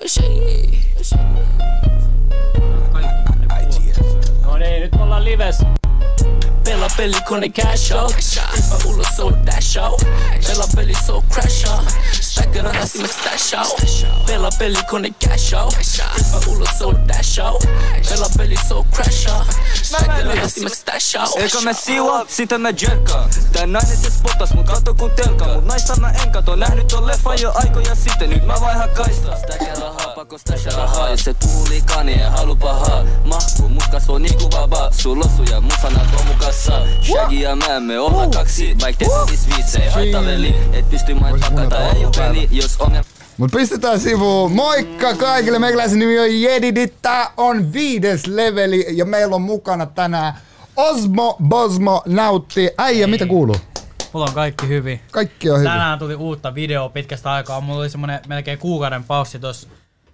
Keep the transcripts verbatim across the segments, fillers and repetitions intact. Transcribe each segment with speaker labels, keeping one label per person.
Speaker 1: No niin, nyt me ollaan lives. Pela peli kone cash out. Mä ulos so dash out. Pela peli so crash out. Stackera rasi mä stash out. Pela peli kone cash out. Mä ulos so dash out. Pela peli so crash out. Stackera rasi mä stash out.
Speaker 2: Eka mä siua, sitten mä jerkkaan. Tää nainen se spotas mut katso kun telkka. Mut naista mä en kato, nähnyt ton leffan jo aikoja sitten. Nyt mä vaihan kaistaa. Stackera rahaa, pakko stasha rahaa. Jos se puhuu liikaa, niin en halu pahaa. Mahkuu, mut kasvoo niinku vabaa. Sun lossuja, mun sanat on mukassa. Shaggy ja mä emme olla kaksi. Vaik teet olis viitse, ei haita veli. Et pysty main pakata, ei oo peli. Jos ongelma.
Speaker 3: Mut pistetään sivuun. Moikka kaikille! Meikäläisen nimi on Jedidit. Tää on viides leveli ja meillä on mukana tänään Osmo Bosmo Nautti. Äijä, mitä kuuluu?
Speaker 4: Mulla on kaikki hyvin.
Speaker 3: Kaikki on hyvin.
Speaker 4: Tänään tuli uutta videoa pitkästä aikaa. Mulla oli semmonen melkein kuukauden paussi tossa.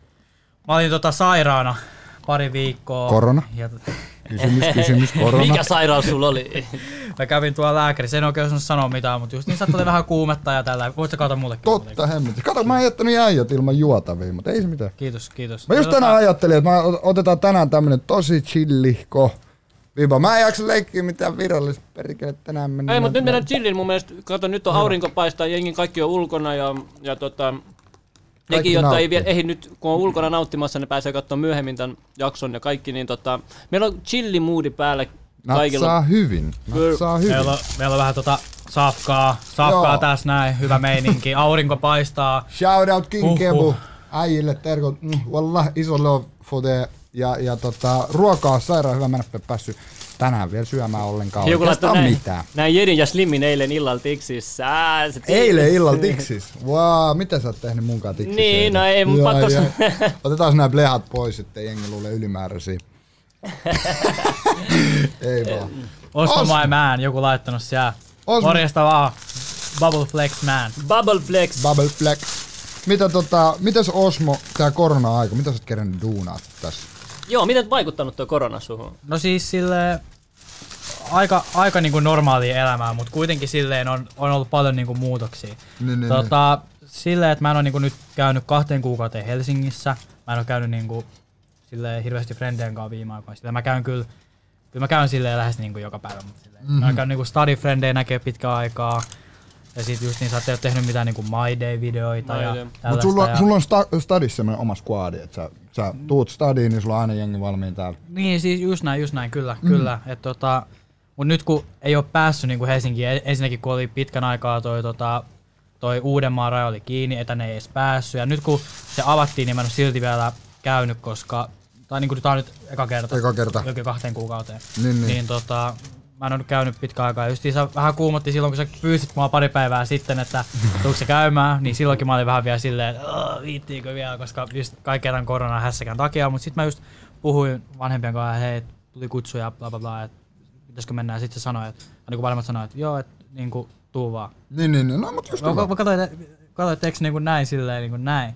Speaker 4: Mä olin tota sairaana pari viikkoa.
Speaker 3: Korona?
Speaker 4: Ja
Speaker 3: Kysymys, kysymys, korona.
Speaker 1: Mikä sairaus sulla oli?
Speaker 4: mä kävin tuolla lääkärissä, en oikein osannut sanoa mitään, mutta just niin sattui vähän kuumetta ja tällä. Voit sä kautta mullekin?
Speaker 3: Totta hemmetti. Kato, mä en jättänyt äijät ilman juotavia, mutta ei se mitään.
Speaker 4: Kiitos, kiitos.
Speaker 3: Mä just tänään ajattelin, että mä otetaan tänään tämmönen tosi chillihko viba. Mä en jaksa leikkiä mitään virallista perikele tänään mennään.
Speaker 1: Ei, mutta nyt mennään chillin mun mielestä. Kato, nyt on aurinko paistaa, jengi kaikki on ulkona ja, ja tota... Nekin, jotka ei vielä ehdi nyt, kun on ulkona nauttimassa, ne pääsee katsomaan myöhemmin tämän jakson ja kaikki, niin tota... Meillä on chilli-moodi päällä kaikilla.
Speaker 3: Natsaa hyvin, natsaa hyvin.
Speaker 4: Meillä on, meillä on vähän tota safkaa, safkaa tässä näin, hyvä meininki, aurinko paistaa.
Speaker 3: Shoutout King
Speaker 4: Uhuh. Kebu,
Speaker 3: äijille terkot, mm, wallah iso love for the, ja, ja tota, ruokaa on sairaan hyvä, mä en ole päässyt tänään vielä syömään ollenkaan oikeastaan näin, mitään.
Speaker 1: Näin Jedin ja Slimmin eilen illalla tiksissä.
Speaker 3: Eilen illalla tiksis? Wow, mitä sä oot tehnyt munkaan tiksissä?
Speaker 1: Niin, no ei mun pakko sanoa.
Speaker 3: Otetaan nämä blehat pois, ettei jengi luule ylimääräisiä. Ei vaan.
Speaker 4: Osmo my man, joku laittanut siellä. Osmo. Morjesta vaan. Bubble Flex man.
Speaker 1: Bubble Flex.
Speaker 3: Bubble Flex. Mitä tota, mitäs Osmo, tää korona-aika, mitä sä oot kerännyt duunaa tässä?
Speaker 1: Joo, miten vaikuttanut tuo korona suhun?
Speaker 4: No siis silleen aika, aika niinku normaalia elämää, mutta kuitenkin silleen on, on ollut paljon niinku muutoksia.
Speaker 3: Niin, niin,
Speaker 4: tota, niin. Silleen, että mä en ole niinku nyt käynyt kahteen kuukauteen Helsingissä. Mä en ole käynyt niinku silleen hirveästi frendien kanssa viime aikoina. Silleen mä käyn kyllä, kyllä mä käyn silleen lähes niinku joka päivä, mutta silleen. Mm-hmm. Mä oon käynyt niinku study-frendejä näkee pitkään aikaa. Ja sit just niin sä et tehnyt mitään niinku My Day-videoita My ja Day.
Speaker 3: Mut sulla, ja... sulla on sta, stadissa semmonen oma squadi, että sä, sä tuut stadiin, niin sulla on aina jengi valmiin täällä.
Speaker 4: Niin siis just näin, just näin, kyllä, mm. kyllä. Et tota, mut nyt kun ei oo päässyt niinku Helsinkiin, ensinnäkin kun oli pitkän aikaa toi, tota, toi Uudenmaan raja oli kiinni, että ne ei edes päässyt. Ja nyt kun se avattiin, niin mä en oo silti vielä käynyt, koska, tai niinku tää on nyt eka kerta,
Speaker 3: eka kerta.
Speaker 4: Jokin kahteen kuukauteen.
Speaker 3: Niin, niin.
Speaker 4: niin tota, mä en ole käynyt pitkään aikaa. Justiinsa vähän kuumotti silloin, kun sä pyysit mua pari päivää sitten, että tuutko se käymään, niin silloinkin mä olin vähän vielä silleen, että viittiinkö vielä, koska just kaikkea tämän koronan hässäkään takia. Mutta sitten mä just puhuin vanhempien kanssa, että hei, tuli kutsu ja bla bla bla, että pitäisikö mennä. Ja sitten se sanoi, että niin vanhemmat sanoi, että joo, että niinku tuu vaan.
Speaker 3: Niin, niin, niin. No, mutta just
Speaker 4: mä, mä katsoin, että eikö niinku näin silleen, niinku näin.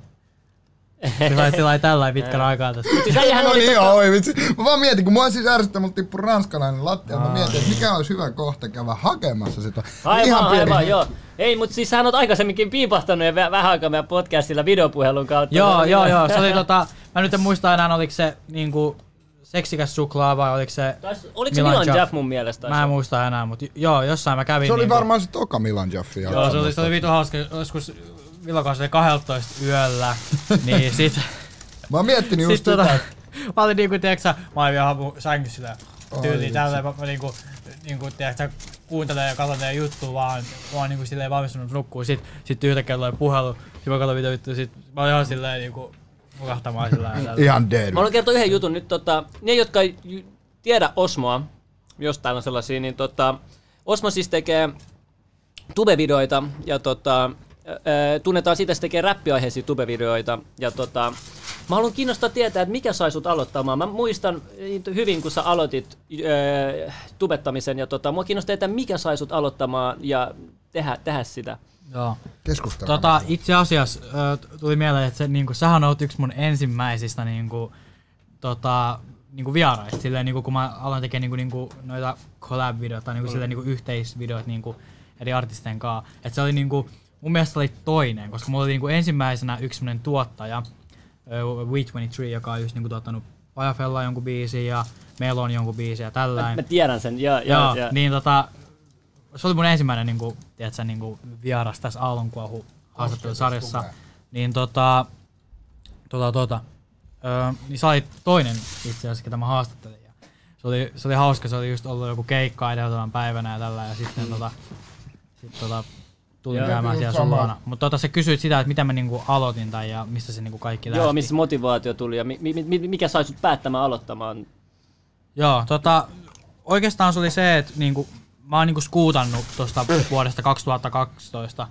Speaker 4: Sillä ei tällainen pitkän aikaa tässä.
Speaker 3: No niin, joo, vitsi. Mä vaan mietin, kun mua siis ärsyttää, mut tippui ranskalainen lattia. Mä mietin, että mikä olisi hyvä kohta käydä hakemassa sitä.
Speaker 1: Aivan,
Speaker 3: ihan pieni...
Speaker 1: aivan, joo. Ei, mut siis sähän oot aikaisemmin piipahtanut ja vähän aikaa meidän podcastilla videopuhelun kautta.
Speaker 4: Joo, joo, joo. Se oli tota, mä nyt en muista enää, oliko se niinku seksikäs suklaa vai oliko se
Speaker 1: Tais, oliko se Milan Jaff mun mielestä?
Speaker 4: Mä en muista enää, mut joo, jossain mä kävin.
Speaker 3: Se oli
Speaker 4: niinku...
Speaker 3: varmaan se toka Milan Jaffi.
Speaker 4: Joo, se oli, se oli vitu hauska, joskus Villakaan se kaksitoista yöllä, niin sit...
Speaker 3: Mä oon miettinyt just
Speaker 4: tota,
Speaker 3: sitä.
Speaker 4: Mä olin niinku, tiiäksä, mä olin vielä mun sängyssä silleen tyyliin tälleen, mä, mä niinku, niinku, tiiäksä, kuuntelen ja katson teidän juttua vaan, mä oon niinku silleen valmistunut nukkuu, sit, sit yhtäkkiä tulee puhelu, sit mä katson mitä vittu, sit mä olin ihan silleen niinku, mukahtamaan silleen.
Speaker 3: Ihan dead.
Speaker 1: Mä haluan kertoa yhden jutun nyt, tota, ne jotka ei tiedä Osmoa, jos täällä on sellaisia, niin tota, Osmo siis tekee tube-videoita ja tota, Äh, tunnetaan siitä, että se tekee räppiaiheisia tube-videoita. Ja tota, mä haluan kiinnostaa tietää, että mikä sai sut aloittamaan. Mä muistan hyvin, kun sä aloitit äh, tubettamisen. Ja tota, mua kiinnostaa tietää, mikä sai sut aloittamaan ja tehdä, tehdä sitä.
Speaker 4: Joo.
Speaker 3: Keskustellaan.
Speaker 4: Tota, itse asiassa äh, tuli mieleen, että se, niinku, sähän oot yksi mun ensimmäisistä niinku, tota, niinku vieraista. Silleen, niinku, kun mä aloin tekemään niinku, niinku, noita collab-videoita, niinku, mm. silleen, niinku, yhteisvideoita niinku, eri artistien kanssa. Et se oli niinku, mun mielestä oli toinen, koska mulla oli niinku ensimmäisenä yksi semmonen tuottaja, uh, We kaksikymmentäkolme, joka on just niinku tuottanut Pajafella jonkun biisin ja Melon jonkun biisin ja tällainen.
Speaker 1: Mä, mä tiedän sen, ja, ja,
Speaker 4: Joo,
Speaker 1: ja.
Speaker 4: niin tota, se oli mun ensimmäinen niinku, tiedätkö, niinku vieras tässä Aallonkuohu haastattelusarjassa. Niin tota, tota, tota, öö, niin sä olit toinen itse asiassa, ketä mä haastattelin. Ja se oli, se oli hauska, se oli just ollut joku keikka edeltävän päivänä ja tällä ja sitten tota, sit tota, tulin
Speaker 1: Joo,
Speaker 4: käymään siellä sun luona. Mutta tota, sä kysyit sitä, että miten mä niinku aloitin tai ja mistä se niinku kaikki lähti.
Speaker 1: Joo, missä motivaatio tuli ja mi, mi, mi, mikä sai sut päättämään aloittamaan?
Speaker 4: Joo, tota, oikeastaan se oli se, että niinku, mä oon niinku skuutannut tosta vuodesta kaksituhattakaksitoista.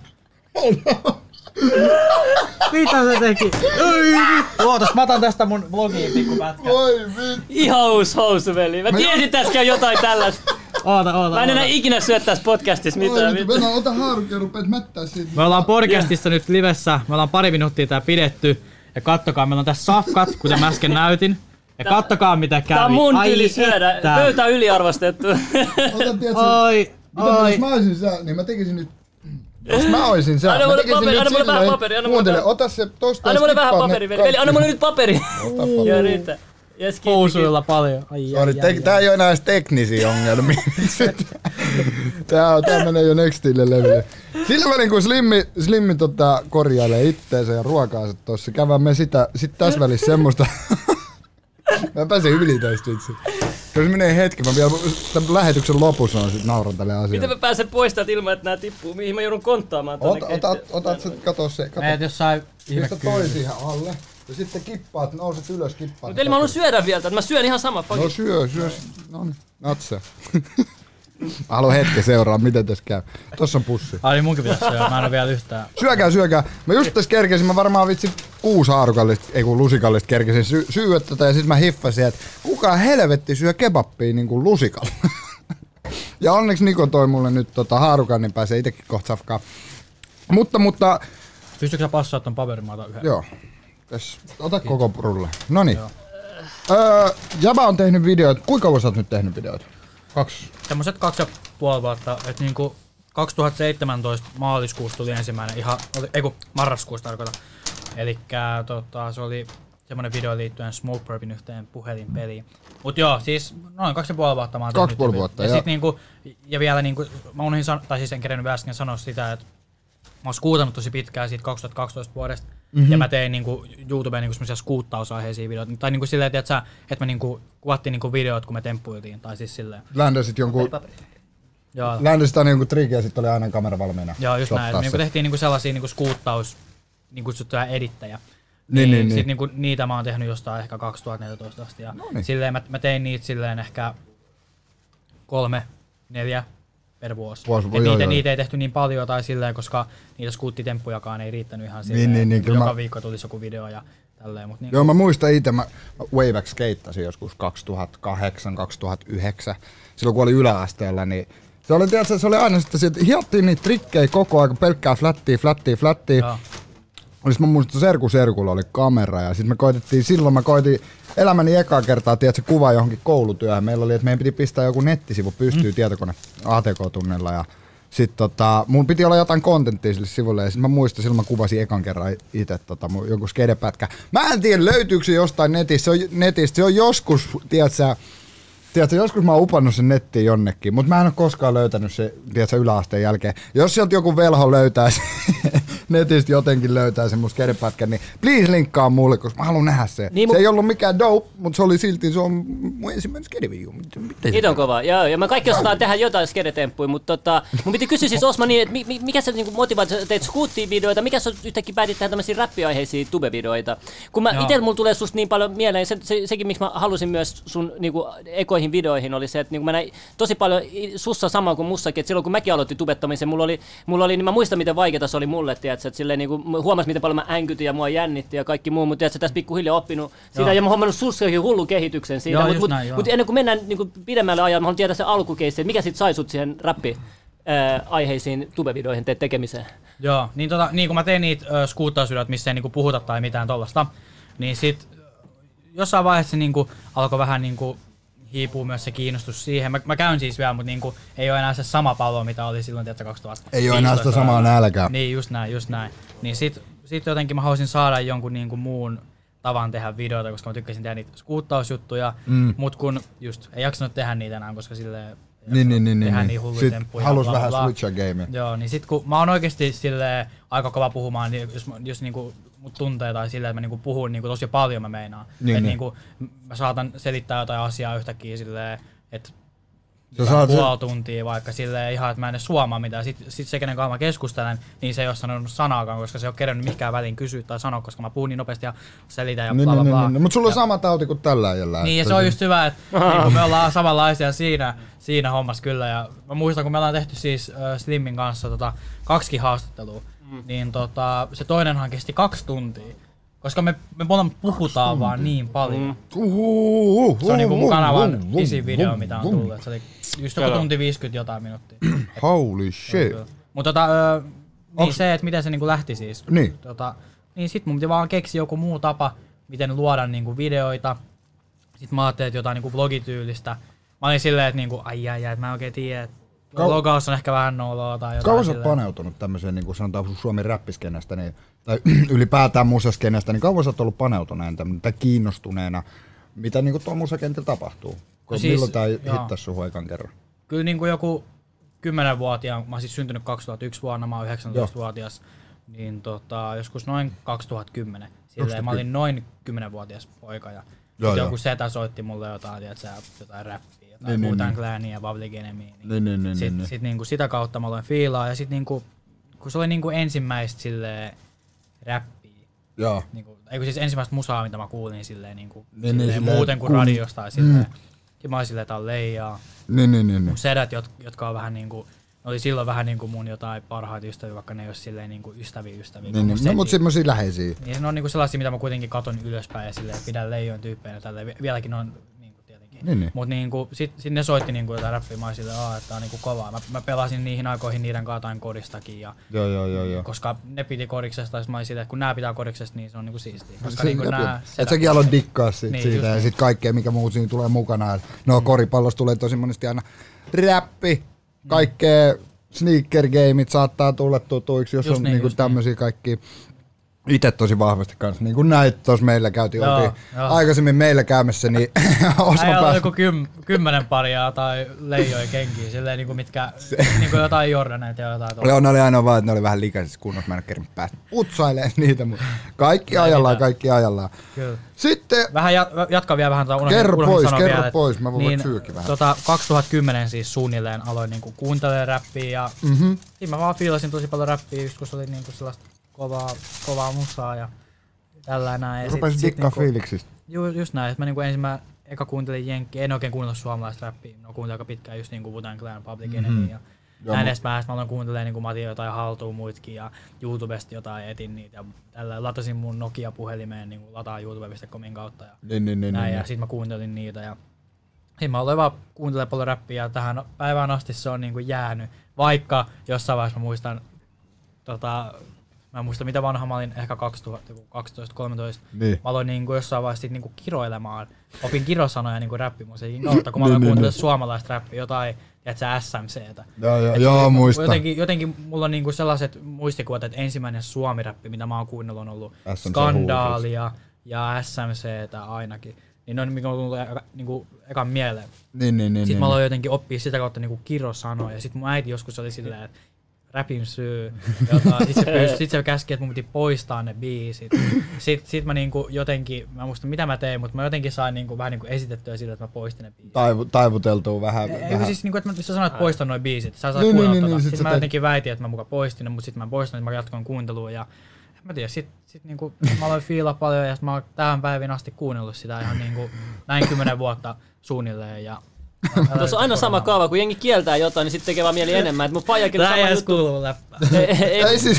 Speaker 4: Mitä se teki? Ootas, mä otan tästä mun vlogiin pikku pätkä.
Speaker 3: Oi vittu.
Speaker 1: Ihan uusi housu, veli. Mä tiesin tästä jotain tällaista.
Speaker 4: Oota, oota,
Speaker 1: Mä en
Speaker 4: oota.
Speaker 1: enää ikinä syö tässä podcastissa mitään.
Speaker 3: Oi vittu, Venä, ota haarukka ja rupeat mättää siitä.
Speaker 4: Me ollaan podcastissa nyt livessä, me ollaan pari minuuttia tää pidetty. Ja kattokaa, meillä on tässä safkat, kuten mä äsken näytin. Ja kattokaa mitä kävi.
Speaker 1: Tää on mun
Speaker 4: Ai
Speaker 1: tyyli syödä.
Speaker 4: että.
Speaker 1: Pöytä on yliarvostettu.
Speaker 3: Ota, tiedätkö,
Speaker 4: Oi,
Speaker 3: mitä
Speaker 4: oi.
Speaker 3: jos mä olisin sä, niin mä tekisin nyt... Jos mä olisin sä,
Speaker 1: Anna
Speaker 3: mä
Speaker 1: mulle
Speaker 3: tekisin
Speaker 1: paperi,
Speaker 3: nyt
Speaker 1: anna mulle vähän
Speaker 3: silleen,
Speaker 1: paperi, anna mulle
Speaker 3: kuuntele,
Speaker 1: vähän-
Speaker 3: ota se tosta
Speaker 1: Anna
Speaker 3: ja
Speaker 1: mulle vähän
Speaker 3: skippaat ne
Speaker 1: paperi, veli.
Speaker 3: kaikki.
Speaker 1: Veli, anna mulle nyt paperi.
Speaker 3: Ota paperi.
Speaker 1: Joo, riittää. Yes, kiitos.
Speaker 4: Housuilla paljon. Ai,
Speaker 3: Sori,
Speaker 4: ai,
Speaker 3: te,
Speaker 4: ai,
Speaker 3: tää ei oo enää edes teknisiä ongelmia. tää, on, tää menee jo nextille levylle. Sillä välin kun Slimmi, Slimmi tota, korjailee itteensä ja ruokaa se tossa, käydään me sitä, sit tässä välissä semmoista. Mä pääsen yli tästä itse. Jos menee hetki, mä vielä tämän lähetyksen lopussa on sit nauran tälle asialle.
Speaker 1: Miten mä pääsen pois täältä ilman, että nää tippuu? Mihin mä joudun konttaamaan tonne
Speaker 3: Ota, ota, ota, se, kato se, kato.
Speaker 4: Meet jossain ihme
Speaker 3: Pistä toi siihen alle. Ja sitten kippaat, nouset ylös, kippaat.
Speaker 1: Mut eli mä haluan syödä vielä tätä. Mä syön ihan sama.
Speaker 3: No syö, syö. No niin, natsa. Mä haluan hetken seuraa, miten tässä käy. Tossa on pussi.
Speaker 4: Ai niin munkin pitäis syödä, mä en oo vielä yhtään.
Speaker 3: Syökää, syökää. Mä just tässä kerkesin, mä varmaan vitsi kuusi haarukallista, ei kun lusikallista kerkesin sy- syödä tätä ja sit mä hiffasin, että kuka helvetti syö kebappia niinku lusikalla. Ja onneksi Niko toi mulle nyt tota haarukan, niin pääsee itekin kohta safkaa. Mutta, mutta,
Speaker 4: Pystytkö sä passaa ton paperin, mä otan yhden?
Speaker 3: joo. Tässä, ota koko rulle. Noniin. Öö, Jaba on tehnyt videoita. Kuinka kauan sä oot nyt tehnyt videoita? Kaksi.
Speaker 4: Semmoset kaksi ja puoli vuotta, et niinku kaksituhattaseitsemäntoista maaliskuussa tuli ensimmäinen ihan, oli, ei kun marraskuussa tarkoitan. Elikkä tota, se oli semmonen video liittyen Smoke Purbin yhteen puhelinpeliin. Mut joo, siis noin kaksi ja puoli vuotta mä oon
Speaker 3: Kaksi
Speaker 4: tehnyt
Speaker 3: puoli
Speaker 4: video.
Speaker 3: vuotta,
Speaker 4: ja
Speaker 3: ja-
Speaker 4: sit niinku, ja vielä niinku, mä unohdin san- tai siis en kerennyt äsken sanoa sitä, että mä oon skuutannut tosi pitkään siitä kaksituhattakaksitoista vuodesta. Mm-hmm. Ja mä tein niinku YouTubeen niinku semmosia skuuttausaiheisia videoita. Tai niinku silleen, että et mä niinku kuvattiin niinku videot, kun me temppuiltiin. Tai siis silleen.
Speaker 3: Ländösit jonkun...
Speaker 4: Joo.
Speaker 3: Ländösit aina jonkun trikki ja sit oli aina kamera valmiina.
Speaker 4: Joo, just näin.
Speaker 3: shottaa
Speaker 4: Niinku
Speaker 3: se.
Speaker 4: tehtiin niinku sellaisia niinku skuuttaus, niin kutsuttuja edittäjä.
Speaker 3: Niin, niin,
Speaker 4: sit
Speaker 3: niin.
Speaker 4: niinku niitä mä oon tehnyt jostain ehkä kaksituhattaneljätoista asti. Ja
Speaker 3: Noniin.
Speaker 4: silleen mä, mä tein niitä silleen ehkä kolme, neljä per vuosi.
Speaker 3: Vuosi,
Speaker 4: Et
Speaker 3: joo,
Speaker 4: niitä,
Speaker 3: joo.
Speaker 4: niitä ei tehty niin paljon tai silleen, koska niitä skuuttitemppujakaan ei riittänyt ihan silleen.
Speaker 3: niin, niin, kyllä
Speaker 4: joka
Speaker 3: mä-
Speaker 4: viikko tulisi joku video ja tälleen. Mut niin,
Speaker 3: Joo, mä muistan itse, mä Wavex skeittasin joskus kaksituhattakahdeksan kaksituhattayhdeksän, silloin kun oli yläasteella, niin se oli, tiedätkö, se oli aina sitten, että hiottiin niitä trikkejä koko ajan, pelkkää flattia, flattia, flattia.
Speaker 4: joo.
Speaker 3: Sitten mä muistan, että Serku Serkulla oli kamera ja sitten me koitettiin, silloin mä koitin elämäni ekaa kertaa, tiedätkö, kuva johonkin koulutyöhön. Meillä oli, että meidän piti pistää joku nettisivu pystyy mm. tietokone A T K-tunnilla ja sitten tota, mun piti olla jotain kontenttia sille sivulle ja sitten mä muistan, silloin mä kuvasin ekan kerran itse tota, mun joku skedepätkä. Mä en tiedä, löytyykö se jostain netistä, se on, netistä, se on joskus, tiedätkö, Tiedätkö, joskus mä oon upannut sen nettiin jonnekin, mutta mä en ole koskaan löytänyt se, tiedätkö, yläasteen jälkeen. Jos sieltä joku velho löytää se, netistä jotenkin löytää sen mun skedepätkän, niin please linkkaa mulle, koska mä haluan nähdä se.
Speaker 1: Niin,
Speaker 3: se
Speaker 1: mu-
Speaker 3: ei ollut mikään dope, mutta se oli silti, se on mun ensimmäinen skedevideo.
Speaker 1: Niitä on kova, joo, ja me kaikki osataan tehdä jotain skedetemppuja, mutta tota, mun piti kysyä siis Osma niin, että mi, mi, mikä se niinku motivaatio, sä teet skuuttia-videoita, mikä se yhtäkkiä päätit tehdä tämmöisiä räppiaiheisia tube-videoita? Kun mä
Speaker 4: Joo.
Speaker 1: itse mulla tulee susta niin paljon mieleen, se, se, sekin miksi mä halusin myös sun niinku, ekoihin videoihin oli se, että niinku mä näin tosi paljon sussa samaa kuin mussakin, että silloin kun mäkin aloitin tubettamisen, mulla oli, mulla oli niin mä muistan miten vaikeaa se oli mulle, tiedätkö, että silleen niinku, mä huomasin miten paljon mä änkytin ja mua jännitti ja kaikki muu, mutta tiedätkö, tässä pikkuhiljaa oppinut sitä
Speaker 4: Joo.
Speaker 1: ja mä huomannut sussa hullun kehityksen siitä,
Speaker 4: Joo,
Speaker 1: mutta
Speaker 4: just
Speaker 1: mut,
Speaker 4: näin, joo.
Speaker 1: mut ennen kuin mennään niinku pidemmälle ajalle, mä haluan tietää se alkukeissi, että mikä sit sai sut siihen rappi ää, aiheisiin tubevideoihin te tekemiseen.
Speaker 4: Joo, niin, tota, niin kun mä tein niitä äh, skuuttausvideoita, missä ei niinku puhuta tai mitään tollasta, niin sit jossain vaiheessa niinku alkoi vähän niinku hiipuu myös se kiinnostus siihen. Mä, mä käyn siis vielä, mutta niinku ei ole enää se sama pallo, mitä oli silloin tiedätkö, kaksituhattaviisitoista.
Speaker 3: Ei ole enää sitä samaa nälkää.
Speaker 4: Niin, just näin, just näin. Niin sit, sit jotenkin mä haluaisin saada jonkun niinku muun tavan tehdä videoita, koska mä tykkäsin tehdä niitä skuuttausjuttuja,
Speaker 3: Mm.
Speaker 4: mut kun just ei jaksanut tehdä niitä enää, koska silleen
Speaker 3: Niin, niin, niin,
Speaker 4: tehdä
Speaker 3: niin.
Speaker 4: niin hulluja
Speaker 3: Sit
Speaker 4: temppuja.
Speaker 3: halus
Speaker 4: bla, bla,
Speaker 3: vähän
Speaker 4: bla.
Speaker 3: switcha gamea.
Speaker 4: Joo, niin sit kun mä oon oikeesti silleen aika kova puhumaan, niin jos, jos niinku mut tuntee tai silleen, että mä niinku puhun niinku tosi paljon mä meinaan.
Speaker 3: Niin,
Speaker 4: Et
Speaker 3: niin.
Speaker 4: niinku mä saatan selittää jotain asiaa yhtäkkiä silleen, että
Speaker 3: Sä saat
Speaker 4: puoli
Speaker 3: se-
Speaker 4: tuntia vaikka silleen ihan, että mä en edes suomaa mitään. Sitten sit se, kenen kanssa mä keskustelen, niin se ei ole sanonut sanaakaan, koska se ei ole kerennyt mikään väliin kysyä tai sanoa, koska mä puhun niin nopeasti ja selitän ja
Speaker 3: Niin,
Speaker 4: bla bla
Speaker 3: niin,
Speaker 4: bla.
Speaker 3: niin, niin. Mut sulla on sama tauti kuin tällä äijällä.
Speaker 4: Niin, ja
Speaker 3: että
Speaker 4: se on just hyvä, että niin me ollaan samanlaisia siinä, siinä hommassa kyllä. Ja mä muistan, kun me ollaan tehty siis äh, Slimmin kanssa tota, kaksikin haastattelua, mm. niin tota, se toinenhan kesti kaksi tuntia. Koska me, me molemmat puhutaan vaan niin paljon. Mm.
Speaker 3: Uhuhu,
Speaker 4: Se on niinku mun kanavan
Speaker 3: uhuhu,
Speaker 4: pisin video,
Speaker 3: uhuhu,
Speaker 4: mitä on
Speaker 3: uhuhu.
Speaker 4: tullut. Et se oli just joku tunti viisikymmentä jotain minuuttia.
Speaker 3: Holy shit.
Speaker 4: Mutta tota, ö, niin
Speaker 3: Onks-
Speaker 4: se, että miten se niinku lähti siis.
Speaker 3: Niin.
Speaker 4: Tota, niin sit mun piti vaan keksiä joku muu tapa, miten luoda niinku videoita. Sitten mä ajattelin, että jotain niinku vlogityylistä. Mä olin silleen, että niinku, ai ai ai, että mä en oikein tiedä, että
Speaker 3: Kau-
Speaker 4: vlogaus on ehkä vähän noloa tai jotain.
Speaker 3: Kauan sä oot
Speaker 4: silleen.
Speaker 3: paneutunut tämmöiseen, niin kuin sanotaan Suomen räppiskenestä, niin, tai ylipäätään musaskenestä, niin kauan sä oot ollut paneutuneena tai kiinnostuneena, mitä niin tuolla musakentillä tapahtuu? Kun
Speaker 4: siis,
Speaker 3: milloin tää
Speaker 4: joo.
Speaker 3: hittas sun ekan kerran?
Speaker 4: Kyllä niinku joku kymmenvuotiaan, mä oon siis syntynyt kaksituhattayksi vuonna, mä oon yhdeksäntoistavuotias, niin tota, joskus noin kaksituhattakymmenen. Silleen, mä olin noin kymmenvuotias poika ja
Speaker 3: Joo,
Speaker 4: sit
Speaker 3: joo.
Speaker 4: joku setä soitti mulle jotain, tiiätsä, jotain räppiä, jotain
Speaker 3: Niin, niin,
Speaker 4: Wu-Tang
Speaker 3: niin.
Speaker 4: Clania ja Public Enemyä. Niin,
Speaker 3: Niin, niin, niin,
Speaker 4: sit,
Speaker 3: niin, niin.
Speaker 4: sit niinku sitä kautta mä aloin fiilaa ja sit niinku, kun se oli niinku ensimmäistä silleen räppiä,
Speaker 3: Joo.
Speaker 4: niinku, ei kun siis ensimmäistä musaa, mitä mä kuulin silleen, niinku,
Speaker 3: Niin, niin,
Speaker 4: silleen
Speaker 3: silleen
Speaker 4: muuten kuin
Speaker 3: kun-
Speaker 4: radiosta ja silleen.
Speaker 3: Mm.
Speaker 4: Ja mä olin silleen, tää on leijaa.
Speaker 3: Niin, niin, niin. niin.
Speaker 4: Mun sedät, jot, jotka on vähän niinku, ne oli silloin vähän niinku mun jotain parhaita ystäviä, vaikka ne ei ole silleen niinku ystäviä ystäviä.
Speaker 3: Niin, niin. No, mutta semmosia läheisiä.
Speaker 4: Niin ne on niinku sellaisia, mitä mä kuitenkin katon ylöspäin ja silleen pidän leijon tyyppeinä tälleen. Vi- Vieläkin on niinku tietenkin.
Speaker 3: Niin, niin.
Speaker 4: Mut niinku, sit, sit ne soitti niinku jotain räppiä, mä olin silleen, Aa, että tää on niinku kovaa. Mä, mä pelasin niihin aikoihin niiden kanssa jotain kodistakin. Ja,
Speaker 3: Joo, joo, joo, joo.
Speaker 4: koska ne piti kodiksesta, ja sit mä olin silleen, että kun nää pitää kodiksesta, niin se on niinku siistiä. Koska
Speaker 3: Se-
Speaker 4: niinku
Speaker 3: jep,
Speaker 4: nää
Speaker 3: jep. Et säkin aloit dikkaa sit
Speaker 4: Niin,
Speaker 3: siitä
Speaker 4: just
Speaker 3: ja
Speaker 4: niin.
Speaker 3: sit kaikkea mikä muu siinä tulee mukana. No koripallossa tulee tosi monesti aina räppi, kaikkea sneaker-gameit saattaa tulla tutuiksi, jos
Speaker 4: Just
Speaker 3: on
Speaker 4: niin,
Speaker 3: niinku
Speaker 4: just
Speaker 3: tämmösiä kaikki. Itse tosi vahvasti kanssa, niin kuin näit tuossa meillä käytiin,
Speaker 4: Joo,
Speaker 3: oltiin
Speaker 4: joo.
Speaker 3: aikaisemmin meillä käymässä, niin Osmo
Speaker 4: Äijällä on
Speaker 3: pääsi.
Speaker 4: joku kym, kymmenen paria tai leijoja kenkiä, silleen niinku mitkä, niinku jotain Jordaneita ja jotain tuolla.
Speaker 3: Joo, ne oli aina vaan, että ne oli vähän likaisessa kunnossa, mä en ole kerran päästä putsailemaan niitä, mutta kaikki ajallaan,
Speaker 4: mitään.
Speaker 3: kaikki ajallaan.
Speaker 4: Kyllä.
Speaker 3: Sitten,
Speaker 4: Vähän jat, jatka vielä vähän, tai unohdin,
Speaker 3: Kerro
Speaker 4: unohdin
Speaker 3: pois,
Speaker 4: sanoa
Speaker 3: kerro
Speaker 4: vielä, että
Speaker 3: pois, mä voin
Speaker 4: niin,
Speaker 3: syyäkin vähän.
Speaker 4: Tota, kaksituhattakymmenen siis suunnilleen aloin niinku kuuntelemaan räppiä ja
Speaker 3: mhm,
Speaker 4: siinä mä vaan fiilasin tosi paljon räppiä, just kun se oli niinku sellaista kovaa, kovaa musaa ja tällä näin. Ja
Speaker 3: rupesin
Speaker 4: sit- sit
Speaker 3: dikkaa
Speaker 4: niinku-
Speaker 3: fiiliksistä.
Speaker 4: Ju, just näin, että mä niinku ensin mä eka kuuntelin jenkkiä, en oikein kuunnellut suomalaista räppiä, mä kuuntelin aika pitkään just niinku Wu-Tang Clan, Public
Speaker 3: Mhm.
Speaker 4: Enemy ja
Speaker 3: Joo,
Speaker 4: näin
Speaker 3: mu-
Speaker 4: edespäin. Sitten mä aloin kuuntelemaan niinku mä otin jotain haltuun muitkin ja YouTubesta jotain etin niitä ja tällä latasin mun Nokia-puhelimeen niinku lataa youtube piste comin kautta ja
Speaker 3: Niin, niin, niin,
Speaker 4: näin
Speaker 3: niin,
Speaker 4: ja sit mä kuuntelin niitä ja sit mä aloin vaan kuuntelemaan paljon räppiä ja tähän päivään asti se on niinku jäänyt, vaikka jossain vaiheessa mä muistan tota, mä en muista mitä vanha mä olin, ehkä kaksituhattakaksitoista kolmetoista.
Speaker 3: niin.
Speaker 4: Mä aloin niinku jossain vaiheessa sit niinku kiroilemaan. Opin kirosanoja niinku räppimusiikin kautta, kun mä
Speaker 3: Niin,
Speaker 4: aloin
Speaker 3: niin,
Speaker 4: kuuntelemaan
Speaker 3: niin.
Speaker 4: suomalaista räppiä, jotain, tiedätkö, S M C:tä.
Speaker 3: Joo, joo,
Speaker 4: Et
Speaker 3: joo,
Speaker 4: jotenkin-
Speaker 3: muista.
Speaker 4: Jotenkin, jotenkin mulla on niinku sellaiset muistikuvat, että ensimmäinen suomiräppi, mitä mä oon kuunnellut, on ollut
Speaker 3: S M C
Speaker 4: Skandaalia ja S M C:tä ainakin. Niin ne on mikä on tullut eka, niinku, ekan mieleen.
Speaker 3: Niin, niin, niin.
Speaker 4: Sitten
Speaker 3: niin,
Speaker 4: mä aloin jotenkin oppia sitä kautta niinku kirosanoja. Ja sit mun äiti joskus oli silleen, että räpin syy. Jota, sit, se pyysi, sit se käski, että mun piti poistaa ne biisit. Sit, sit mä niinku jotenkin, mä en muista mitä mä tein, mutta mä jotenkin sain niinku, vähän niinku esitettyä sillä, että mä poistin ne biisit.
Speaker 3: Taivu, taivuteltuu vähän.
Speaker 4: Ei
Speaker 3: vähän.
Speaker 4: siis niinku, että mä, sä sanoit, että poistan noi biisit. Sä saat
Speaker 3: Niin,
Speaker 4: kuunnella
Speaker 3: niin,
Speaker 4: tota.
Speaker 3: niin, sit
Speaker 4: Sit
Speaker 3: sä
Speaker 4: mä
Speaker 3: teit-
Speaker 4: jotenkin väitin, että mä muka poistin ne, mutta sit mä en poistanut, että mä jatkoin kuuntelua. Ja en mä tiedä, sit, sit niinku, mä aloin fiilaa paljon ja sit mä oon tähän päivin asti kuunnellut sitä ihan niinku näin kymmenen vuotta suunnilleen. Ja
Speaker 1: Tuossa on aina sama kaava, kun jengi kieltää jotain, niin sitten tekee vaan mieli enemmän. Et mun faijakin on
Speaker 4: Tää
Speaker 1: sama
Speaker 4: ei
Speaker 1: juttu.
Speaker 4: kuuluu läppää.
Speaker 1: Ei, ei, ei,
Speaker 3: Ei siis...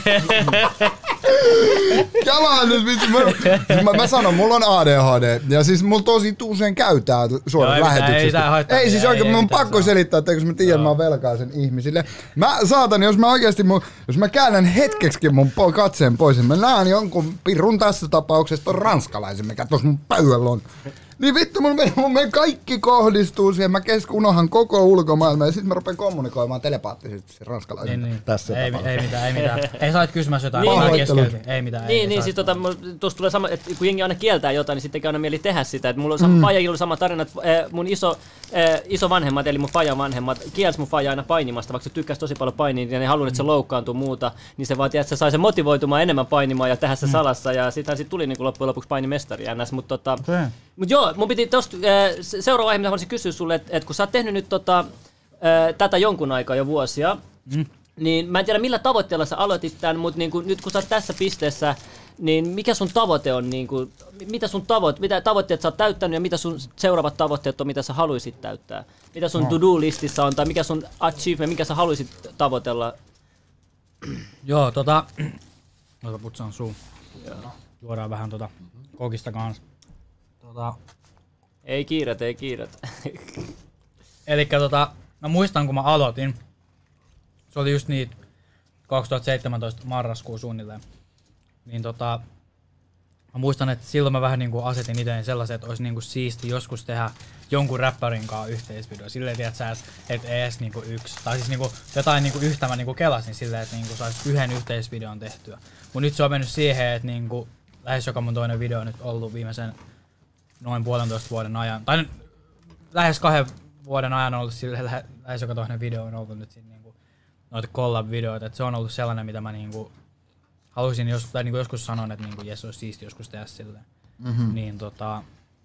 Speaker 3: Kelaa nyt, vitsi. Mä, siis mä, mä sanon, mulla on A D H D. Ja siis mulla tosi usein käytää
Speaker 4: Joo,
Speaker 3: suoraan
Speaker 4: ei mitään,
Speaker 3: lähetyksestä.
Speaker 4: ei tää haittaa.
Speaker 3: Ei siis
Speaker 4: Ei,
Speaker 3: oikein,
Speaker 4: ei
Speaker 3: mun on
Speaker 4: mitään
Speaker 3: pakko
Speaker 4: saa.
Speaker 3: selittää, että koska mä tiedän, mä oon velkaa sen ihmisille. Mä saatan, jos mä oikeesti, mun, jos mä käännän hetkeksi mun po- katseen pois, niin mä näen jonkun pirun tässä tapauksessa ton ranskalaisen, mikä tossa mun pöydällä on. Niin vittu, mun, mun, mun kaikki kohdistuu siihen. Mä kesk unohan koko ulkomaailma ja sit mä rupean kommunikoimaan telepaattisesti ranskalaisen.
Speaker 4: Niin, niin.
Speaker 3: Tässä
Speaker 4: ei,
Speaker 3: tapauksessa.
Speaker 4: ei mitään, ei mitään. Ei sä olet kysymässä jotain,
Speaker 1: Niin,
Speaker 4: niin,
Speaker 1: niin.
Speaker 4: keskelti. Ei mitään.
Speaker 1: Niin,
Speaker 4: ei,
Speaker 1: niin siis tota, tuossa tulee sama, että kun jengi aina kieltää jotain, niin sitten aina mieli tehdä sitä. Et mulla on sama, mm. faijalla oli sama tarina, että äh, mun iso, äh, iso vanhemmat, eli mun fajan vanhemmat, kielsi mun faija aina painimasta, vaikka se tykkäsi tosi paljon painia, ja ne halunnut, että se loukkaantuu muuta, niin se vaatii, että se sai sen motivoitumaan enemmän painimaan ja tehdä se mm. salassa, ja sitten sit tuli niin loppujen lopuksi painimestari ns. Mutta tota, okay. mut joo, mun piti tosta, äh, seuraava aihe, mitä haluaisin kysyä sulle, että et kun sä oot tehnyt nyt tota, äh, tätä jonkun aikaa jo vuosia, mm. niin mä en tiedä millä tavoitteella sä aloitit tämän, mutta niin kun, nyt kun sä oot tässä pisteessä, niin mikä sun tavoite on, niin kuin, mitä sun tavoite, mitä tavoitteet sä oot täyttänyt ja mitä sun seuraavat tavoitteet on, mitä sä haluisit täyttää? Mitä sun no. to-do-listissa on tai mikä sun achievement, mikä sä haluisit tavoitella?
Speaker 4: Joo, tota, ota putsaan suun. Juodaan vähän tota kokista kanssa. Tota,
Speaker 1: ei kiiret, ei kiiret.
Speaker 4: Elikkä tota, mä muistan kun mä aloitin, se oli just niitä kaksituhattaseitsemäntoista marraskuun suunnilleen. Niin tota, mä muistan, että silloin mä vähän niinku asetin itseäni sellaisen, että olisi niinku siisti joskus tehdä jonkun räppärin kanssa yhteisvideo. Silleen tiedät sä, että ei edes niinku yksi. Tai siis niinku jotain niinku yhtä mä niinku kelasin silleen, että niinku sais yhden yhteisvideon tehtyä. Mut nyt se on mennyt siihen, että niinku lähes joka mun toinen video on nyt ollut viimeisen noin puolentoista vuoden ajan. Tai lähes kahden vuoden ajan on ollut silleen, lähes joka toinen video on ollut nyt siinä niinku noita collab-videoita. Et se on ollut sellainen, mitä mä niinku haluaisin jos, tai niinku joskus sanon, että niinku jes olisi siisti joskus tehdä silleen. Mm-hmm. Niin tota,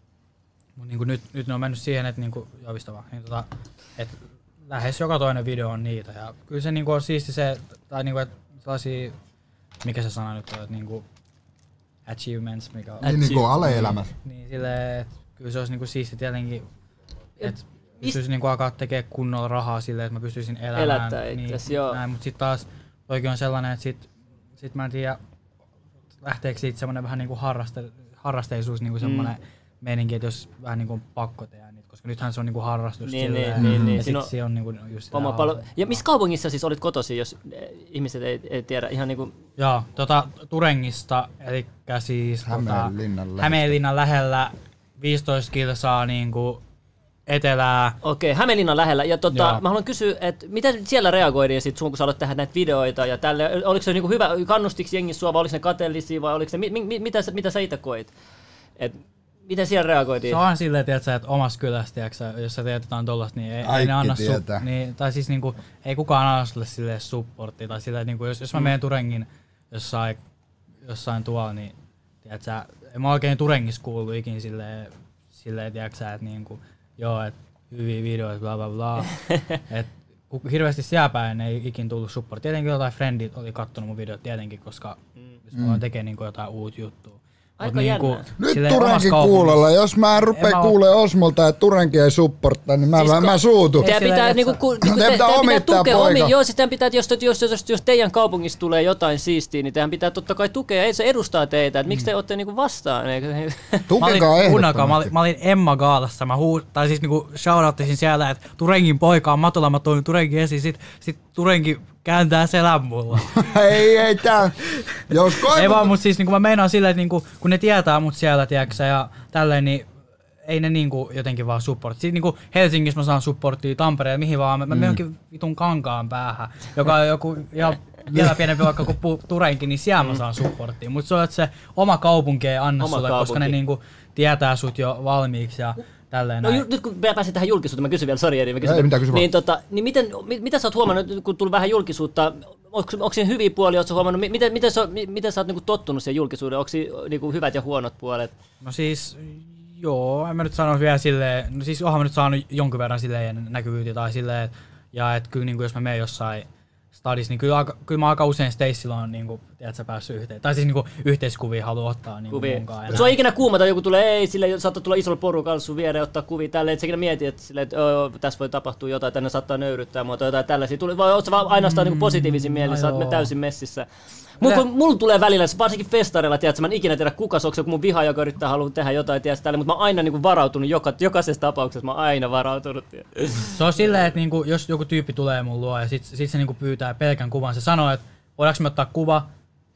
Speaker 4: mut niinku nyt, nyt ne on mennyt siihen, että niinku, joo, niin tota, et lähes joka toinen video on niitä. Ja kyllä se niinku on siisti se, tai niinku, että sellaisia, mikä se sana nyt on, että niinku achievements, mikä on.
Speaker 3: Niin niinku aleelämässä.
Speaker 4: Niin silleen, että kyllä se olisi niinku siisti tietenkin, että pystyisin niinku alkaa tekemään kunnolla rahaa silleen, että mä pystyisin elämään.
Speaker 1: Elättää
Speaker 4: niin,
Speaker 1: itse, joo.
Speaker 4: Näin, mut sit taas toikin on sellainen, että sit Sitten mä en tiedä, lähteekö siitä semmonen vähän niinku harraste, harrasteisuus, niinku semmonen mm. meininki, että jos vähän niinku on pakko tehdä niitä, koska nythän se on niinku harrastus
Speaker 1: niin,
Speaker 4: silleen,
Speaker 1: niin, niin,
Speaker 4: ja sit
Speaker 1: no,
Speaker 4: se on niinku just sitä
Speaker 1: oma palo- Ja missä kaupungissa siis olit kotosi, jos ihmiset ei, ei tiedä ihan niinku...
Speaker 4: Joo, tota Turengista, elikkä siis
Speaker 3: Hämeenlinnan,
Speaker 4: tota, Hämeenlinnan lähellä viisitoista kilsaa niinku etelää.
Speaker 1: Okei, Hämeenlinnan lähellä. Ja tota, mä haluan kysyä, että miten siellä reagoidaan sit sun, kun sä aloit tehdä näitä videoita ja tälle, oliko se niinku hyvä, kannustiko jengi sua vai oliko ne kateellisia vai oliko se, mi, mi, mitä, mitä sä itse koit? Et, miten siellä reagoitiin?
Speaker 4: Se on silleen, tiiätsä, että omassa kylässä, tiiäksä, jos sä teet jotain tollasta, niin ei, ei ne anna su- niin, tai siis niinku, ei kukaan anna sulle silleen supporttia. Tai silleen, niinku, jos, jos mä menen Turengin jossain, jossain tuolla, niin tiiätsä, en mä oikein Turengissa kuullut ikin silleen, silleen tiiäksä, että niinku, joo, että hyviä videoita, bla bla bla. Et, hirveästi siellä päin ei ikin tullut support. Tietenkin jotain friendit oli kattonut mun videot tietenkin, koska mm. jos mä voin tekemään niinku jotain uutta juttua.
Speaker 1: Aika
Speaker 4: niinku,
Speaker 3: nyt Turenkin kuulolla. Jos mä rupeen kuulee Osmolta, että Turenki ei supporttaa, niin mä, siis mä, mä suutun.
Speaker 1: Teidän pitää, niinku, ku, niinku, te, pitää, pitää tukea omi. Joo, siis pitää, jos, jos, jos, jos teidän kaupungissa tulee jotain siistiä, niin teidän pitää totta kai tukea. Ei se edustaa teitä. Et miksi te olette niinku vastaan?
Speaker 3: Tukekaa ehdottomasti.
Speaker 4: Mä olin, mä olin Emma Gaalassa. Mä huu, tai siis niinku shoutouttisin siellä, että Turengin poika on matolla. Mä toin Turengin esiin. Sit, sit Turenki kääntää selän mulla.
Speaker 3: ei, ei tää. Jos koivu...
Speaker 4: Ei vaan, mut siis niinku mä meinaan silleen, että niinku, kun ne tietää mut siellä, tiiäksä, ja tälleen, niin ei ne niinku jotenkin vaan support. Siis niinku Helsingissä mä saan supporttia, Tampereella, mihin vaan. Mä, mm. mä menen jonkin vitun Kankaan päähän, joka on joku ihan vielä pienempi vaikka kuin Turenkin, niin siellä mä saan supporttia. Mut se on, että se oma kaupunki ei anna oma sulle, kaupunki. Koska ne niinku tietää sut jo valmiiksi ja tälleen
Speaker 1: no ju, nyt kun pääsin tähän julkisuuteen, mä kysyn vielä, sori Eri, mä kysyn.
Speaker 3: Ei mitään, kysy
Speaker 1: niin, tota, niin miten, mit, mitä sä oot huomannut, kun tuli vähän julkisuutta, onko, onko siinä hyviä puolia, ootko sä huomannut, miten, miten, sä, miten sä oot niinku tottunut siihen julkisuuteen, onko siinä niinku hyvät ja huonot puolet?
Speaker 4: No siis, joo, en mä nyt sano vielä silleen, no siis oonhan mä nyt saanut jonkin verran silleen näkyvyyttä tai silleen, ja et kyllä niinku jos mä menen jossain stadissa, niin kyllä, kyllä mä aika usein Stacella on niinku, tiedätkö, päässyt yhteen. Tai siis niinku yhteiskuvia haluaa ottaa niinku munkaan.
Speaker 1: Se on ikinä kuumata, joku tulee, ei, sille saattaa tulla isolla porukalla sun viereen ottaa kuvia tälleen, et sä ikinä mieti, että, sille, että oh, tässä voi tapahtua jotain, tänne saattaa nöyryttää mua tai jotain tällaisia. Tuli, vai oot sä vaan ainoastaan mm, niinku positiivisin mielin, sä oot täysin messissä. Mulla mul tulee välillä, varsinkin festareilla, tiedätkö, mä en ikinä tiedä kuka se, onko se joku mun viha, joka yrittää haluaa tehdä jotain, tiedätkö, tälle, mutta mä oon aina niinku varautunut, joka, jokaisessa tapauksessa mä oon aina varautunut. Tiedätkö.
Speaker 4: Se on silleen, että niinku, jos joku tyyppi tulee mun luo ja sit, sit se niinku pyytää pelkän kuvan, se sanoo, että voidaanko me ottaa kuva,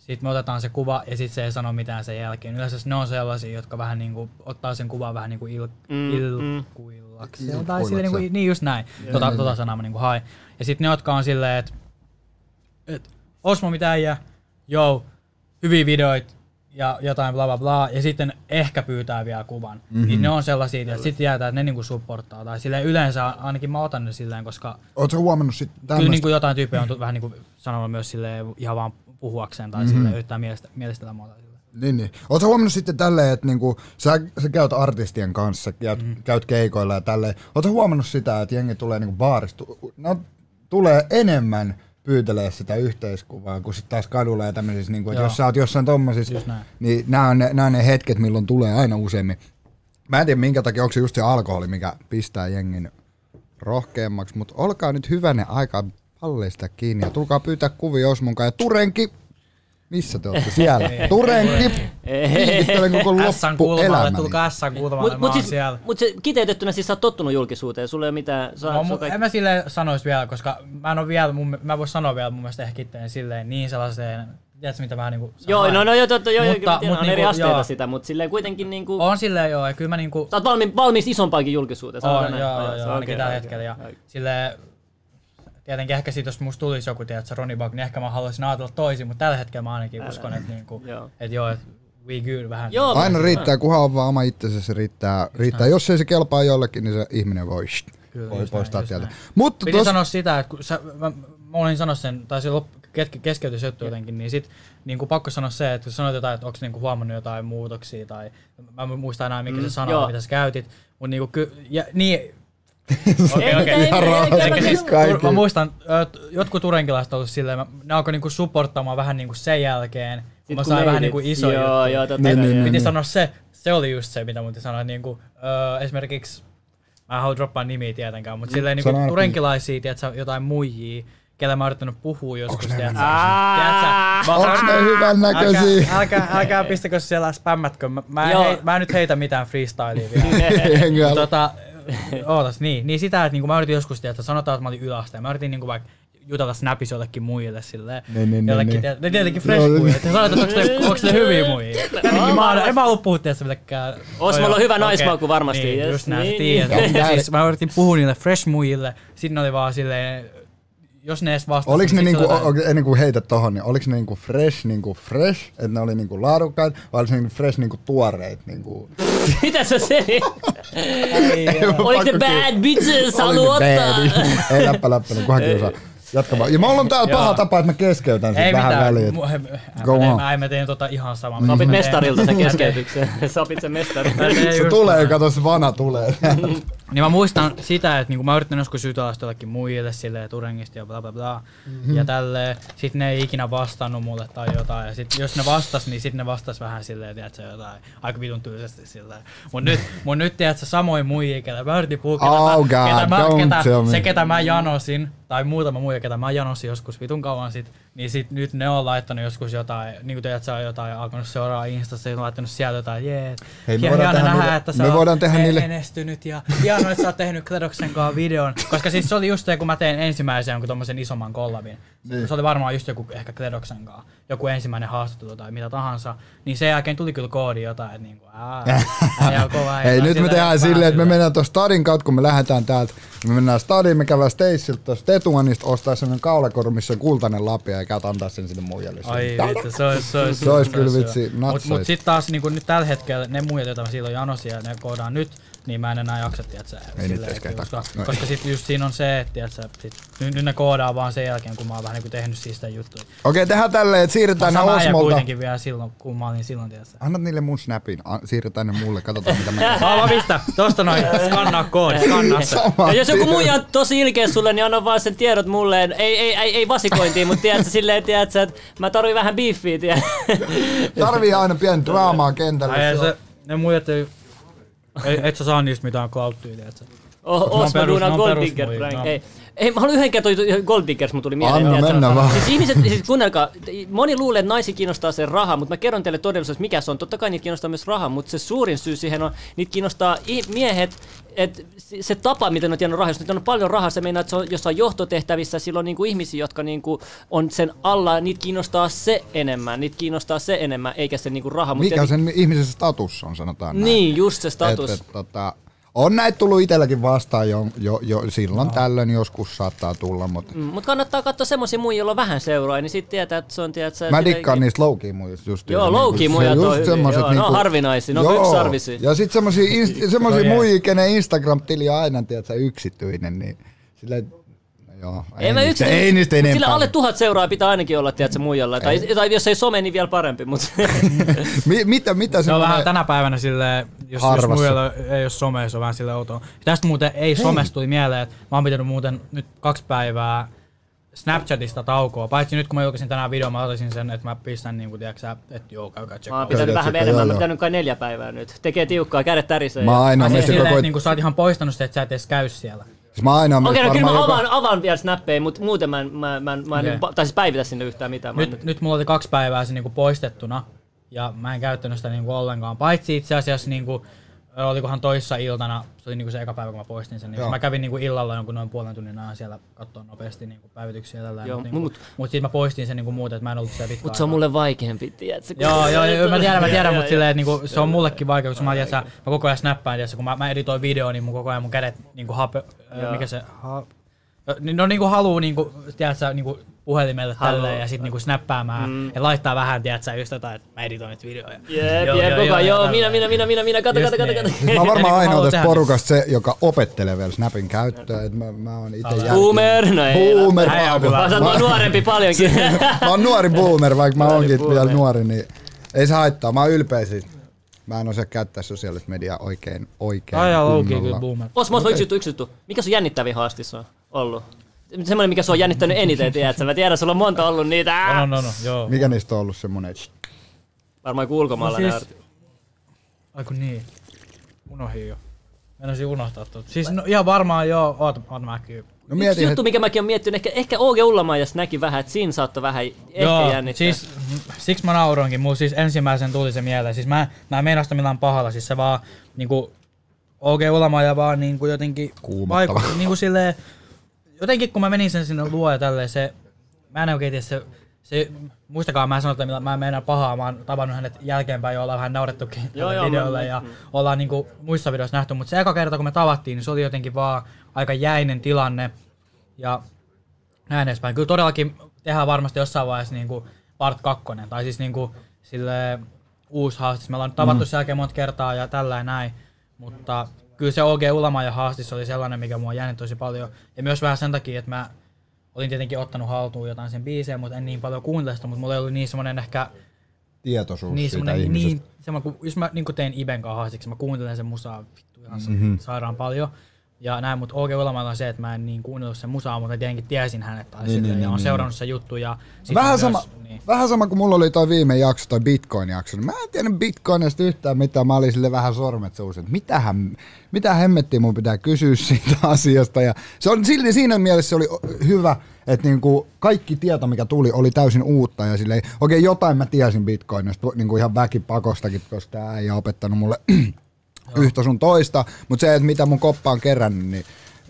Speaker 4: Sitten me otetaan se kuva ja sitten se ei sano mitään sen jälkeen. Yleensä ne on sellaisia, jotka vähän niinku ottaa sen kuvan vähän niinku il,
Speaker 1: Mm,
Speaker 4: ilkuillakseen. Mm. Tai silleen niinku, niin just näin. Tota, tota sanaa mä niinku hain. Ja sitten ne, jotka on silleen, että et, Osmo mitä äijä, joo, hyviä videoita ja jotain bla bla bla. Ja sitten ehkä pyytää vielä kuvan. Mm-hmm. Niin ne on sellaisia, että sitten jäätään, että ne niinku supporttaa. Tai silleen yleensä ainakin mä otan ne silleen, koska
Speaker 3: ootko huomannut sitten tämmöistä?
Speaker 4: Kyllä niinku jotain tyyppejä on vähän niinku sanonut myös silleen ihan vaan puhuakseen tai mm-hmm. silleen yrittää mielestä, mielestellä muuta.
Speaker 3: Niin, niin. Ootko huomannut sitten tälleen, että niinku, sä, sä käyt artistien kanssa, käyt, mm-hmm. käyt keikoilla ja tälleen. Ootko huomannut sitä, että jengi tulee niinku baarista, no, tulee enemmän pyytelee sitä yhteiskuvaa, kun sitten taas kadulla ja tämmöisissä, niinku, että jos sä oot jossain tommosissa, niin nämä on, ne, nää on ne hetket, milloin tulee aina useammin. Mä en tiedä minkä takia, onko se just se alkoholi, mikä pistää jengin rohkeammaksi, mutta olkaa nyt hyvänä aika palleista kiinni ja tulkaa pyytää kuvia Osmonkaan ja Turenki. Missä te olette siellä? Turenki! Viihdyttelen koko loppuelämäni.
Speaker 4: Tulkaa Ässän kuultamalle,
Speaker 1: mut,
Speaker 4: mä
Speaker 1: mut
Speaker 4: oon
Speaker 1: siis,
Speaker 4: siellä.
Speaker 1: Mut se kiteytettynä siis sä oot tottunut julkisuuteen, sulla ei ole mitään... Sä,
Speaker 4: no,
Speaker 1: sä
Speaker 4: mu-
Speaker 1: kaikki...
Speaker 4: En mä silleen sanois vielä, koska mä en oo vielä, mun, mä vois sanoa vielä mun mielestä ehkä itteen silleen niin sellaiseen, tiedätkö mitä mä niinku...
Speaker 1: Joo, no, no joo, totta, joo,
Speaker 4: mutta,
Speaker 1: joo,
Speaker 4: mut
Speaker 1: on
Speaker 4: niinku,
Speaker 1: eri asteita
Speaker 4: joo.
Speaker 1: sitä, mutta silleen kuitenkin niinku...
Speaker 4: On silleen joo, ja kyllä mä niinku...
Speaker 1: Sä oot valmi, valmis isompaankin julkisuuteen,
Speaker 4: On,
Speaker 1: joo,
Speaker 4: joo, joo, joo, ainakin tällä
Speaker 1: okay,
Speaker 4: hetkellä. Ja
Speaker 1: okay.
Speaker 4: silleen, tietenkin ehkä siitä, jos musta tulisi joku, tiedätkö, Ronny Bug, niin ehkä mä haluaisin ajatella toisin, mutta tällä hetkellä mä ainakin Älä. uskon, että niinku,
Speaker 1: joo.
Speaker 4: et joo, että we good vähän.
Speaker 1: Joo,
Speaker 3: aina riittää, kunhan on vaan oma itsensä, se riittää. riittää. Jos ei se kelpaa jollekin, niin se ihminen voi, shht,
Speaker 4: Kyllä,
Speaker 3: voi poistaa
Speaker 4: näin,
Speaker 3: tieltä.
Speaker 4: Näin.
Speaker 3: Mutta
Speaker 4: Piti
Speaker 3: tos...
Speaker 4: sanoa sitä, että kun sä, mä, mä olin sanoa sen, tai se keskeytys juttu jotenkin, niin sit niin pakko sanoa se, että kun sanoit jotain, että onko niinku huomannut jotain muutoksia, tai mä en muista enää mikä mm, se sana
Speaker 1: joo.
Speaker 4: mitä sä käytit, mutta niinku ky, ja, niin,
Speaker 1: Okei, okei.
Speaker 4: Mä muistan, jotkut turenkilaiset on ollut silleen, ne alkoi niinku supporttaamaan vähän niinku sen jälkeen, kun mä sain vähän niinku iso juttu.
Speaker 1: Joo, joo, totta.
Speaker 3: Niin, niin,
Speaker 4: Piti
Speaker 3: niin.
Speaker 4: sanoa se, se oli just se, mitä mun piti sanoa, että niinku, ö, esimerkiksi, mä en halua droppaa nimiä tietenkään, mutta silleen niinku turenkilaisia, tiedätkö, jotain muijia, kellä mä oon yrittänyt puhua joskus, tiedätkö?
Speaker 3: Onks ne hyvän näköisiä?
Speaker 4: Älkää, älkää, älkää pistäkö siellä spämmätkö, mä, mä, en, hei, mä en nyt heitä mitään freestylia vielä. tota, ootas, niin, niin sitä, että niinku mä yritin joskus, että sanotaan, että mä olin yläasteen, mä yritin niinku vaikka jutella Snapissa jollekin muijille silleen,
Speaker 3: niin, niin,
Speaker 4: jollekin,
Speaker 3: niin.
Speaker 4: ne tietenkin fresh muijille, että sanotaan, että onks ne, onks ne hyviä muijia. Tietenkin mä oon, en mä halua puhua tietysti millekään.
Speaker 1: Osmolla on hyvä naismaku varmasti.
Speaker 4: Niin, just näin,
Speaker 1: niin,
Speaker 4: tiedät. Siis mä yritin puhua niille fresh muijille, sit ne oli vaan silleen, jos ne edes vastasivat.
Speaker 3: Oliko ne niinku, ennen kuin heität tohon, niin oliko ne niinku fresh, niinku fresh, että ne oli niinku laadukkaita, vai oliko ne niinku fresh, niinku tuoreit? Niinku...
Speaker 1: Mitä sä selit? Oliko ne bad bitches, haluaa ottaa?
Speaker 3: Ei läppä läppä, niin kunhan kiusaa. Jatka vaan. Ja mulla on tää paha tapa, että mä keskeytän sit vähän väliin.
Speaker 4: Go on. Mä, mä tein tota ihan samaa.
Speaker 1: Sä opit mestarilta sen keskeytyksen. Sä opit sen mestarilta.
Speaker 3: Se tulee, kato se vana tulee.
Speaker 4: Niin mä muistan sitä, että niinku mä yritin joskus jutella jollekin muille silleen Turengista ja bla bla bla. Mm-hmm. Ja tälleen. Sit ne ei ikinä vastannut mulle tai jotain. Ja sit jos ne vastas, niin sit ne vastas vähän silleen, tiedätkö, jotain aika vitun tyylisesti silleen. Mut nyt, mut nyt tiedätkö, samoin muijia, ketä mä yritin puhua, ketä,
Speaker 3: oh
Speaker 4: mä,
Speaker 3: God,
Speaker 4: ketä, mä, ketä,
Speaker 3: se,
Speaker 4: se ketä mä janosin, tai muutama muija, ketä mä janosin joskus vitun kauan sit, niin sit nyt ne on laittanut joskus jotain, niinku tiedät sä jotain, alkanut seuraa Instassa ja laittanut sieltä jotain, jee,
Speaker 3: hei,
Speaker 4: hieno nähdä, niille, että sä oot
Speaker 3: niille...
Speaker 4: menestynyt ja hienoa, että sä oot tehnyt Kledoksen kanssa videon, koska siis se oli just se, kun mä tein ensimmäisen jonkun tommosen isomman kollabin, niin. Se oli varmaan just joku ehkä Kledoksen kanssa, joku ensimmäinen haastattelu tai mitä tahansa, niin sen jälkeen tuli kyllä koodi jotain, että niinku aah, kova.
Speaker 3: Hei, nyt me tehdään silleen, että me mennään tuossa stadin kautta, kun me lähdetään täältä, me mennään stadiin, me käydään Staceilta tuossa Tetuanista, ostaa sellainen kaulakoru, missä on kultainen lapia ja käyt antaa sen sinne muijalle.
Speaker 4: Ai vittu, se olisi se olisi
Speaker 3: se olisi kyllä vitsi
Speaker 4: Mut, mut sit taas niinku nyt tällä hetkellä ne muijat, joita mä silloin janosin ja ne koodaan nyt, niin mä en enää jaksa, tiiätsä, silleen, koska, no koska sit just siinä on se, että tiiätsä, sit, nyt, nyt ne koodaa vaan sen jälkeen, kun mä oon vähän niinku tehnyt siistä juttuja.
Speaker 3: Okei, tehdään tälleen, että siirrytään ne Osmolta.
Speaker 4: Mä kuitenkin vielä silloin, kun mä olin silloin, tiiätsä.
Speaker 3: Annat niille mun snapin, siirrytään ne mulle, katsotaan mitä mä
Speaker 4: Haluan pistä, tosta noin, skannaa koodi, skannaa se.
Speaker 1: Ja jos joku muija on tosi ilkeä sulle, niin anna vaan sen tiedot mulle, ei, ei, ei, ei vasikointiin, mutta tiiätsä silleen, tiiätsä, että mä tarvin vähän beefiä, tiiätsä.
Speaker 3: Tarvii aina pieni draamaa kentällä.
Speaker 4: Ai se, ne muijat ei, et sä saa niistä mitään clouttia, tiiätsä.
Speaker 1: Oh, Osmo
Speaker 4: perus-
Speaker 1: duunaa
Speaker 4: ne on
Speaker 1: Gold
Speaker 4: perus-
Speaker 1: Digger
Speaker 4: moi,
Speaker 1: prank.
Speaker 4: no.
Speaker 1: Ei, ei, mä haluan yhden kertoa Gold Diggers, mun tuli mieleen.
Speaker 3: Anna
Speaker 1: tiedätkö?
Speaker 3: mennä vaan.
Speaker 1: Siis ihmiset, siis kuunnelkaa, moni luulee, että naisia kiinnostaa se raha, mutta mä kerron teille todellisuudessa, mikä se on. Totta kai niitä kiinnostaa myös raha, mutta se suurin syy siihen on, niitä kiinnostaa miehet, että se tapa, miten on tiennyt rahaa, jos on paljon rahaa, se meinaa, että se on jossain johtotehtävissä, silloin niinku ihmisiä, jotka niinku on sen alla, niitä kiinnostaa se enemmän, niitä kiinnostaa se enemmän, eikä se niinku raha.
Speaker 3: Mikä
Speaker 1: Mutta
Speaker 3: sen ihmisen status on, sanotaan näin.
Speaker 1: niin, just se status.
Speaker 3: Et, et, tota, on näitä tullut itselläkin vastaan jo, jo, jo silloin no. tällöin joskus saattaa tulla, mutta...
Speaker 1: Mm, mutta kannattaa katsoa semmosia muijia, joilla on vähän seuraa, niin sit tietää, että se on... Tiedät,
Speaker 3: mä dikkaan niistä low-key muijista just.
Speaker 1: Joo, low-key muijat on hyviä, joo, ne on harvinaisia, ne on yksisarvisia.
Speaker 3: Ja sit semmosia, inst- semmosia muijia, kenen Instagram-tili on aina, tiedätkö, yksityinen, niin silleen... Joo, ei,
Speaker 1: ei,
Speaker 3: niistä,
Speaker 1: yksi,
Speaker 3: ei niistä enempää.
Speaker 1: Sillä alle tuhat seuraa pitää ainakin olla, tiedätkö, muijalla. Tai, tai jos ei some, niin vielä parempi. Mutta
Speaker 3: mitä, mitä
Speaker 4: se on vähän tänä päivänä silleen, jos, jos muijalla ei ole some, se on vähän silleen outoa. Tästä muuten ei Hei. somesta tuli mieleen, että mä oon pitänyt muuten nyt kaksi päivää Snapchatista taukoa. Paitsi nyt kun mä julkaisin tänään videon, mä ottaisin sen, että mä pistän niinku, tiiäksä, että joo, käykää tsekkaa.
Speaker 1: Mä oon pitänyt vähän enemmän, mä oon pitänyt kai neljä päivää nyt. Tekee tiukkaa, kädet tärisee.
Speaker 3: Mä aina
Speaker 4: silleen, silleen että niinku, sä oot ihan poistanut sitä, että sä et edes käy siellä.
Speaker 3: Okei,
Speaker 1: okay, no kyllä mä avaan, joka... avaan vielä snappeja, mutta muuten mä en, mä, mä, mä en okay. tai siis päivitä sinne yhtään mitään.
Speaker 4: Nyt,
Speaker 1: nyt...
Speaker 4: nyt mulla oli kaksi päivää se niinku poistettuna ja mä en käyttänyt sitä niinku ollenkaan. Paitsi itse asiassa niinku, olikohan toissa iltana, se oli niinku se eka päivä kun mä poistin sen. Niin mä kävin niinku illalla jonkun noin puolen tunnin ajan siellä katsoa nopeasti niinku päivityksiä ja tällä. Mutta niinku, mut, mut sit mä poistin sen niinku muuten, että mä en ollut siellä pitkään.
Speaker 1: Mut se on mulle vaikeampi, tiedätkö?
Speaker 4: Joo, joo, joo, mä tiedän, mä tiedän, mutta silleen niinku, se on mullekin vaikea, koska mä, tiedän, mä koko ajan snappaan, tiedän, kun mä, mä editoin videoon, niin mun koko ajan mun kädet niinku hape, mikä se, ha, no niinku haluu niinku, tiedätkö, niinku puhelimelle tälleen ja sit niinku snappaamaan mm. ja laittaa vähän, tiedätkö, just jotain, että mä editoin nyt videoja.
Speaker 1: Jep, jep, koko ajan, joo, minä, minä, minä, minä, minä, kato, kato, kato, kato.
Speaker 3: Mä oon varmaan ainoa tästä porukasta se, joka opettelee vielä Snapin käyttöä, että mä, mä oon ite jälkeen.
Speaker 1: Boomer, no ei.
Speaker 3: Boomer,
Speaker 1: mä sanon, mä oon nuorempi paljonkin.
Speaker 3: Mä oon nuori boomer, vaikka mä oonkin vielä nuori, niin ei se haittaa, mä oon ylpeä siitä. Mä en osaa käyttää sosiaalista mediaa oikein, oikein
Speaker 4: Ai jaa, low-key kyllä boomer.
Speaker 1: Osmo, okay. yksi juttu, yksi juttu. Mikä sun jännittävin haastissa on ollut? Semmoinen, mikä sua on jännittänyt eniten, tiedätkö? Mä tiedän, sulla on monta ollut niitä.
Speaker 4: No, no, no, joo.
Speaker 3: Mikä niistä on ollut semmonen?
Speaker 1: Varmaan joku ulkomaalainen
Speaker 4: no, siis... Aiku niin. Unohdin jo. Meinasin unohtaa tuota. Siis no, ihan varmaan joo, oot, oot mä kyllä.
Speaker 3: No
Speaker 1: yksi juttu, mikä mäkin oon miettinyt, ehkä, ehkä O G Ullamaijassa näki vähän, että siinä saattoi vähän ehkä
Speaker 4: joo,
Speaker 1: jännittää.
Speaker 4: Siis, siksi mä nauroinkin, mulla siis ensimmäisen tuli se mieleen. Siis mä, mä en meinaa sitä millään pahalla, siis se vaan niinku O G Ullamaija vaan niinku jotenkin
Speaker 3: kuumottava.
Speaker 4: Vaiku, niinku silleen, jotenkin kun mä menin sen sinne luo ja tälleen se, mä en oikein tiedä se, se muistakaa mä sanon, että mä en meinaa pahaa, mä oon tavannut hänet jälkeenpäin ja ollaan vähän naurettukin videolle ja mm. ollaan niinku muissa videoissa nähty, mutta se eka kerta kun me tavattiin, niin se oli jotenkin vaan aika jäinen tilanne ja näin edespäin. Kyllä todellakin tehdään varmasti jossain vaiheessa niinku part kakkonen tai siis niinku sille uusi haastis. Me ollaan nyt tavattu mm. sen jälkeen monta kertaa ja tällä näin, mutta kyllä se O G Ullamaija haastis oli sellainen, mikä mua jännitti tosi paljon. Ja myös vähän sen takia, että mä olin tietenkin ottanut haltuun jotain sen biisejä, mutta en niin paljon kuuntele sitä, mutta mulla ei ollut niin semmonen ehkä
Speaker 3: tietoisuus
Speaker 4: niin
Speaker 3: siitä
Speaker 4: ihmisestä. Niin,
Speaker 3: semmoinen,
Speaker 4: kun, jos mä niin tein Iben kanssa haastiksi, mä kuuntelen sen musaa vittu ihan mm-hmm. sairaan paljon. Ja näin, mutta O G Ullamailla on se, että mä en niin kuunnellut sen musaa, mutta tietenkin tiesin hänet tai niin, niin, ja on niin, seurannut niin. sen juttu. Ja
Speaker 3: vähän, sama, myös, niin. vähän sama kuin mulla oli toi viime jakso, toi Bitcoin-jakso. Mä en tiedä Bitcoinista yhtään mitään, mä olin sille vähän sormet suussa, että mitähän, mitä hemmettiä mun pitää kysyä siitä asiasta. Ja se on, siinä mielessä se oli hyvä, että niinku kaikki tieto, mikä tuli, oli täysin uutta. Ja silleen, okei, jotain mä tiesin Bitcoinista, niinku ihan väkipakostakin, koska tää äijä on opettanut mulle yhtä sun toista, mutta se, että mitä mun koppa on kerännyt, niin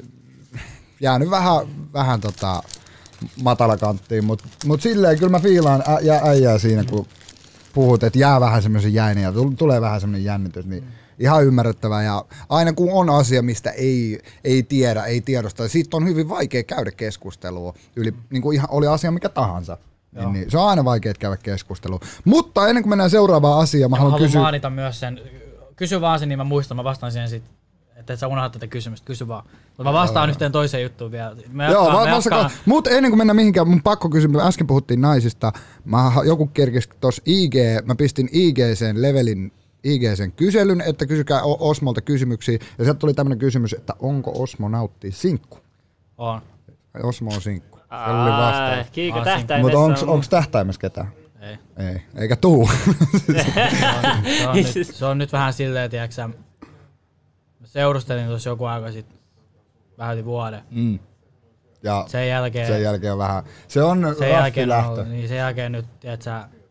Speaker 3: jäänyt vähän, vähän tota matalakanttiin, mutta mut silleen kyllä mä fiilaan ä, ja äijää siinä, kun puhut, että jää vähän semmoisen jäinen ja tulee vähän semmoinen jännitys, niin ihan ymmärrettävää. Ja aina kun on asia, mistä ei, ei tiedä, ei tiedosta, siitä on hyvin vaikea käydä keskustelua, yli, niin kuin ihan oli asia mikä tahansa. Niin, niin, se on aina vaikea käydä keskustelua. Mutta ennen kuin mennään seuraavaan asiaan, mä, mä haluan kysyä...
Speaker 4: mainita myös sen. Kysy vaan sen, niin mä muistan, mä vastaan siihen sit, että et sä unohdat tätä kysymystä, kysy vaan. Mutta mä vastaan yhteen toiseen juttuun vielä. Me
Speaker 3: Joo,
Speaker 4: jatkaa,
Speaker 3: mä, me jatkaa. Mutta ennen kuin mennään mihinkään, mun pakko kysyä, me äsken puhuttiin naisista, mä joku kerkis tossa I G, mä pistin I G-sen levelin, I G-sen kyselyn, että kysykää Osmolta kysymyksiä, ja sieltä tuli tämmönen kysymys, että onko Osmo nauttii sinkku?
Speaker 4: On.
Speaker 3: Osmo on sinkku. Se oli vastaus.
Speaker 1: Kiiko tähtäimessä.
Speaker 3: Mutta onko tähtäimessä ketään?
Speaker 4: Ei.
Speaker 3: Ei, eikä tuu.
Speaker 4: se, on, se, on nyt, se on nyt vähän silleen, tiiäksä, mä seurustelin tuossa joku aika sitten vähän yli vuoden.
Speaker 3: Mm. Ja
Speaker 4: sen jälkeen,
Speaker 3: sen jälkeen on vähän, se on
Speaker 4: sen jälkeen
Speaker 3: lähtö.
Speaker 4: On, niin sen jälkeen nyt, tiedätkö,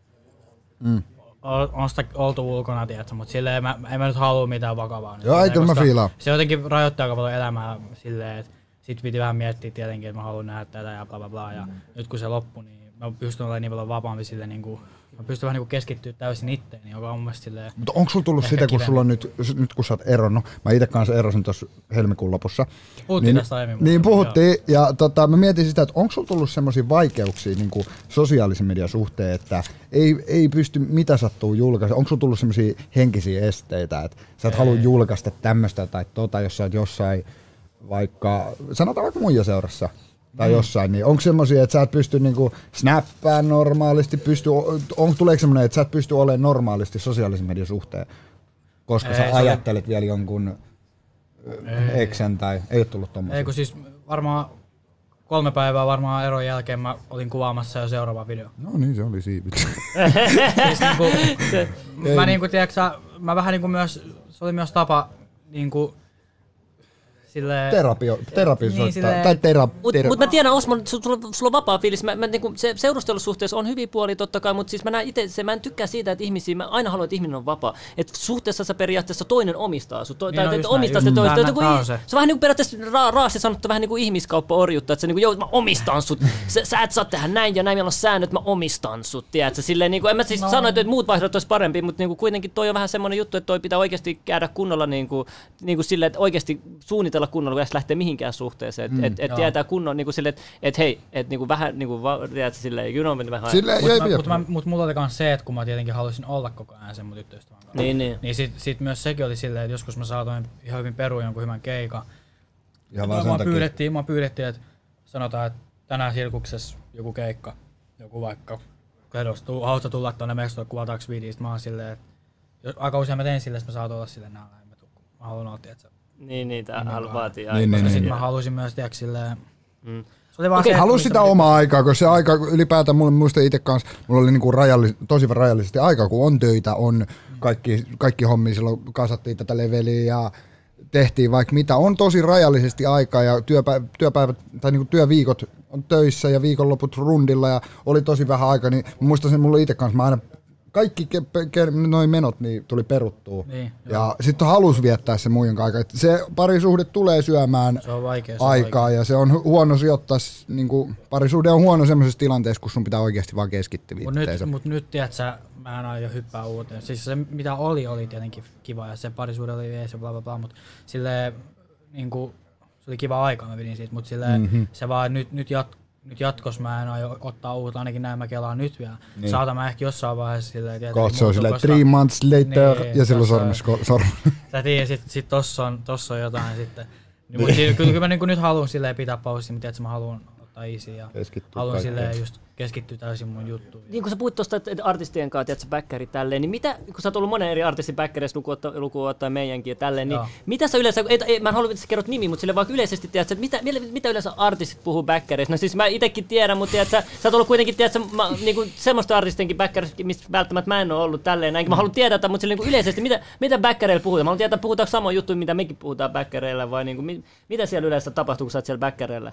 Speaker 3: mm.
Speaker 4: on, on sitä oltu ulkona, tiedätkö, mutta silleen mä, en mä nyt halua mitään vakavaa.
Speaker 3: Joo, ei kyllä mä fiilaan.
Speaker 4: Se jotenkin rajoittaa aika paljon elämää silleen, että sit piti vähän miettiä tietenkin, että mä haluan nähdä tätä ja bla bla bla. Ja mm. nyt kun se loppui, niin mä pystyn olemaan niin paljon vapaampi silleen, niin kuin, mä pystyn vähän niin kuin keskittyä täysin itteeni, joka on mun mielestä silleen.
Speaker 3: Mutta onko sulla tullut sitä, kun sulla on nyt, nyt kun sä oot eronnut, mä ite kanssa erosin tuossa helmikuun lopussa.
Speaker 4: Puhuttiin
Speaker 3: niin,
Speaker 4: tästä aiemmin.
Speaker 3: Niin puhuttiin, joo. Ja tota, mä mietin sitä, että onko sulla tullut semmosia vaikeuksia niin kuin sosiaalisen median suhteen, että ei, ei pysty mitä sattuu julkaista. Onko sulla tullut semmosia henkisiä esteitä, että sä et halua julkaista tämmöstä tai tota, jos sä oot jossain, vaikka, sanotaan vaikka muijaseurassa tai mm. jossain, niin onko semmosia, että sä et pysty niinku snappaa normaalisti, pysty, on, tuleeko semmonen, että sä et pysty olemaan normaalisti sosiaalisen median suhteen, koska ei, sä ajattelet on... vielä jonkun ei. Eksen tai ei ole tullut tommosia?
Speaker 4: Ei kun siis varmaan kolme päivää varmaan eron jälkeen mä olin kuvaamassa jo seuraava video.
Speaker 3: No niin, se oli siivit.
Speaker 4: siis niinku, mä niinku tiiäksä, mä vähän niinku myös, se oli myös tapa niinku silleen,
Speaker 3: terapio, terapio
Speaker 4: niin,
Speaker 3: silleen, tai tera,
Speaker 1: Mutta
Speaker 3: tera.
Speaker 1: mut mä tiedän, Osman, sulla, sulla on vapaa fiilis. Mä, mä, niinku, se seurustelusuhteessa on hyviä puolia totta kai, mutta siis mä, näen ite, se, mä en tykkää siitä, että ihmisiä, mä aina haluan, että ihminen on vapaa. Että suhteessa sä periaatteessa toinen omistaa sut, to, niin tai no omistaa sitä toista. Se on se vähän niin kuin periaatteessa ra, raasti sanottu vähän niin kuin ihmiskauppa-orjutta, että sä niin kuin, mä omistan sut, sä, sä et saa tehdä näin ja näin, meillä on säännöt, mä omistan sut, tiedätkö? Silleen, niin kuin, en mä siis no. sano, että muut vaihdot olisi parempi, mutta niin kuin, kuitenkin toi on vähän semmoinen juttu, että toi pitää oikeasti käydä kunnolla niin kuin, niin kuin silleen, että oikeasti suunnitella kunnolla, kun lähtee mihinkään suhteeseen, että mm, et, et tietää kunnon niin silleen, että et, hei, että niinku vähän niinku tiedätkö silleen, you know, vähän.
Speaker 4: Mutta mut, mut mulla oli kans se, että kun mä tietenkin halusin olla koko ajan sen mun tyttöystävän kanssa.
Speaker 1: Niin, niin.
Speaker 4: Niin sit, sit myös sekin oli silleen, että joskus mä saatoin ihan hyvin perua jonkun hyvän keikan.
Speaker 3: Ja vaan
Speaker 4: mua pyydettiin, mua pyydettiin, että sanotaan, että tänään Sirkuksessa joku keikka, joku vaikka, Kledos, haluatko tulla tuonne Mestolle kuvataanko videosta, mä oon silleen, että aika usein mä tein silleen, että mä saatoin olla silleen, nää, mä, mä haluan olla, tietsä.
Speaker 1: Niin, niin, tää vaatii
Speaker 3: aikaa. Niin, niin,
Speaker 4: sitten
Speaker 3: niin.
Speaker 4: mä halusin myös tehdä silleen,
Speaker 1: mm.
Speaker 3: Okay, halus sitä omaa aikaa, koska se aika ylipäätään, mulla muistan itse kanssa, mulla oli niinku rajallis, tosi rajallisesti aikaa, kun on töitä, on kaikki, kaikki hommia, silloin kasattiin tätä leveliä ja tehtiin vaikka mitä, on tosi rajallisesti aikaa ja työpäivät, työpäivät tai niinku työviikot on töissä ja viikonloput rundilla ja oli tosi vähän aikaa, niin muistan sen mulla itse kanssa, mä aina kaikki ke, ke, noin menot niin tuli peruttua.
Speaker 4: Niin,
Speaker 3: ja sitten halus viettää se muijan aikaa. Se parisuhde tulee syömään
Speaker 4: se on vaikea, se
Speaker 3: aikaa
Speaker 4: on
Speaker 3: ja se on huono sijoittaa, niinku, parisuhde on huono semmoisessa tilanteessa, kun sun pitää oikeasti vaan keskittyä
Speaker 4: Mut nyt,
Speaker 3: itteensä.
Speaker 4: mut nyt tiedätkö, mä en aio hyppää uuteen. Siis se mitä oli, oli tietenkin kiva ja se parisuhde oli jees ja bla bla bla, mut silleen niinku, se oli kiva aika, mä pidin siitä, mut silleen mm-hmm. se vaan nyt, nyt jatkuu. Nyt jatkossa mä en aio ottaa uutta, ainakin näin mä kelaan nyt vielä. Niin. Saatan mä ehkä jossain vaiheessa silleen tietenkin.
Speaker 3: Kohta se on silleen three months later niin, ja silloin sormis sormis.
Speaker 4: Sä tiedät, sit, sit tossa on, tossa on jotain sitten. Niin, mut kyllä, kyllä mä niin nyt haluan silleen pitää paussia, mutta tiedät, mä haluan ottaa easy ja haluan silleen just keskittyä täysin mun juttuun.
Speaker 1: Niin kun sä puhuit tuosta artistien kanssa, tiedät sä bäkkäri tälleen, niin mitä, kun sä oot ollut monen eri artistin bäkkärissä lukuun ottaen meidänkin ja tälleen, niin Joo. mitä sä yleensä, ei, ei, mä en halua, että sä kerrot nimi, mutta sille vaikka yleisesti tiedät, että mitä, mitä yleensä artistit puhuu bäkkärissä? No siis mä itekin tiedän, mutta tiedät, sä, sä oot ollut kuitenkin tiedät, sä, mä, niinku, semmoista artistienkin bäkkärissä, mistä välttämättä mä en ole ollut tälleen näin. Mä haluan tietää, mutta sille, niin yleisesti, mitä, mitä bäkkäreillä puhutaan? Mä haluan tietää, puhutaanko samoja juttuja, mitä mekin puhutaan bäkkäreillä vai niin kuin, mitä siellä yleensä tapahtuu, kun sä oot siellä bäkkäreillä?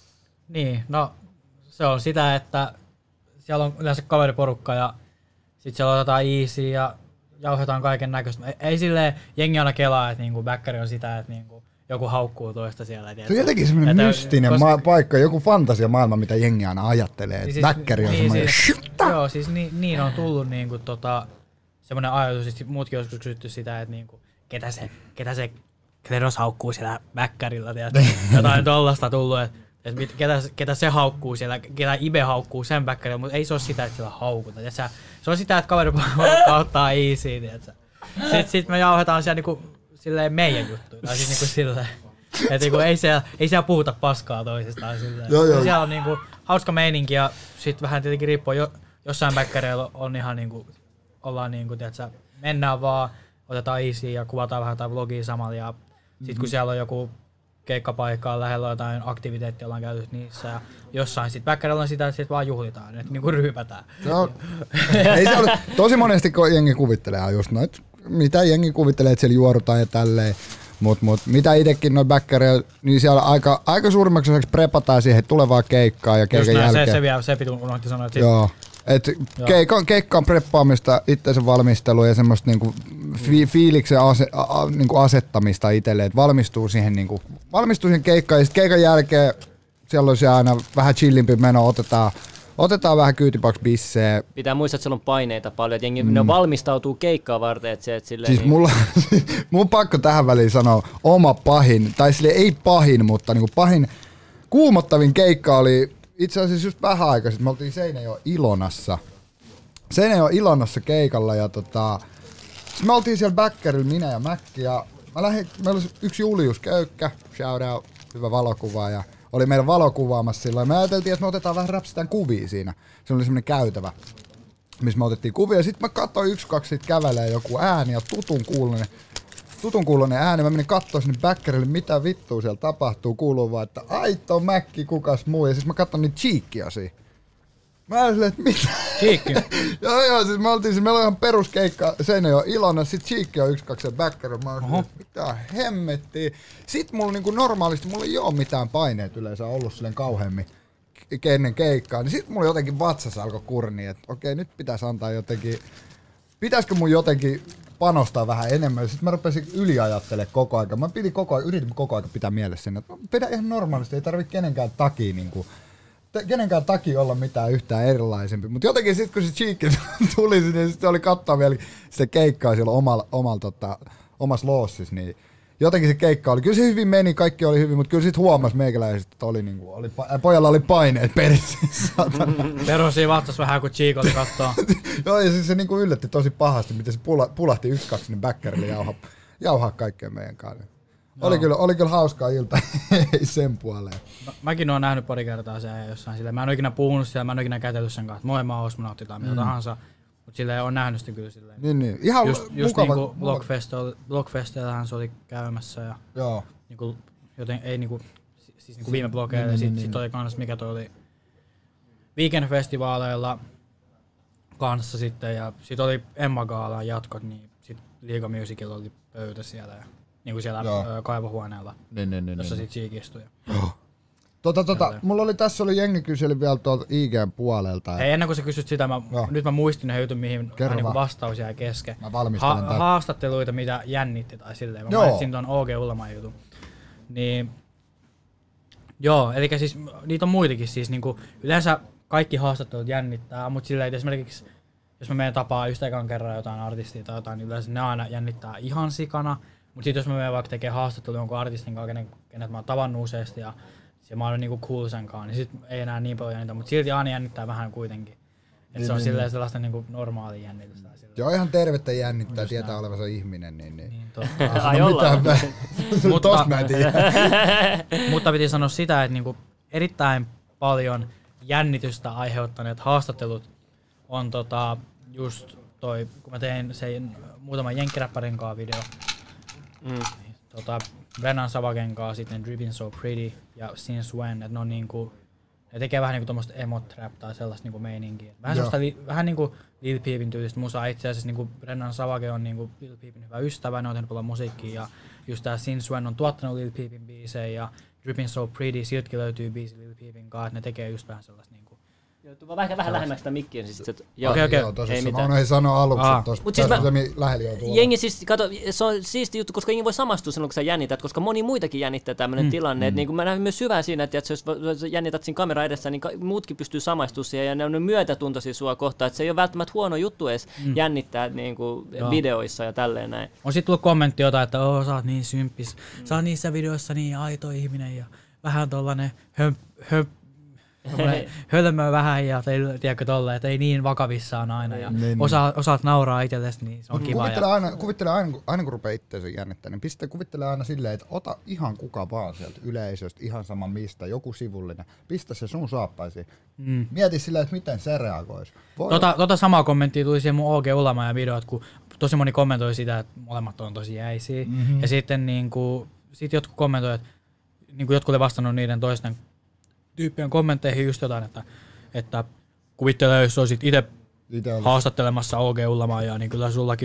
Speaker 4: Niin, no se on sitä, että siellä on yleensä kaveriporukka ja sit siellä otetaan easy ja jauhetaan kaiken näköistä. Ei, ei silleen jengi aina kelaa, että niinku bäkkäri on sitä, että niinku joku haukkuu toista siellä.
Speaker 3: Se on jotenkin semmoinen mystinen koska, ma- paikka, joku fantasiamaailma, mitä jengi aina ajattelee, että siis, bäkkäri on niin, semmoinen
Speaker 4: siis, joo, siis niin, niin on tullut niinku tota, semmoinen ajatus, siis muutkin joskus kysytty sitä, että niinku, ketä se, ketä se Kledos haukkuu siellä bäkkärillä, jotain tollasta tullut, että et mit, ketä, ketä se haukkuu siellä, ketä Ibe haukkuu sen bäkkärillä, mutta ei se ole sitä, että siellä haukutaan. Se on sitä, että kaveriporukka ottaa easy. Sitten sit me jauhetaan siellä niinku, silleen meidän juttuja. Tai siis niinku silleen, että niinku, ei, siellä, ei siellä puhuta paskaa toisistaan. Joo, joo. Siellä on niinku, hauska meininki ja sitten vähän tietenkin riippuu, jo, jossain bäkkäreillä on ihan niinku, ollaan niinku, tiiätkö, mennään vaan, otetaan easy ja kuvataan vähän tai vlogia samalla. Ja sitten kun siellä on joku keikkapaikkaa lähellä jotain aktiviteettia, ollaan käyty niissä ja jossain sit bäkkärillä on sitä, että sit vaan juhlitaan, että niinku ryypätään. No,
Speaker 3: ei se ole, tosi monesti kun jengi kuvittelee just noit, mitä jengi kuvittelee, että siellä juorutaan ja tälleen, Mut, mut, mitä itekin noin backereja, niin siellä aika, aika suurimmaksi osaksi prepataan siihen tulevaa keikkaa ja keikan
Speaker 4: näin,
Speaker 3: jälkeen.
Speaker 4: Se, se vielä, se pitu unohti sanoa, että
Speaker 3: Joo. Et keikka, keikka on preppaamista, itseisen valmistelua ja semmoista niinku fi, fiiliksen ase, a, niinku asettamista itselleen, että valmistuu siihen, niinku, valmistuu siihen keikkaan ja sitten keikan jälkeen siellä on aina vähän chillimpi meno, otetaan, otetaan vähän kyytipaks bissejä.
Speaker 1: Pitää muistaa, että siellä on paineita paljon, että jengi mm. ne valmistautuu keikkaa varten, että se, että silleen
Speaker 3: siis
Speaker 1: niin...
Speaker 3: mulla, mun on pakko tähän väliin sanoa oma pahin, tai sille ei pahin, mutta niinku pahin kuumottavin keikka oli itse asiassa just vähän aikaa sitten, me oltiin Seinäjoen Ilonassa. Seinäjoen Ilonassa keikalla ja tota, me oltiin siellä backerilla, minä ja Mäkki ja mä lähdin, meillä oli yksi Julius Köykkä, shout out, hyvä valokuva ja oli meidän valokuvaamassa silloin. Me ajateltiin, että me otetaan vähän räpsitään kuvia siinä. Se oli semmonen käytävä, missä me otettiin kuvia. Sitten mä katsoin yksi, kaksi, sit kävelee joku ääni ja tutun kuulonen, tutun kuulonen ääni. Mä menin kattoo sinne backerille, mitä vittua siellä tapahtuu. Kuuluu vaan, että aito Mäkki, kukas muu. Ja siis mä katson niitä cheekkiasia. Mä olin silleen, että mitä?
Speaker 4: Cheekki?
Speaker 3: joo joo, siis me oltiin, meillä on ihan peruskeikka Seinäjoen Ilona, sit Cheekki on yksi, kaksi ja backer. Mä olin silleen, mitä hemmettiä. Sit mulla niinku normaalisti, mulla ei oo mitään paineet yleensä ollut silleen kauheammin ennen keikkaa. Niin sit mulla jotenkin vatsas alkoi kurnia, että okei nyt pitäis antaa jotenkin, pitäisikö mun jotenkin panostaa vähän enemmän. Sitten mä rupesin yliajattelemaan koko ajan. Mä pidin koko ajan, yritin koko ajan pitää mielessä sen, että pidä ihan normaalisti, ei tarvitse kenenkään takia niinku kenenkään takia olla mitään yhtään erilaisempi, mutta jotenkin sitten kun se Cheekki tuli sinne, niin sitten oli katsoa vielä se keikkaa siellä omalla, omalla tota, omassa loossissa, niin jotenkin se keikka oli, kyllä se hyvin meni, kaikki oli hyvin, mutta kyllä sitten huomasi meikäläiset, että oli niinku, oli, pojalla oli paineet perissä.
Speaker 4: Perusia vatsas vähän kun Cheek oli kattoo.
Speaker 3: Joo ja siis se niinku yllätti tosi pahasti, miten se pula, pulahti yksi kaksi sinne backerille jauhaa, jauhaa kaikkea meidän kanssa. Oli kyllä, oli kyllä hauskaa ilta, ei sen puoleen.
Speaker 4: No, mäkin oon nähnyt pari kertaa siellä jossain silleen. Mä en oo ikinä puhunut siellä, mä en oo ikinä kätellyt sen kanssa. Moi mä oon osmonautti tai mitä mm. tahansa. Mut silleen on nähnyt sitä kyllä silleen.
Speaker 3: Niin, niin. Ihan
Speaker 4: just, just
Speaker 3: mukava.
Speaker 4: Niinku Blockfestillahan se oli käymässä ja
Speaker 3: joo.
Speaker 4: Niinku, joten ei niinku, siis niinku viime blogeilla. Niin, sit, niin, sit niin. Oli kans mikä toi oli Weekend-festivaaleilla kanssa sitten ja sit oli Emma Gaalan jatkot, niin sit Liiga Musicilla oli pöytä siellä. Ja niinku siellä ö, kaivohuoneella,
Speaker 3: niin, niin, niin,
Speaker 4: jossa
Speaker 3: niin.
Speaker 4: sit Cheek istui.
Speaker 3: Tota, tota, mulla oli tässä oli jengi kyseli vielä tuolta I G:n puolelta.
Speaker 4: Hei, ennen kuin sä kysyt sitä, mä, nyt mä muistin ne jutut, mihin niinku vastaus jäi kesken.
Speaker 3: Mä valmistelen
Speaker 4: ha- haastatteluita, mitä jännitti tai silleen. Mä joo. mainitsin ton O G Ullaman jutun. Niin, joo, eli siis niitä on muitakin siis niinku, yleensä kaikki haastattelut jännittää, mutta silleen esimerkiksi jos mä menen tapaa just ekan kerran jotain artistia tai jotain, niin yleensä ne aina jännittää ihan sikana. Mut sit jos mä menen vaikka tekee haastattelua jonkun artistin kanssa, kenet, kenet mä oon tavannut useasti ja se mä oon niinku cool sen kanssa, niin sit ei enää niin paljon jännitä, mut silti aina jännittää vähän kuitenkin. Et niin, se on niin, silleen sellaista niinku normaalia jännitystä.
Speaker 3: Joo, ihan tervettä jännittää, just tietää näin. Olevansa ihminen, niin... niin.
Speaker 4: niin totta.
Speaker 1: Ai ollaan.
Speaker 3: Tosta mä en tiedä.
Speaker 4: Mutta piti sanoa sitä, että niinku erittäin paljon jännitystä aiheuttaneet haastattelut on tota just toi, kun mä tein sen muutaman jenkkiräppärin kanssa video, mm. tota, Brennan Savagen kanssa, sitten Drippin So Pretty ja Since When, että ne on niinku, ne tekee vähän niinku tommoista emo-trap tai sellaista niinku meininkiä. Vähän sellaista, li, vähän niinku Lil Peepin tyylistä musaa. Itse asiassa niinku Brennan Savage on niinku Lil Peepin hyvä ystävä, ne on tehnyt paljon musiikkia ja just tää Since When on tuottanut Lil Peepin biisejä ja Drippin So Pretty, siltäkin löytyy biisi Lil Peepin kanssa, että ne tekee just vähän sellaista niinku.
Speaker 1: Joutuu vähän, vähän lähemmäksi sitä mikkiä, niin sit,
Speaker 4: okei, okei. Okay, okay.
Speaker 3: Ei mitään. Mä unohdin sanoa aluksi, että tossa
Speaker 1: siis mä,
Speaker 3: lähellä joutuu
Speaker 1: jengi siis, kato, se on siisti juttu, koska jengi voi samastua silloin, kun sä jännität, koska moni muitakin jännittää tämmönen mm. tilanne. Mm. Et niin kun mä näen myös hyvää siinä, että jos jännität siinä kamera edessä, niin muutkin pystyy samaistumaan siihen ja ne on myötätuntoisia sua kohtaan. Että se ei ole välttämättä huono juttu edes mm. jännittää niin kuin videoissa ja tälleen näin.
Speaker 4: On sit tullut kommentti jotain, että oo, sä oot niin symppis, mm. sä oot niissä videoissa niin aito ihminen ja vähän tollanen hömp, hömp, hölmöä vähän ja tiedätkö tolleen, että ei niin vakavissaan aina ja niin, osa, osaat nauraa itsellesi, niin se on kiva.
Speaker 3: Kuvittele aina, kuvittele aina, aina kun rupeaa itseänsä jännittää, niin pistä kuvittele aina silleen, että ota ihan kuka vaan sieltä yleisöstä, ihan sama mistä, joku sivullinen, pistä se sun saappaisiin. Mm. Mieti silleen, että miten se reagoisi.
Speaker 4: Tota, tota samaa kommenttia tuli siihen mun O G Ullaman ja videot, kun tosi moni kommentoi sitä, että molemmat on tosi jäisiä. Mm-hmm. Ja sitten niin kuin, sit jotkut kommentoi, että niin kuin jotkut oli vastannut niiden toisten tyyppien kommentteihin just jotain, että, että kuvittele, jos olisit itse haastattelemassa O G Ullamaa, niin kyllä sullakin olisi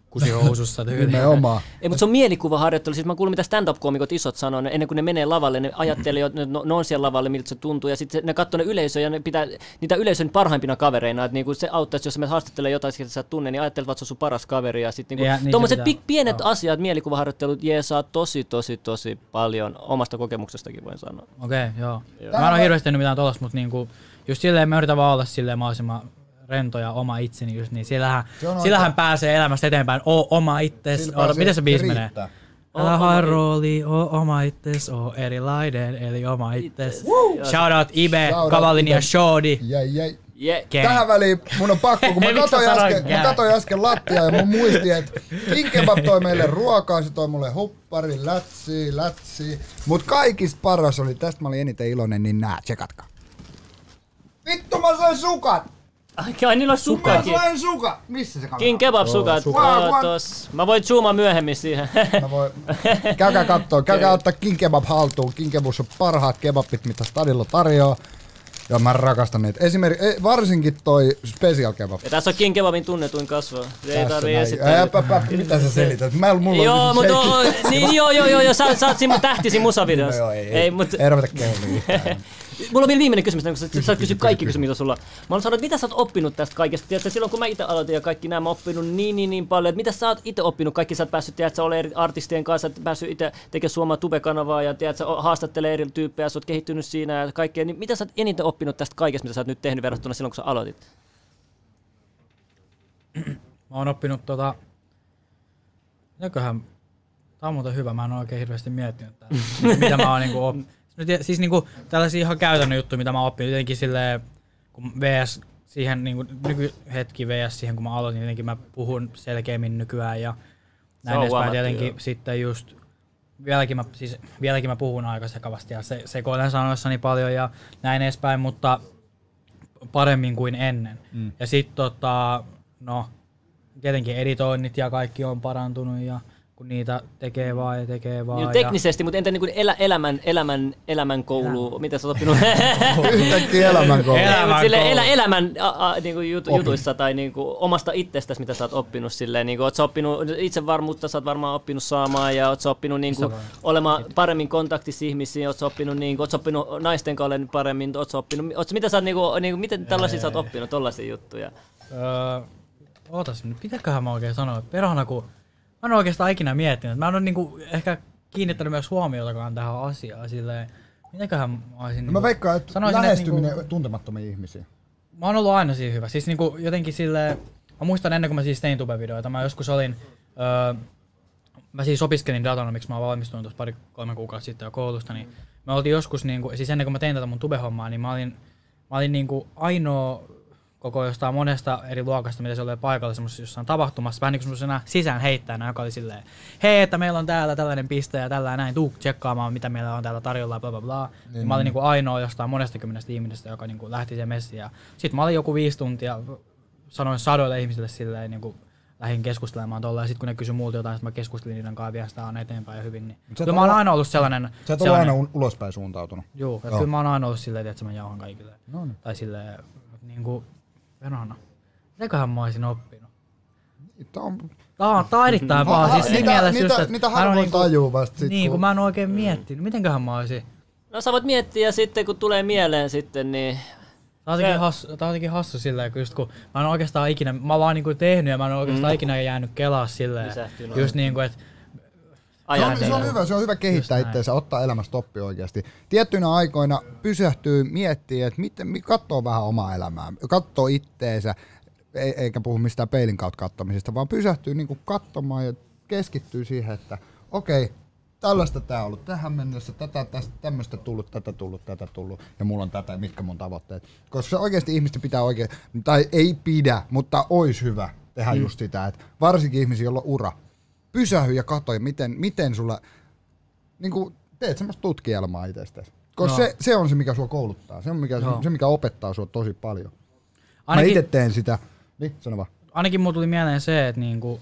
Speaker 4: kusihousussa tyyliin.
Speaker 3: Nimenomaan.
Speaker 1: Ei, mutta se on mielikuvaharjoittelu. Siis mä kuulin, mitä stand-up-koomikot isot sanoo, ennen kuin ne menee lavalle, ne ajattelee, että ne, ne on siellä lavalle, miltä se tuntuu, ja sitten ne katsoo ne yleisöä, ja ne pitää niitä yleisön parhaimpina kavereina, että niinku se auttaisi, jos me haastattelee jotain, että sä et tunne, niin ajattelet, että se on sun paras kaveri, ja sitten niinku, niin tuommoiset pi- pienet no. asiat, mielikuvaharjoittelut jeesaa tosi, tosi, tosi paljon, omasta kokemuksestakin voin sanoa.
Speaker 4: Okei, okay, joo. joo. Mä en ole hirveästi tehnyt mitään tollasta, mutta niinku, just silleen mä yritän vaan olla silleen mahdollisimman rento ja oma itseni just niin. Sillähän, sillähän pääsee elämästä eteenpäin. Oo oma itses. Miten se biisi menee? Älä hae rooli, oo oma itses, oo erilainen, eli oma itses. Shout out Ibe, Kavalin ja Shodi.
Speaker 3: Jäi, jäi.
Speaker 1: Yeah.
Speaker 3: Tähän väliin mun on pakko, kun mä katsoin äsken, mä katsoin äsken lattiaa ja mun muistin, että King Kebab toi meille ruokaa, se toi mulle huppari, lätsi, lätsi. Mut kaikista paras oli, tästä mä olin eniten iloinen, niin nää, tsekatkaa. Vittu mä sain sukat!
Speaker 1: Ai niillä on sukakin.
Speaker 3: Mä sain sukat! Missä se kamera?
Speaker 1: King Kebab sukat. Oh, tos. Mä voin zoomaa myöhemmin siihen.
Speaker 3: Mä voin... Käykää kattoo, käykää ottaa King Kebab haltuun. King Kebab on parhaat kebabit, mitä stadilla tarjoaa. Ja mä rakastan niitä. Esimerkiksi varsinkin toi special kebab.
Speaker 1: Ja tässä on King Kebabin tunnetuin kasvo. Ei tarvii esittää.
Speaker 3: Äpäpä, mitä sä selität? Mä mulla
Speaker 1: joo,
Speaker 3: on
Speaker 1: mutta o, niin, joo, joo, joo, joo, sä, sä oot siinä tähtisi musavideossa.
Speaker 3: No joo, ei,
Speaker 1: ei,
Speaker 3: ei,
Speaker 1: mut...
Speaker 3: ei ruveta kehumia.
Speaker 1: Mulla on vielä viimeinen kysymys, kun sä, sä oot kysynyt kaikki kysymyksiä sulla. Mä oon sanonut, että mitä sä oot oppinut tästä kaikesta? Tiedätkö, silloin kun mä itse aloitin ja kaikki nämä, mä oon oppinut niin, niin, niin paljon. Että mitä sä oot itse oppinut? Kaikki sä oot päässyt, tiedätkö, olemaan eri artistien kanssa, että päässyt itse tekemään suomaa Tube-kanavaa ja tiedätkö, haastattelee eri tyyppejä, sä oot kehittynyt siinä ja kaikkea. Niin mitä sä oot eniten oppinut tästä kaikesta, mitä sä oot nyt tehnyt verrattuna silloin, kun sä aloitit?
Speaker 4: Mä oon oppinut tota... Mitäköhän... Tää on muuten hyvä, mä en oo oikein hirveästi miettinyt tää. Mitä mä oon niinku oppinut. Siis niinku tällaisia ihan käytännön juttuja, mitä mä oon oppinut. Jotenkin silleen, kun V S siihen niinku nykyhetki V S siihen, kun mä aloitin, jotenkin mä puhun selkeämmin nykyään ja näin edespäin. Jotenkin sitten just... Vieläkin mä, siis, vieläkin mä puhun aika sekavasti ja se, sekoilen sanoissani paljon ja näin edespäin, mutta paremmin kuin ennen. Mm. Ja sit tota, no, tietenkin editoinnit ja kaikki on parantunut ja kun niitä tekee vaan ja tekee vaan.
Speaker 1: Niin, teknisesti, ja... mutta entä niin kuin elä, elämän, elämän, elämän koulu, Elämä. Mitä sä oot oppinut?
Speaker 3: Yhtäkkiä elämän koulu.
Speaker 1: Elämän, sille, elä, elämän a, a, niin kuin jut, jutuissa tai niin kuin omasta itsestäsi, mitä sä oot oppinut. Silleen, niin kuin, oot sä oppinut itsevarmuutta, sä oot varmaan oppinut saamaan ja oot sä oppinut niin kuin, olemaan paremmin kontaktissa ihmisiin, oot sä oppinut, niin kuin, oot sä oppinut naisten kanssa paremmin, oot sä oppinut, oot sä, mitä sä oot, niin kuin, niin kuin, miten tällaisia sä oot oppinut, tollaisia juttuja?
Speaker 4: Öö, ootas nyt, mitäköhän mä oikein sanoin? Perhana, kun mä en oikeastaan ikinä miettinyt. Mä en ole niinku ehkä kiinnittänyt myös huomiotakaan tähän asiaan silleen. Mitäköhän mä olisin...
Speaker 3: No mä veikkaan, että
Speaker 4: sanoisin,
Speaker 3: lähestyminen
Speaker 4: että niinku,
Speaker 3: tuntemattomia ihmisiä.
Speaker 4: Mä oon ollut aina siinä hyvä. Siis niinku jotenkin silleen... Mä muistan ennen kuin mä siis tein Tube-videoita. Mä joskus olin... Öö, mä siis opiskelin datanomiksi. Mä oon valmistunut tuossa pari kolme kuukautta sitten jo koulusta. Niin mä oltiin joskus niinku... Siis ennen kuin mä tein tätä mun Tube-hommaa, niin mä olin... Mä olin niinku ainoa... koko jostain monesta eri luokasta, mitä se oli paikalla semmoisessa jossain tapahtumassa, vähän niin kuin semmoisena sisään heittäjänä, joka oli silleen, hei, että meillä on täällä tällainen piste ja tällä näin, tuu tsekkaamaan, mitä meillä on täällä tarjolla ja bla bla bla. Niin, mä olin niin kuin ainoa jostain monesta kymmenestä ihmisestä, joka niin kuin lähti siihen messiin. Ja sit mä olin joku viisi tuntia, sanoin sadoille ihmisille silleen, niin kuin lähdin keskustelemaan tuolla, ja sit kun ne kysyi muulta jotain, sit mä keskustelin niiden kanssa vielä sitä aina eteenpäin ja hyvin. Niin. Kyllä mä oon aina ollut sellainen...
Speaker 3: Sä et ole aina ulospäin suuntautunut.
Speaker 4: Joo, että kyllä mä oon aina ollut silleen, että mä jauhan kaikille. No niin. Tai silleen, niin kuin... Venona. Mitäköhän mä oisin oppinut?
Speaker 3: Tää on...
Speaker 4: Tää on taidittain paha. Siis siinä mielessä just, että...
Speaker 3: Niitä harvoin niinku, tajuu vasta sit,
Speaker 4: niin, kun mä en oikein miettinyt. Mitenköhän mä oisin?
Speaker 1: No sä voit miettiä ja sitten kun tulee mieleen sitten, niin...
Speaker 4: Tää on jotenkin hassu, tää on jotenkin hassu silleen, just kun mä en oikeastaan ikinä... Mä oon vaan niinku tehnyt ja mä en oikeastaan mm. ikinä jäänyt kelaa silleen. Just niinku, että...
Speaker 3: Se on, se on hyvä, se on hyvä kehittää itseensä, ottaa elämästä oppi oikeasti. Tiettyinä aikoina pysähtyy, miettii, että miten, katsoo vähän omaa elämää, katsoo itteensä, eikä puhu mistään peilin kautta katsomisesta, vaan pysähtyy niin kuin katsomaan ja keskittyy siihen, että okei, tällaista tää on ollut tähän mennessä, tätä, tästä, tämmöistä tullut, tätä tullut, tätä tullut, ja mulla on tätä, mitkä mun tavoitteet. Koska oikeasti ihmisten pitää oikein, tai ei pidä, mutta olisi hyvä tehdä mm. just sitä, että varsinkin ihmisiä, joilla on ura, pysähy ja katso, miten, miten sulla, niin kuin teet semmoista tutkielmaa itsestäsi. Koska no. se, se on se, mikä sua kouluttaa, se on mikä, no. se, mikä opettaa sua tosi paljon. Ainakin, mä itse teen sitä. Niin, sano vaan.
Speaker 4: Ainakin mulla tuli mieleen se, että niinku,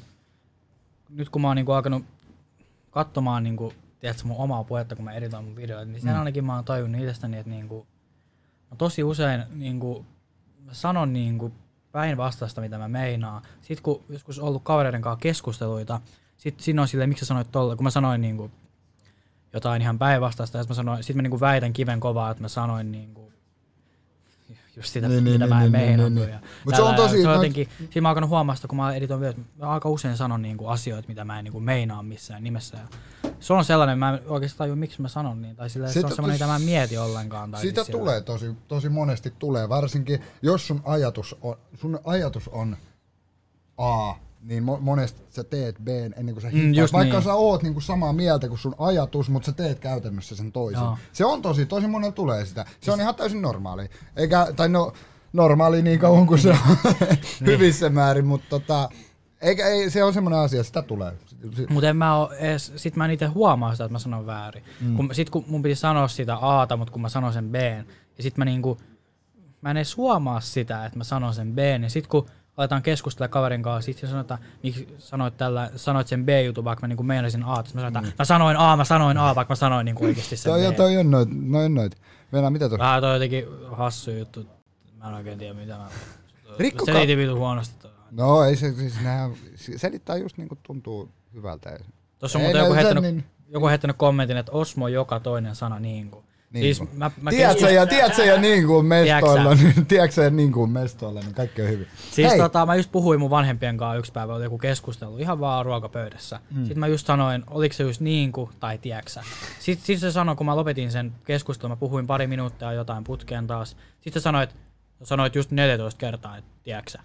Speaker 4: nyt kun mä oon niinku alkanut katsomaan niinku, tiedätkö, mun omaa puhetta, kun mä editoin mun videoita, niin sen mm. ainakin mä oon tajunnut itsestäni, että niinku, mä tosi usein niinku, mä sanon niinku, päinvastaista, mitä mä meinaan. Sitten kun joskus ollut kavereiden kanssa keskusteluita, sit siinä on silleen, miksi sä sanoit tolla, kun mä sanoin niinku jotain ihan päinvastaista, ja sit mä, sanoin, sit mä niinku väitän kiven kovaa, että mä sanoin niinku just sitä, niin, mitä niin, mä en niin, meinannut. Niin, niin.
Speaker 3: Mutta se on tosi...
Speaker 4: Se on jotenkin, no... siinä mä oon alkanut huomaa sitä, kun mä editoin videot, mä aika usein sanon niinku asioita, mitä mä en niinku meinaa missään nimessä. Ja se on sellainen, mä en oikeastaan tajua, miksi mä sanon niin, tai sillä, se on sellainen, mitä mä en mieti ollenkaan. Tai
Speaker 3: sitä
Speaker 4: siis
Speaker 3: tulee tosi, tosi monesti tulee, varsinkin jos sun ajatus on, sun ajatus on A, niin mo- monesti sä teet B ennen kuin sä hittaat. Mm, Vaikka niin. sä oot niinku samaa mieltä kuin sun ajatus, mutta sä teet käytännössä sen toisin. Joo. Se on tosi, tosi monella tulee sitä. Se on ihan täysin normaali. Eikä, tai no, normaali niin kauan kuin se on hyvissä määrin, mutta tota, eikä, ei, se on semmoinen asia, sitä tulee.
Speaker 4: Mutta en mä oo edes, sit mä en ite huomaa sitä, että mä sanon väärin. Mm. Kun, sit kun mun piti sanoa sitä Aata, mutta kun mä sanon sen B:n, ja sit mä niinku, mä en edes huomaa sitä, että mä sanon sen B:n, ja sit kun aletaan keskustella kaverin kanssa, sitten sanotaan, miksi sanoit, tällä, sanoit sen B-jutun, vaikka mä niinku meinasin A, mä sanoin, mm. mä sanoin A, mä sanoin A, vaikka mä sanoin niinku oikeesti sen
Speaker 3: toi,
Speaker 4: B.
Speaker 3: Toi on noit, noin noit. Venä, mitä tuossa?
Speaker 4: Vähän toi jotenkin hassu juttu, mä en oikein tiedä mitä mä...
Speaker 3: Rikko
Speaker 4: selitin vitu huonosti toi.
Speaker 3: No ei se, siis nää selittää just niinku tuntuu hyvältä.
Speaker 4: Tuossa on muuten joku heittänyt, niin... joku heittänyt kommentin, että Osmo joka toinen sana niinku.
Speaker 3: Niin
Speaker 4: siis mä, mä
Speaker 3: tiedätkö ja, tiedätkö ja niin kuin mestoilla, niin, tiedätkö ja niin kuin mestoilla, niin kaikki on hyvin.
Speaker 4: Siis tota, mä just puhuin mun vanhempien kanssa yksi päivä, oli joku keskustelu, ihan vaan ruokapöydässä. Mm. Sitten mä just sanoin, oliko se just niin kuin, tai tiedätkö. Sitten sit se sanoi, kun mä lopetin sen keskustelun, mä puhuin pari minuuttia jotain putkeen taas. Sitten sanoit, sanoit just neljätoista kertaa, että tiedätkö.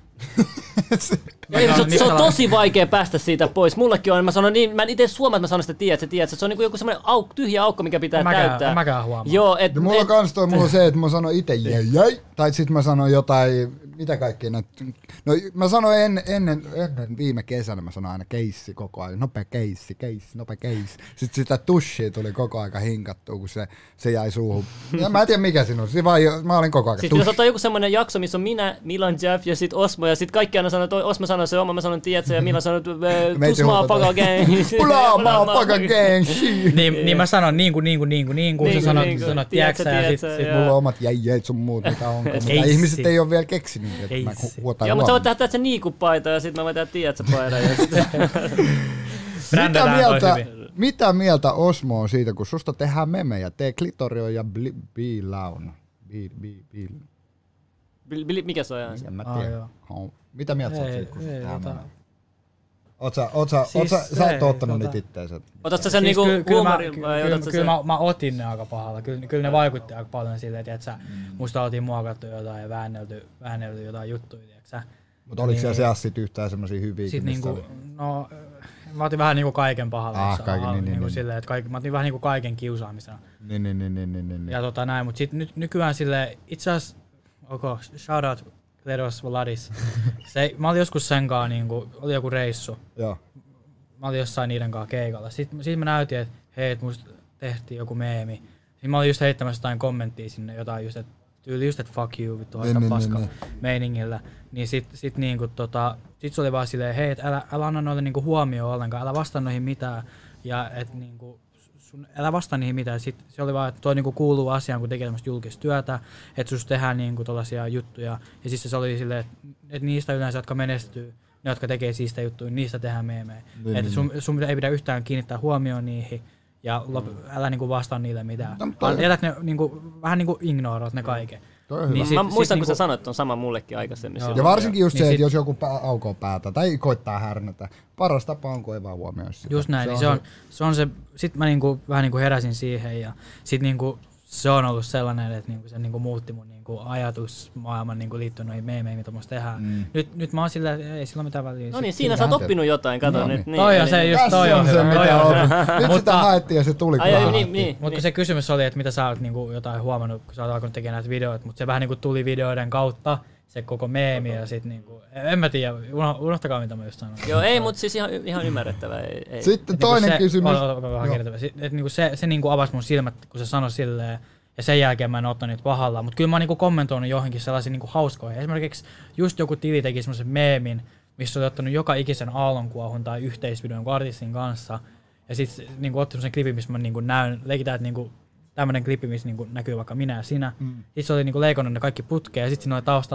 Speaker 1: Ei, se, se on tosi vaikea päästä siitä pois. Mullekin on, mä sanon niin, mä en itse huomaa, että mä sanon sitä tiedät, tiedät. Se on niinku joku semmoinen auk, tyhjä aukko, mikä pitää
Speaker 4: mä
Speaker 1: täyttää.
Speaker 4: Käyn, mä käyn huomaan.
Speaker 1: Joo, et,
Speaker 3: ja mulla
Speaker 1: et,
Speaker 3: kans toi, mulla on se, että mä sanon ite jäi jäi, tai sit mä sanon jotain, mitä kaikkea näitä. No mä sanoin en, ennen, ennen viime kesänä, mä sanoin aina keissi koko ajan, nopea keissi, keissi, nopea keissi. Sitten sitä tushia tuli koko aika hinkattua, kun se, se jäi suuhun. Ja mä en tiedä mikä siinä on, se vaan, mä olin koko ajan.
Speaker 1: Sitten jos ottaa joku semmoinen jakso, missä on minä, Milan, Jeff ja sit Osmo, ja sit kaikki aina sanoo, että Osmo sanoo se oma, mä sanon tiedätkö, ja Milan sanoo, että tusmaa paka gang.
Speaker 3: Pulaa paka gang, shit.
Speaker 4: Niin, niin mä sanon niin kuin, niin kuin, niin kuin, niin kuin, sä sanot, sanot tiedätkö, ja sit, sit
Speaker 3: mulla on omat jäijät sun muut, mitä onko, mitä ihmiset ei ole vielä keksinyt, että mä huotaan.
Speaker 1: Joo, mutta sä voit tehdä tästä niikupaita, ja sit mä voin tehdä tiedätkö paidan.
Speaker 3: Mitä mieltä, mitä mieltä Osmo on siitä, kun susta tehdään memejä, tee klitorio ja bilaun.
Speaker 1: Mikä se on ihan?
Speaker 3: En mä tiedä. Mitä mieltä sä oot siitä, kun susta tehdään memejä? Oot sä, oot sä, oot sä, sä et ottanut niitä itteensä?
Speaker 1: Otat sä sen niinku huumorin vai otat sä sen?
Speaker 4: Kyllä mä, mä otin ne aika pahalla. Kyllä, kyllä ne vaikutti aika paljon silleen, että sä, musta oltiin muokattu jotain ja väännelty, väännelty jotain juttuja, tiiäksä.
Speaker 3: Mutta oliko niin, siellä seassa sit yhtään semmosia hyviä?
Speaker 4: Sit niinku, no, mä otin vähän niinku kaiken pahalla.
Speaker 3: Ah, kaiken, niin, niin,
Speaker 4: niinku
Speaker 3: niin.
Speaker 4: Silleen, että kaikki, mä otin vähän niinku kaiken kiusaamisena.
Speaker 3: Niin, niin, niin, niin, niin, niin.
Speaker 4: Ja tota näin, mut sit nyt nykyään silleen, itse asiassa, ok, shout out Kleros Vladis. Se, mä olin joskus sen kanssa, niinku, oli joku reissu.
Speaker 3: Joo.
Speaker 4: Mä olin jossain niiden kanssa keikalla. Sitten sit mä näytin, että hei, et musta tehtiin joku meemi. Sitten mä olin just heittämässä jotain kommenttia sinne, jotain just, että tyyli just, että fuck you, vittu, aika niin, paska niin, niin. meiningillä. Niin sit, sit niinku tota, sit se oli vaan silleen, hei, et älä, älä anna noille niinku huomioon ollenkaan, älä vastaa noihin mitään. Ja et niinku, sun, älä vastaa niihin mitään. Sit se oli vaan, että toi niinku kuuluu asiaan, kun tekee tämmöistä julkista työtä, että sus tehdään niinku tollasia juttuja. Ja siis se oli silleen, että et niistä yleensä, jotka menestyy, ne, jotka tekee siistä juttuja, niistä tehdään meemejä. Niin, että sun, sun ei pidä yhtään kiinnittää huomioon niihin ja lop, älä niinku vastaa niille mitään. No, jätät ne niinku, vähän niinku ignoroit ne kaiken.
Speaker 1: Niin sit, mä muistan, sit kun niinku, sä sanoit, että on sama mullekin aikaisemmin.
Speaker 3: Ja varsinkin just niin se, sit, että jos joku pää, aukoo päätä tai koittaa härnätä, paras tapa on, kun ei vaan huomioi sitä.
Speaker 4: Just näin,
Speaker 3: se,
Speaker 4: niin
Speaker 3: on
Speaker 4: se, on, se on se, sit mä niinku, vähän niinku heräsin siihen ja sit niinku se on ollut sellainen, että niinku se niinku muutti mun niinku ajatusmaailman niinku liittyen noihin meemeihin, mitä musta tehdään. Mm. Nyt, nyt mä oon sillä, ei sillä mitään väliä.
Speaker 1: No niin, siinä sä oot oppinut jotain, kato
Speaker 3: no,
Speaker 1: nyt.
Speaker 3: Niin.
Speaker 4: Toi on se, just toi on
Speaker 3: se, mitä on. Nyt sitä haettiin ja se tuli.
Speaker 1: Ai, niin, niin,
Speaker 4: mutta
Speaker 1: niin.
Speaker 4: Se kysymys oli, että mitä sä oot niinku jotain huomannut, kun sä oot alkanut tekemään näitä videoita, mutta se vähän niinku tuli videoiden kautta. Se koko meemi ja sit niinku, en mä tiedä, unohtakaa mitä mä just sanoin.
Speaker 1: Joo, ei, mut siis ihan, ihan ymmärrettävää. Ei, ei.
Speaker 3: Sitten toinen
Speaker 4: se,
Speaker 3: kysymys.
Speaker 4: Et niinku se, se niinku avasi mun silmät, kun se sanoi silleen, ja sen jälkeen mä en ottanut niitä pahalla, mutta kyllä mä oon niinku kommentoinut johonkin sellaisiin niinku hauskoihin. Esimerkiksi just joku tili teki semmoisen meemin, missä oli ottanut joka ikisen aallonkuohun tai yhteisvideon jonkun artistin kanssa. Ja sit niinku otti semmoisen klipin, missä mä niinku näyn, leikitään, että niinku tämmönen klippi, missä niinku näkyy vaikka minä ja sinä. Mm. Sitten se oli niinku leikannut ne kaikki putkeen ja sitten siinä oli taustalla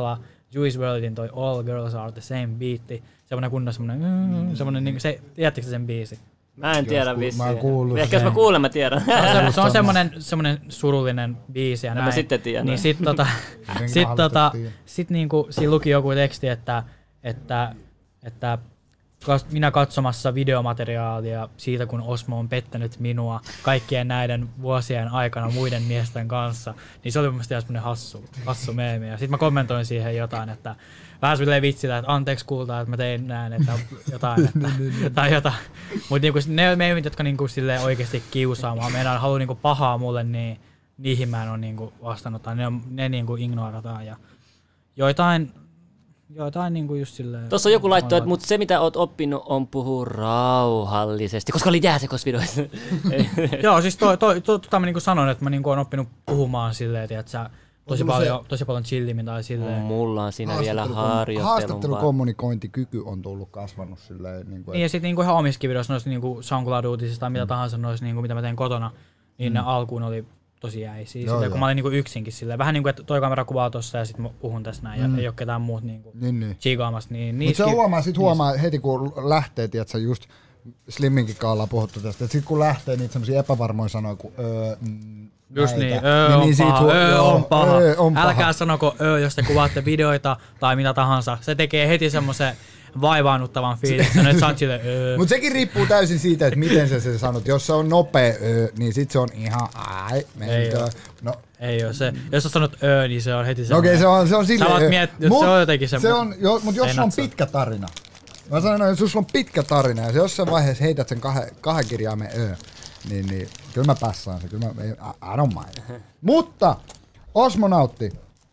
Speaker 4: Juice worldin toi All Girls Are The Same beatti. Semmonen kunnon semmonen, mm, semmonen niinku se, tiedättekö sen biisi?
Speaker 1: Mä en tiedä
Speaker 3: Jos,
Speaker 1: vissiin.
Speaker 3: mä oon kuullut
Speaker 1: Ehkä jos mä kuulen, mä tiedän.
Speaker 4: Se on, se, se on semmonen, semmonen surullinen biisi ja näin.
Speaker 1: Mä sitten tiedän.
Speaker 4: Niin sit tota, sit tota, sit niinku siinä luki joku teksti, että, että, että minä katsomassa videomateriaalia siitä, kun Osmo on pettänyt minua kaikkien näiden vuosien aikana muiden miesten kanssa, niin se oli mun mielestä ihan semmonen hassu, hassu meemi. Ja sit mä kommentoin siihen jotain, että vähän silleen vitsillä, että anteeksi kultaa, että mä tein näin, että jotain, että, tai jotain. Mut niinku ne meemit, jotka niinku silleen oikeesti kiusaamaan, meidän haluu niinku pahaa mulle, niin niihin mä en oo niinku vastannut, tai ne, on, ne niinku ignorataan. Ja joitain Jotain niinku just silleen.
Speaker 1: Tuossa joku laittoi, että mut se mitä oot oppinut on puhua rauhallisesti, koska oli jääsekosvideoissa.
Speaker 4: Joo, siis toi, toi, toi, tota mä niinku sanon, että mä niinku oon oppinut puhumaan silleen, että sä tosi paljon, tosi paljon chillimmin tai silleen.
Speaker 1: Mulla on siinä vielä harjoittelun.
Speaker 3: Haastattelukommunikointikyky on tullut kasvanut silleen. Niin,
Speaker 4: niin ja sit niinku ihan omissakin videoissa noissa niinku SoundCloud-uutisista tai mitä mm. tahansa noissa niinku mitä mä teen kotona, niin mm. ne alkuun oli tosi jäisiä. Joo, silleen, kun mä olin niinku yksinkin silleen. Vähän niinku, että toi kamera kuvaa tossa ja sit mä puhun tässä näin mm. ja ei oo ketään muut niinku niin, niin. chigaamassa. Niin,
Speaker 3: mut se huomaa, sit huomaa niis... heti kun lähtee, tiiätsä, just Slimminkin kanssa ollaan puhuttu tästä, että sit kun lähtee niitä semmosia epävarmoja sanoja kuin öö, mm,
Speaker 4: just niin, öö niin, on niin paha, öö on paha. Öö on paha. Älkää sanoko öö, jos te kuvaatte videoita tai mitä tahansa. Se tekee heti semmosen vaivaannuttavan fiiliksen, että sä oot silleen öö.
Speaker 3: Mut sekin riippuu täysin siitä, että miten sä sen sanot. Jos se on nopea öö, niin sit se on ihan ai, mentö. No.
Speaker 4: Ei oo se. Jos sä sanot öö, niin se on heti semmoinen.
Speaker 3: Okei, okay, se on, se on silleen.
Speaker 4: Sä miet, jos se on jotenkin semmoinen.
Speaker 3: Se on, jo, mut jos on pitkä tarina. Mä sanon, että jos on pitkä tarina ja jossain vaiheessa heität sen kahden, kahden kirjaimen öö, niin, niin kyllä mä passaan se. Kyllä mä, I don't mind. Mutta Osmonautti,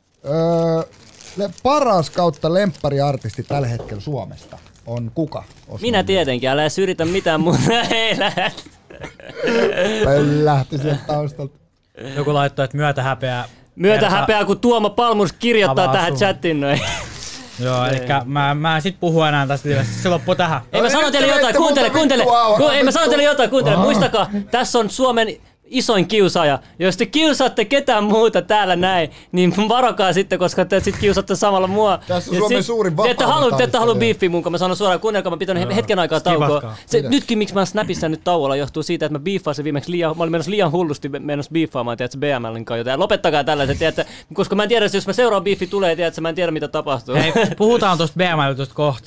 Speaker 3: öö, le, paras kautta lemppariartisti tällä hetkellä Suomesta on kuka? Osmo
Speaker 1: Minä tietenkin, älä edes yritä mitään muuta. Ei lähti.
Speaker 3: Lähti sieltä taustalta.
Speaker 4: Joku laittoi, että myötä häpeää.
Speaker 1: Myötä häpeää, kun Tuomo Palmus kirjoittaa tähän chattiin noin.
Speaker 4: Joo, eli mä, mä en sit puhu enää tästä livestä, se loppuu tähän.
Speaker 1: Ei mä sano teille jotain, kuuntele, kuuntele, ei mä sano teille jotain, kuuntele, muistakaa, tässä on Suomen isoin kiusaaja. Jos te kiusaatte ketään muuta täällä näin, niin varokaa sitten, koska te sit kiusaatte samalla mua.
Speaker 3: Tässä on Suomen suurin
Speaker 1: vapauden taistelija. Te ette halua biiffiä mun, kun mä sanon suoraan, kuunnelkaa, mä pitän no, hetken aikaa taukoa. Se, nytkin miksi mä oon Snapissa nyt tauolla johtuu siitä, että mä biiffasin viimeksi liian, mä olin menossa liian hullusti menossa biiffaamaan, tiedätkö, B M L:n kanssa jotain. Lopettakaa tällaiset, tiedätkö, koska mä en tiedä, jos mä seuraava biiffi tulee, tiedätkö, mä en tiedä mitä tapahtuu.
Speaker 4: Hei, puhutaan tosta B M L:stä kohta.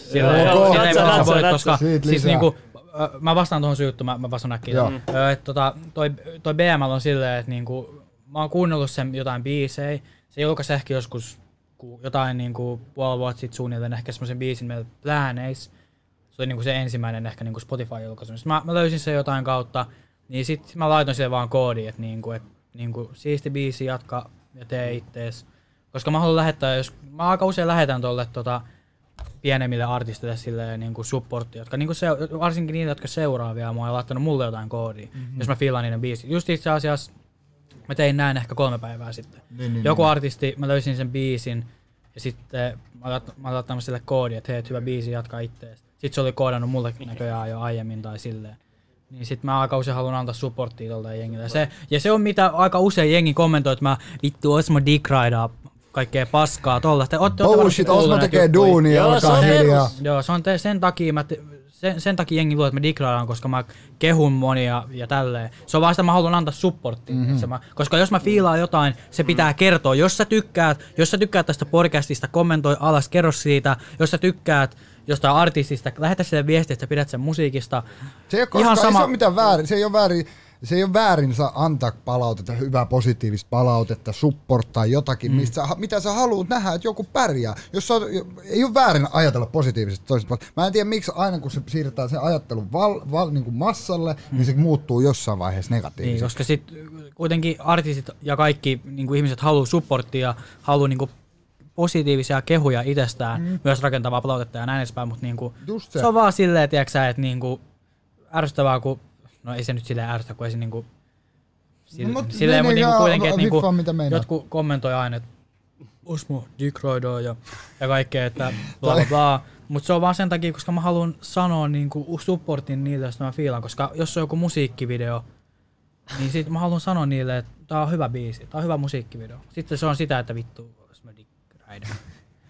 Speaker 4: Mä vastaan tuohon syy juttuun, mä, mä vastaan äkkiä. Mm. Tota, toi, toi B M L on silleen, että niinku, mä oon kuunnellut sen jotain biisejä. Se julkaisi ehkä joskus jotain niinku, puoli vuotta sitten suunnilleen ehkä semmoisen biisin meillä Plääneis. Se oli niinku se ensimmäinen ehkä niinku Spotify-julkaisu. Sitten mä, mä löysin sen jotain kautta, niin sit mä laitoin sille vaan koodiin, että niinku, et, niinku, siisti biisi, jatka ja tee ittees. Koska mä haluan lähettää, jos mä aika usein lähetän tolle tota, pienemmille artisteille silleen niinku supporttia, jotka niinku se, varsinkin niitä, jotka seuraa vielä mua ja laittanut mulle jotain koodia, mm-hmm. jos mä fiilaan niiden biisit. Just itse asiassa mä tein näin ehkä kolme päivää sitten. Niin, niin, Joku niin. artisti, mä löysin sen biisin ja sitten mä oon laittanut sille koodia, että hei, hyvä biisi, jatkaa ittees. Sitten se oli koodannut mulle näköjään jo aiemmin tai silleen. Niin sit mä aika usein haluan antaa supporttia tolta jengille. Se, ja se on mitä aika usein jengi kommentoi, että mä vittu Osmo dick-raidaa kaikkea paskaa tollaista.
Speaker 3: Bullshit, Osmo tekee duunia, olkaa hiljaa.
Speaker 4: Joo, se on te, sen takia mä te, sen, sen takia jengi luulee, että mä digraadaan, koska mä kehun monia ja tälleen. Se on vaan sitä, mä haluan antaa supporttia. Mm-hmm. Mä, koska jos mä fiilaan jotain, se pitää kertoa. Jos sä tykkäät, jos sä tykkäät tästä podcastista, kommentoi alas, kerro siitä. Jos sä tykkäät jostain artistista, lähetä sille viestiä, että sä pidät sen musiikista.
Speaker 3: Se ei ole, ihan sama... ei se ole mitään väärin, se ei ole väärin. Se ei ole väärin saa antaa palautetta, hyvää positiivista palautetta, supporttaa jotakin, mm. mistä, mitä sä haluat nähdä, että joku pärjää. Jos on, ei ole väärin ajatella positiivisesti toisesta. Mä en tiedä, miksi aina kun se siirretään sen ajattelun val, val, niin kuin massalle, mm. niin se muuttuu jossain vaiheessa negatiivisesti.
Speaker 4: Niin, koska sit kuitenkin artistit ja kaikki niin kuin ihmiset haluaa supporttia, haluaa niin kuin positiivisia kehuja itsestään, mm. myös rakentavaa palautetta ja näin edespäin, mutta niin kuin, se. se on vaan silleen, tiiäksä, että niin kuin ärsyttävää, kun no ei se nyt silleen ärsytä, kun ei se niinku... Sille, no, silleen, mutta niinku kuitenkin, että niinku jotkut kommentoi aina, että Osmo digraidoo ja, ja kaikkea, että bla bla bla. Mutta se on vaan sen takia, koska mä haluan sanoa niinku supportin niille, josta mä fiilan. Koska jos on joku musiikkivideo, niin sit mä haluan sanoa niille, että tää on hyvä biisi, tää on hyvä musiikkivideo. Sitten se on sitä, että vittu, Osmo digraidoo.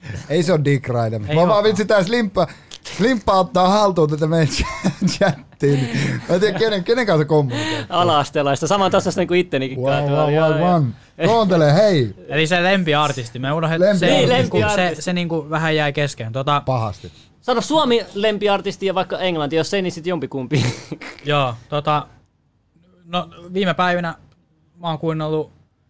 Speaker 3: Ei se on Dick Rider.
Speaker 4: Ei
Speaker 3: Mä vaan
Speaker 4: olekaan.
Speaker 3: vitsi tää Slimppa, Slimppa ottaa haltuun tätä meidän chattiin. Mä en tiedä kenen, kenen kanssa kommunikoit.
Speaker 1: Ala-asteelaista, saman tasosta niin kuin ittenikin.
Speaker 3: Wow,
Speaker 1: tuolla,
Speaker 3: wow,
Speaker 1: joo,
Speaker 3: wow,
Speaker 1: joo.
Speaker 3: one. Kuuntele, hei.
Speaker 4: Eli se lempiartisti. Me unohdin,
Speaker 3: Lempi-
Speaker 4: se,
Speaker 3: Niin,
Speaker 4: niinku,
Speaker 1: lempiartisti.
Speaker 4: se, se niinku vähän jäi kesken. Tota,
Speaker 3: Pahasti.
Speaker 1: Sano Suomi lempiartisti ja vaikka Englanti, jos ei, niin sit jompikumpi.
Speaker 4: joo, tota, no viime päivinä mä oon kuunnellut,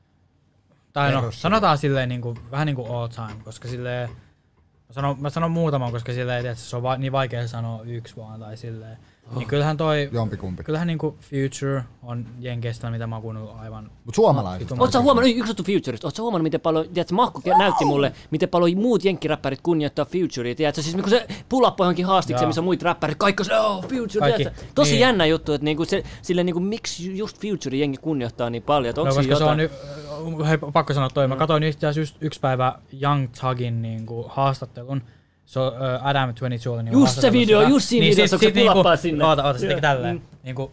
Speaker 4: tai no
Speaker 3: Perus.
Speaker 4: sanotaan silleen niinku, vähän niinku all time, koska silleen, mä sanon, mä sanon muutaman, koska silleen, tiedätkö, se on va- niin vaikea sanoa yksi vaan tai silleen. Oh. Niin kyllähän toi,
Speaker 3: Jompikumpi.
Speaker 4: kyllähän niinku Future on jenkeistä, mitä mä oon kuunnellut aivan.
Speaker 3: Mut suomalaiset.
Speaker 4: vitun
Speaker 1: Oot sä
Speaker 4: oikein.
Speaker 1: huomannut, yksi juttu Futurista, oot sä huomannut, miten paljon, tiedätkö, Mahko näytti mulle, miten paljon muut jenkkiräppärit kunnioittaa Futurea, tiedätkö, siis kun se pull-up johonkin haastikseen,
Speaker 4: Joo.
Speaker 1: missä on muita räppärit, kaikki on se, oh, Future,
Speaker 4: Kaikki.
Speaker 1: tiedätkö. Tosi
Speaker 4: Niin.
Speaker 1: jännä juttu, että niinku se, silleen niinku, miksi just Future jengi kunnioittaa niin paljon, että
Speaker 4: No,
Speaker 1: onko
Speaker 4: koska
Speaker 1: siinä
Speaker 4: se
Speaker 1: jotain?
Speaker 4: on, y- hei, pakko sanoa toi, mä katsoin itse asiassa just yksi päivä Young Thugin niinku haastattelun. Se on uh, Adam kaksikymmentäkaksi oli niinku
Speaker 1: Just se
Speaker 4: haastattelussa
Speaker 1: video,
Speaker 4: sitä.
Speaker 1: just siinä videossa, kun se
Speaker 4: niinku,
Speaker 1: pulappaa sinne.
Speaker 4: Oota, oota, se
Speaker 1: Joo.
Speaker 4: teki tälleen.
Speaker 1: Mm.
Speaker 4: Niinku,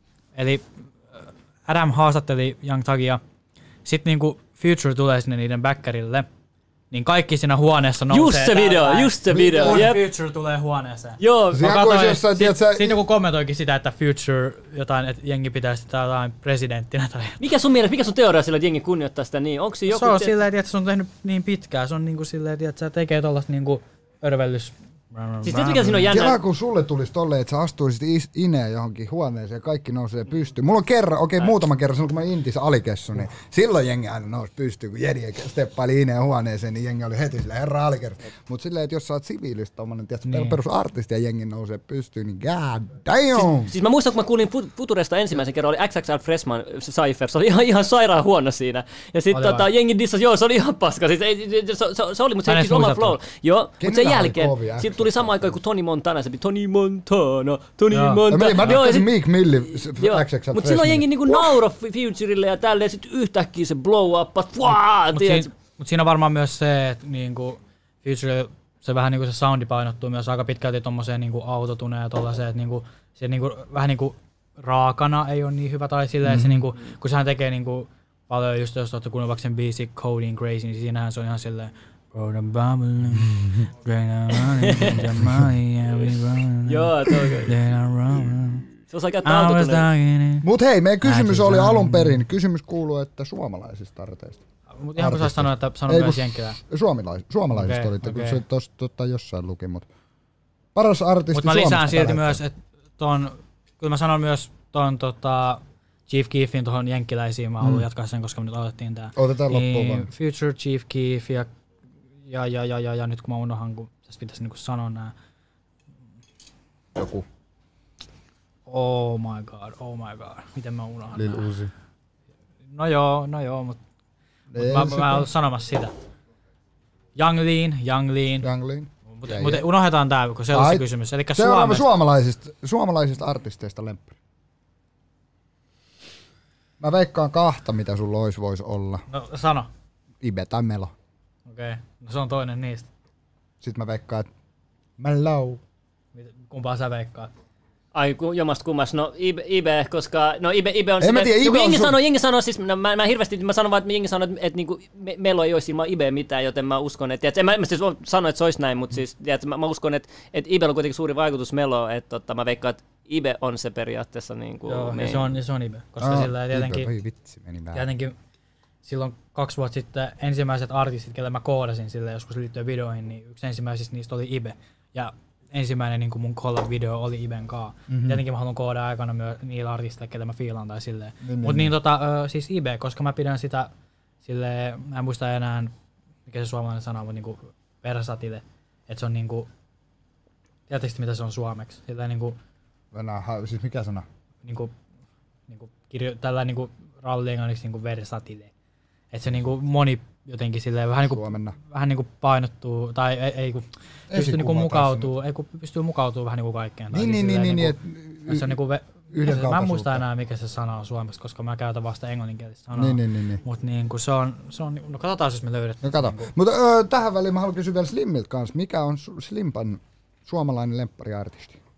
Speaker 4: eli äh, Adam haastatteli Young Thugia, sit niinku Future tulee sinne niiden backerille, niin kaikki siinä huoneessa nousee.
Speaker 1: Just se video,
Speaker 4: täälläin.
Speaker 1: just se video,
Speaker 4: Kun
Speaker 1: jep.
Speaker 4: Future tulee huoneeseen.
Speaker 1: Joo,
Speaker 3: Se-
Speaker 4: Mä
Speaker 3: Ihan kuin
Speaker 4: katsoin,
Speaker 3: jossain,
Speaker 4: sit,
Speaker 3: tiedätkö,
Speaker 4: sit joku kommentoikin sitä, että Future jotain, että jengi pitäisi sitä jotain presidenttinä tai...
Speaker 1: mikä sun mielestä, mikä sun teoria sillä, että jengi kunnioittaa sitä niin? Onko siinä joku...
Speaker 4: Se on
Speaker 1: tie-
Speaker 4: silleen, että se on tehnyt niin pitkään, se on niinku silleen, että se tekee tollasta niinku örvellys...
Speaker 1: Siis tiedätkö, mikä siinä on jännä?
Speaker 3: Kela kun sulle tulisi tolleen, että sä astuisit is- ineen johonkin huoneeseen ja kaikki nousee pystyyn. Mulla on kerran, okei okay, muutaman kerran silloin kun mä Intissä alikessu, niin silloin jengi aina nousi pystyyn, kun Jedi steppaili ineen huoneeseen, niin jengi oli heti silleen herra alikessu. Mut silleen, että jos sä oot siviilistä tommonen, tiedätkö,
Speaker 4: Niin.
Speaker 3: perusartisti ja jengi nousee pystyyn, niin god damn!
Speaker 1: Siis mä muistan, kun mä kuulin Fu- Futuresta ensimmäisen kerran, oli X X L Freshman Cypher, se oli ihan, ihan sairaan huono siinä. Ja sit
Speaker 4: Oli
Speaker 1: tota,
Speaker 4: vai?
Speaker 1: jengi dissasi, joo, se oli ihan paska. Siis, ei, se, se, se, oli, mutta se
Speaker 4: Mä en
Speaker 1: ei
Speaker 4: edes
Speaker 1: oma
Speaker 4: muista
Speaker 1: flow. Joo, mutta sen
Speaker 3: Kenellä oli
Speaker 1: jälkeen,
Speaker 3: kovia
Speaker 1: siitä
Speaker 3: X
Speaker 1: tuli
Speaker 3: X L?
Speaker 1: sama aika kuin Tony Montana, se oli Tony Montana, Tony
Speaker 4: Joo.
Speaker 3: Ja
Speaker 1: Montana.
Speaker 3: mä, mä
Speaker 1: Joo, ja
Speaker 3: dikkasin
Speaker 1: sit-
Speaker 3: Meek Milli
Speaker 1: Joo,
Speaker 3: X X L.
Speaker 1: mutta silloin jengi niinku nauro Futurelle ja tälleen, sit yhtäkkiä se blow up, fuaa,
Speaker 4: Mut,
Speaker 1: tiedät.
Speaker 4: siinä, mut siinä on varmaan myös se, että niinku Future, se vähän niinku se soundi painottuu myös aika pitkälti tommoseen niinku autotuneen ja tollaseen, että niinku, se niinku, vähän niinku raakana ei ole niin hyvä tai silleen, mm-hmm. se niinku, kun sehän tekee niinku paljon just jos olette kuunnellut vaikka sen biisi Coding Crazy, niin siinähän se on ihan silleen
Speaker 1: Joo, toi. Se osaa käyttää autotuneen.
Speaker 3: Mut hei, meidän kysymys
Speaker 4: Mä
Speaker 3: oli
Speaker 4: siis-
Speaker 3: alun perin. Kysymys kuuluu, että suomalaisista arteista.
Speaker 4: Mut ihan kun sais sanoa, että sano
Speaker 3: Ei,
Speaker 4: myös
Speaker 3: kun
Speaker 4: jenkkilää.
Speaker 3: Suomalais, suomalaisista
Speaker 4: Okei,
Speaker 3: olitte, kun
Speaker 4: okei.
Speaker 3: se tossa tota jossain luki, mut paras artisti
Speaker 4: Mutta mä lisään
Speaker 3: Suomesta
Speaker 4: silti
Speaker 3: tällä
Speaker 4: myös,
Speaker 3: hetkellä.
Speaker 4: että ton, kyllä mä sanon myös ton tota, Chief Keefin tuohon jenkkiläisiin, mä haluan
Speaker 3: Mm.
Speaker 4: jatkaa sen, koska me nyt aloitettiin tää.
Speaker 3: Otetaan loppuun vaan.
Speaker 4: Future, Chief Keef ja, ja, ja, ja, ja, ja nyt kun mä unohan, kun tässä pitäisi niinku sanoa nää.
Speaker 3: Joku.
Speaker 4: Oh my god, oh my god, miten mä unohan
Speaker 3: Lil
Speaker 4: nää.
Speaker 3: Uzi.
Speaker 4: No joo, no joo, mut, mut
Speaker 3: Ei
Speaker 4: mä,
Speaker 3: se-
Speaker 4: mä en ollut sanomassa sitä. Young Lean, Young Lean.
Speaker 3: Young Lean.
Speaker 4: Mut,
Speaker 3: Ja-
Speaker 4: mut
Speaker 3: ja-
Speaker 4: unohdetaan tää, kun se oli se
Speaker 3: Ai,
Speaker 4: kysymys. Elikkä
Speaker 3: Seuraava
Speaker 4: Suomesta.
Speaker 3: suomalaisista, suomalaisista artisteista lemppari. Mä veikkaan kahta, mitä sulla olisi vois olla.
Speaker 4: No sano.
Speaker 3: Ibe tai Melo.
Speaker 4: Okei, okay. No se on toinen niistä.
Speaker 3: Sitten mä veikkaan, että Mellow.
Speaker 4: Mit- Kumpaa sä veikkaat?
Speaker 1: Ai ku, jomasta kummasta, no Ibe, Ibe, koska, no Ibe, Ibe on
Speaker 3: En mä
Speaker 1: silleen-
Speaker 3: tiedä,
Speaker 1: joku
Speaker 3: Ibe on
Speaker 1: jengi
Speaker 3: sun-
Speaker 1: sanoo, jengi sanoo, siis no, mä, mä hirveästi, mä sanon vaan, että jengi sanoo, että, että niinku, me, Melo ei olisi ilman Ibeä mitään, joten mä uskon, että, tiedätkö, en mä, mä siis sano, että se olisi näin, mutta siis, tiedätkö, mä, mä uskon, että, että Ibellä on kuitenkin suuri vaikutus Meloon, että tota, mä veikkaan, että Ibe on se periaatteessa niinku,
Speaker 4: Joo, ja
Speaker 1: meidän-
Speaker 4: se on, ja se on Ibe. Koska
Speaker 3: Aa,
Speaker 4: sillä tietenkin,
Speaker 3: Ibe, oi vitsi, meni väärin.
Speaker 4: tietenkin silloin kaksi vuotta sitten ensimmäiset artistit, ketä mä koodasin sille joskus liittyen videoihin, niin yksi ensimmäisistä niistä oli Ibe. Ja ensimmäinen niin mun collab-video oli Iben kaa. Mm-hmm. Tietenkin mä haluan koodaa aikana myös niillä artisteilla, ketä mä fiilaan tai silleen.
Speaker 3: Niin,
Speaker 4: Mut
Speaker 3: niin,
Speaker 4: niin tota, ö, siis Ibe, koska mä pidän sitä silleen, mä en muista enää, mikä se suomalainen sana on, mutta niinku versatile. Että se on niinku, tiedättekö mitä se on suomeksi? Silleen niinku,
Speaker 3: Venä, ha- siis mikä sana?
Speaker 4: niinku, niinku kirjo, tällä niinku ralli englanniksi niinku versatile. Että se niinku moni jotenkin silleen vähän niinku,
Speaker 3: Suomenna.
Speaker 4: vähän niinku painottuu, tai ei, ei kun pystyy niinku
Speaker 3: Esikuva
Speaker 4: mukautuu, ei kun pystyy mukautuu vähän niinku kaikkeen. Tai
Speaker 3: Niin, niin, niin,
Speaker 4: silleen
Speaker 3: niin,
Speaker 4: niinku-
Speaker 3: niin,
Speaker 4: se on niinku ve,
Speaker 3: yhden
Speaker 4: se, mä en
Speaker 3: kaupasuutta.
Speaker 4: muista enää mikä se sana on suomeksi, koska mä käytän vasta englanninkielistä sanaa.
Speaker 3: Niin, niin, niin, niin.
Speaker 4: Mut niinku se on, se on, no katsotaan jos me löydetään.
Speaker 3: No kato.
Speaker 4: Niinku,
Speaker 3: Mutta öö, tähän väliin mä haluan kysyä vielä Slimmiltä kanssa. Mikä on su- Slimpan suomalainen lemppariartisti?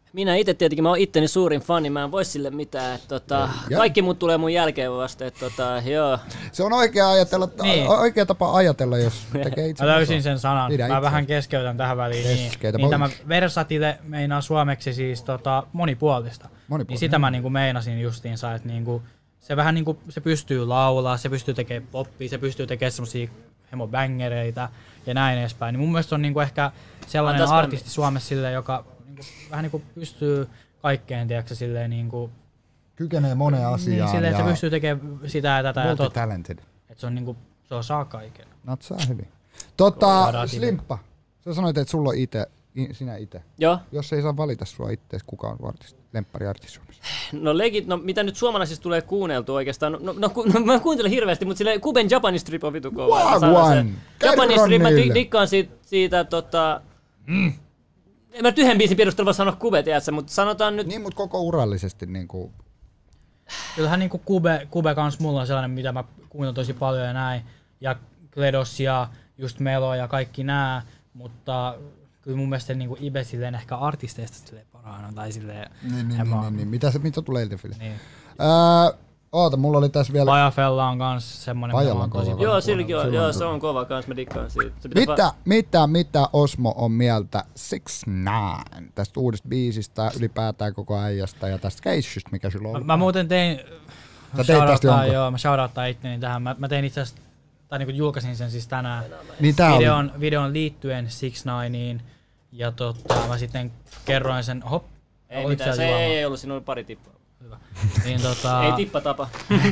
Speaker 1: Minä itse tietenkin, mä oon itteni suurin fani, mä en voi sille mitään. Että, tota, kaikki muut tulee mun jälkeen vasta. Että, tota, joo.
Speaker 3: Se on oikea, ajatella,
Speaker 4: Niin.
Speaker 3: oikea tapa ajatella, jos tekee itse.
Speaker 4: Mä löysin sen sanan.
Speaker 3: Pidä
Speaker 4: Mä
Speaker 3: itse.
Speaker 4: vähän keskeytän tähän väliin. Niin,
Speaker 3: Keskeytä
Speaker 4: niin
Speaker 3: pois.
Speaker 4: tämä versatile meinaa suomeksi siis tota, monipuolista.
Speaker 3: Monipuolista.
Speaker 4: Niin sitä mä niinku meinasin justiinsa, että niinku, se vähän niinku, se pystyy laulaa, se pystyy tekemään poppia, se pystyy tekemään semmosia hemobängereitä ja näin edespäin. Niin mun mielestä on niinku ehkä sellainen
Speaker 1: Antaisiko-
Speaker 4: artisti Suomessa silleen, joka niinku, vähän niinku pystyy kaikkeen, tiedätkö, silleen niinku,
Speaker 3: Kykenee moneen asiaan.
Speaker 4: niin, silleen, että
Speaker 3: ja
Speaker 4: se pystyy tekemään sitä ja tätä ja tota.
Speaker 3: multitalented.
Speaker 4: Että se on niinku, se osaa kaiken.
Speaker 3: Natsaa hyvin. Tota,
Speaker 4: Saadaan
Speaker 3: Slimppa, sä sanoit, että sulla on ite, i- sinä itse.
Speaker 1: Joo.
Speaker 3: Jos ei saa valita sua ittees, kuka on artisti, lemppariartisti Suomessa?
Speaker 1: No legit, no mitä nyt suomalaisista tulee kuunneltua oikeastaan? No, no, ku, no mä kuuntelen hirveästi, mutta silleen Kuben Japanese Strip on vitu kova. Mä sanon
Speaker 3: Wagwan!
Speaker 1: sen. Japanese
Speaker 3: Kerro
Speaker 1: Strip, mä
Speaker 3: niille.
Speaker 1: di- dikkaan siitä, siitä tota... Mm. En mä nyt yhden biisin perusteella voi sanoa Kube, tiedätkö, mutta sanotaan nyt...
Speaker 3: Niin, mutta koko urallisesti niinku...
Speaker 4: Kyllähän niinku Kube, Kube kans mulla on sellainen, mitä mä kuuntelen tosi paljon ja näin. Ja Kledos ja just Melo ja kaikki nää. Mutta kyllä mun mielestä niinku Ibe silleen ehkä artisteista silleen parhaana. Tai silleen...
Speaker 3: Niin, niin,
Speaker 4: en mä-
Speaker 3: niin, niin, niin. Mitä, se, mitä tulee Iltefille?
Speaker 4: Niin.
Speaker 3: Öö, oota, mulla oli tässä vielä...
Speaker 4: Pajafella on kans semmonen,
Speaker 3: Pajalla
Speaker 4: mitä mä
Speaker 3: on
Speaker 4: oon tosi
Speaker 3: kova.
Speaker 1: Joo, silläkin on,
Speaker 3: Silloin
Speaker 1: joo,
Speaker 3: on
Speaker 1: se
Speaker 3: kova.
Speaker 1: on kova kans, mä dikkaan siitä. Se pitää
Speaker 3: Mitä, mitä, mitä Osmo on mieltä six nine tästä uudesta biisistä, ylipäätään koko äijästä ja tästä keissistä, mikä sulla on
Speaker 4: Mä,
Speaker 3: ollut?
Speaker 4: mä muuten tein...
Speaker 3: Sä teit tästä
Speaker 4: shoutouttaa-
Speaker 3: jonkun?
Speaker 4: Joo, mä shoutouttaa itteni tähän. Mä, mä tein itse asiassa, tai niinku julkaisin sen siis tänään.
Speaker 3: Niin tää oli.
Speaker 4: videon, videon liittyen six nineen. Ja tota, mä sitten kerroin sen, hop,
Speaker 1: Ei
Speaker 4: oliko
Speaker 1: mitään,
Speaker 4: siellä
Speaker 1: se
Speaker 4: juomaa?
Speaker 1: ei, ei ollut, siinä oli pari tippaa.
Speaker 4: Hyvä. Niin tota,
Speaker 1: Ei tippa tapa.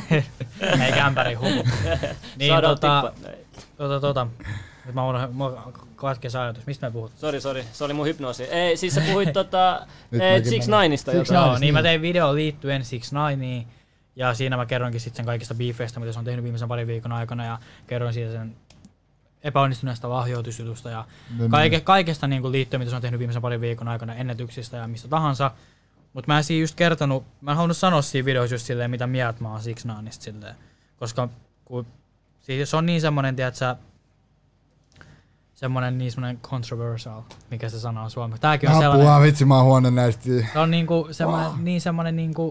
Speaker 4: ei kämpäri hupu. Niin
Speaker 1: Saadaan
Speaker 4: tota,
Speaker 1: tippa. Ei.
Speaker 4: tota, tota, nyt mä unohdin, mulla katkes ajatus, mistä me puhut?
Speaker 1: Sori, sori, se oli mun hypnoosi. Ei, siis sä puhuit tota,
Speaker 3: Nyt
Speaker 1: eh,
Speaker 3: mäkin
Speaker 1: six
Speaker 3: menin.
Speaker 1: nineista
Speaker 3: Six
Speaker 1: jotain.
Speaker 3: Nine.
Speaker 4: Joo,
Speaker 3: Nice,
Speaker 4: niin mä
Speaker 3: niin.
Speaker 4: tein video liittyen six nineen. Ja siinä mä kerroinkin sitten sen kaikista beefeistä, mitä se on tehnyt viimeisen parin viikon aikana. Ja kerroin siitä sen epäonnistuneesta lahjoitusjutusta ja
Speaker 3: No
Speaker 4: kaike, kaikesta niin kuin liittyen, mitä se on tehnyt viimeisen parin viikon aikana, ennätyksistä ja mistä tahansa. Mutta mä en siinä just kertonut, mä en halunnut sanoa siinä videossa just silleen, mitä mieltä mä oon six nineista silleen. Koska kun, siis se on niin semmonen, tiedätkö, semmonen niin semmonen controversial, mikä se sana on suomeksi. Tääkin on sellainen,
Speaker 3: Apua, vitsi, mä oon huono näistä.
Speaker 4: se on niinku semmonen, wow. niin semmonen niinku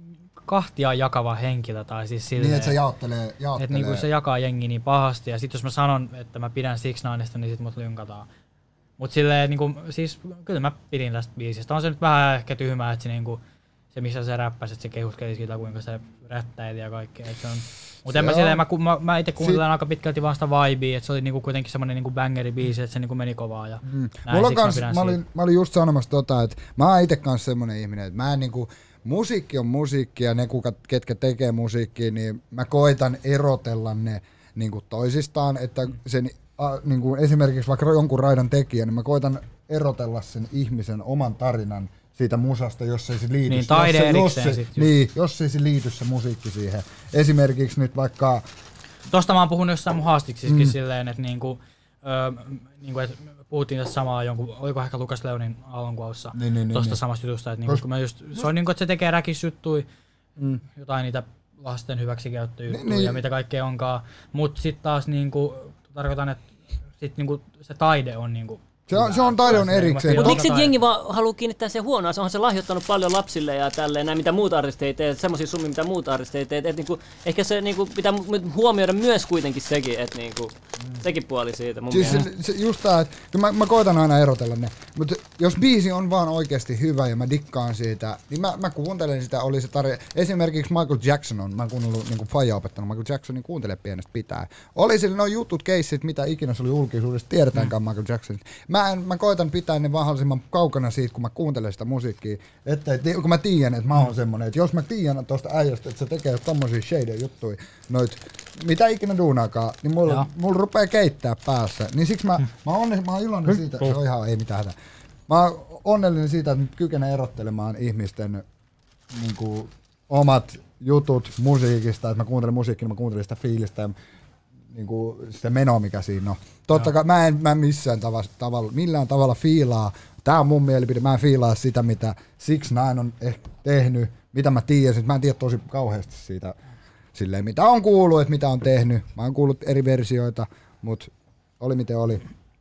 Speaker 4: kahtia jakava henkilö tai siis silleen.
Speaker 3: Niin, että se jaottelee, jaottelee.
Speaker 4: Että niinku se jakaa jengi niin pahasti ja sit jos mä sanon, että mä pidän six nineista, niin sit mut lynkataan. Mut silleen niinku, siis kyllä mä pidin tästä biisistä. On se nyt vähän ehkä tyhmää, että se niinku, se missä se räppäsi, että se kehuskeli siitä kuinka se rättäili ja kaikkea. Et se on, mut
Speaker 3: Se
Speaker 4: en mä
Speaker 3: on.
Speaker 4: silleen, mä, ku- mä, mä ite kuuntelen aika pitkälti vaan sitä vibea, että se oli niinku kuitenkin semmonen niinku bangeri biisi, että se niinku meni kovaa ja
Speaker 3: Mm.
Speaker 4: näin,
Speaker 3: Mulla on
Speaker 4: siksi
Speaker 3: kans,
Speaker 4: pidän
Speaker 3: mä, olin,
Speaker 4: siitä.
Speaker 3: mä olin just sanomassa tota, että mä oon ite kans semmonen ihminen, että mä en niinku, musiikki on musiikki ja ne, kuka, ketkä tekee musiikkia, niin mä koitan erotella ne niinku toisistaan, että sen, a, niinku esimerkiksi vaikka jonkun raidan tekijä, niin mä koitan erotella sen ihmisen oman tarinan siitä musasta, jos ei se liity.
Speaker 4: Niin,
Speaker 3: jos
Speaker 4: taide
Speaker 3: se, jos
Speaker 4: erikseen
Speaker 3: se,
Speaker 4: sit just.
Speaker 3: niin, jos ei se liity se musiikki siihen. Esimerkiksi nyt vaikka
Speaker 4: Tosta mä oon puhunut jossain mun haastiksissakin mm. silleen, että niinku, öö, niinku, et puhuttiin tästä samaa jonkun, oliko ehkä Lukas Leunin aallonkuaussa
Speaker 3: Niin, niin, niin,
Speaker 4: tosta
Speaker 3: niin.
Speaker 4: samasta jutusta, että niinku,
Speaker 3: Koska-
Speaker 4: kun mä just, se on niinku, että se tekee räkisjuttui,
Speaker 3: Mm.
Speaker 4: jotain niitä lasten hyväksikäyttöjuttuja
Speaker 3: Niin, niin.
Speaker 4: ja mitä kaikkea onkaan, mut sit taas niinku, tarkoitan, että sit niinku, se taide on niinku,
Speaker 3: Se on, se on taide on erikseen.
Speaker 1: Mutta
Speaker 4: Joo.
Speaker 1: miksi sit jengi vaan haluaa kiinnittää sen huonoa? Se onhan se lahjoittanut paljon lapsille ja tälleen, näin mitä muut artistit ei tee, semmosia summia mitä muut artistit ei tee. Et niinku, ehkä se niinku, pitää mu- huomioida myös kuitenkin sekin, että niinku, sekin puoli siitä mun
Speaker 3: Siis
Speaker 1: mielestä.
Speaker 3: se, se, just tää, että mä, mä koitan aina erotella ne, mutta jos biisi on vaan oikeasti hyvä ja mä dikkaan siitä, niin mä, mä kuuntelen sitä, oli se tarja. Esimerkiksi Michael Jackson on, mä oon kuunnellut niin faija opettanut Michael Jacksonin, kuuntele pienestä pitää. Oli sillä noin jutut, keissit, mitä ikinä se oli julkisuudessa, tiedetäänkään Michael Jacksonista. Mä, en, mä koitan pitää ne mahdollisimman kaukana siitä, kun mä kuuntelen sitä musiikkia, että et, kun mä tiedän, että mä oon semmonen, että jos mä tiedän tosta äijästä, että se tekee tommosia shade juttuja, noit, mitä ikinä duunaakaan, niin mulla,
Speaker 4: Joo.
Speaker 3: mulla rupeaa keittää päässä. Niin siksi mä, mä, oon, mä oon iloinen siitä, se on ihan, ei mitään hätää. Mä oon onnellinen siitä, että nyt kykenen erottelemaan ihmisten niin kuin, omat jutut musiikista, että mä kuuntelen musiikkia, niin mä kuuntelen sitä fiilistä ja niin kuin, sitä menoa, mikä siinä on. Totta kai mä en mä missään tavalla, tavalla, millään tavalla fiilaa, tää on mun mielipide, mä en fiilaa sitä, mitä six nine on ehkä tehnyt, mitä mä tiedän, mä en tiedä tosi kauheasti siitä, silleen, mitä on kuullut, että mitä on tehnyt. Mä oon kuullut eri versioita, mutta oli miten oli.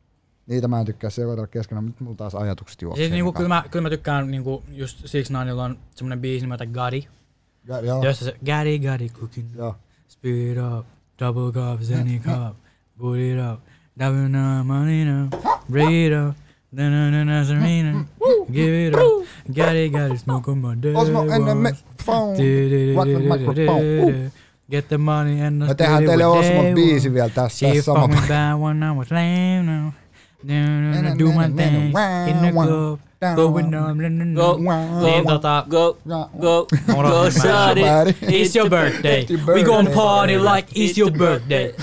Speaker 3: Niitä mä en tykkää sekoitella keskenään, mutta mulla taas ajatukset juoksee.
Speaker 4: Siis niinku, kyllä, mä, kyllä mä tykkään, niinku, just six nineillä on semmonen biisi nimeltä Gotti.
Speaker 3: Ja, joo.
Speaker 4: Jossa se Gotti, Gotti cooking.
Speaker 3: Joo.
Speaker 4: Speed up, double cup, Zenny cup, boot it up, double no money no, break it up, na na na na Serena, give it up, Gotti, Gotti, smoke on my day.
Speaker 3: Osmo ennen me... Phone. Rock the microphone.
Speaker 4: Get the money and
Speaker 3: me tehdään teille Osmon biisi vielä tässä.
Speaker 4: She fucked me bad when I was lame now. Do my thing in the club. Going on,
Speaker 1: Go,
Speaker 4: niin tota,
Speaker 1: go, go, go, shawty.
Speaker 4: It's your birthday. We gon' party like it's your birthday.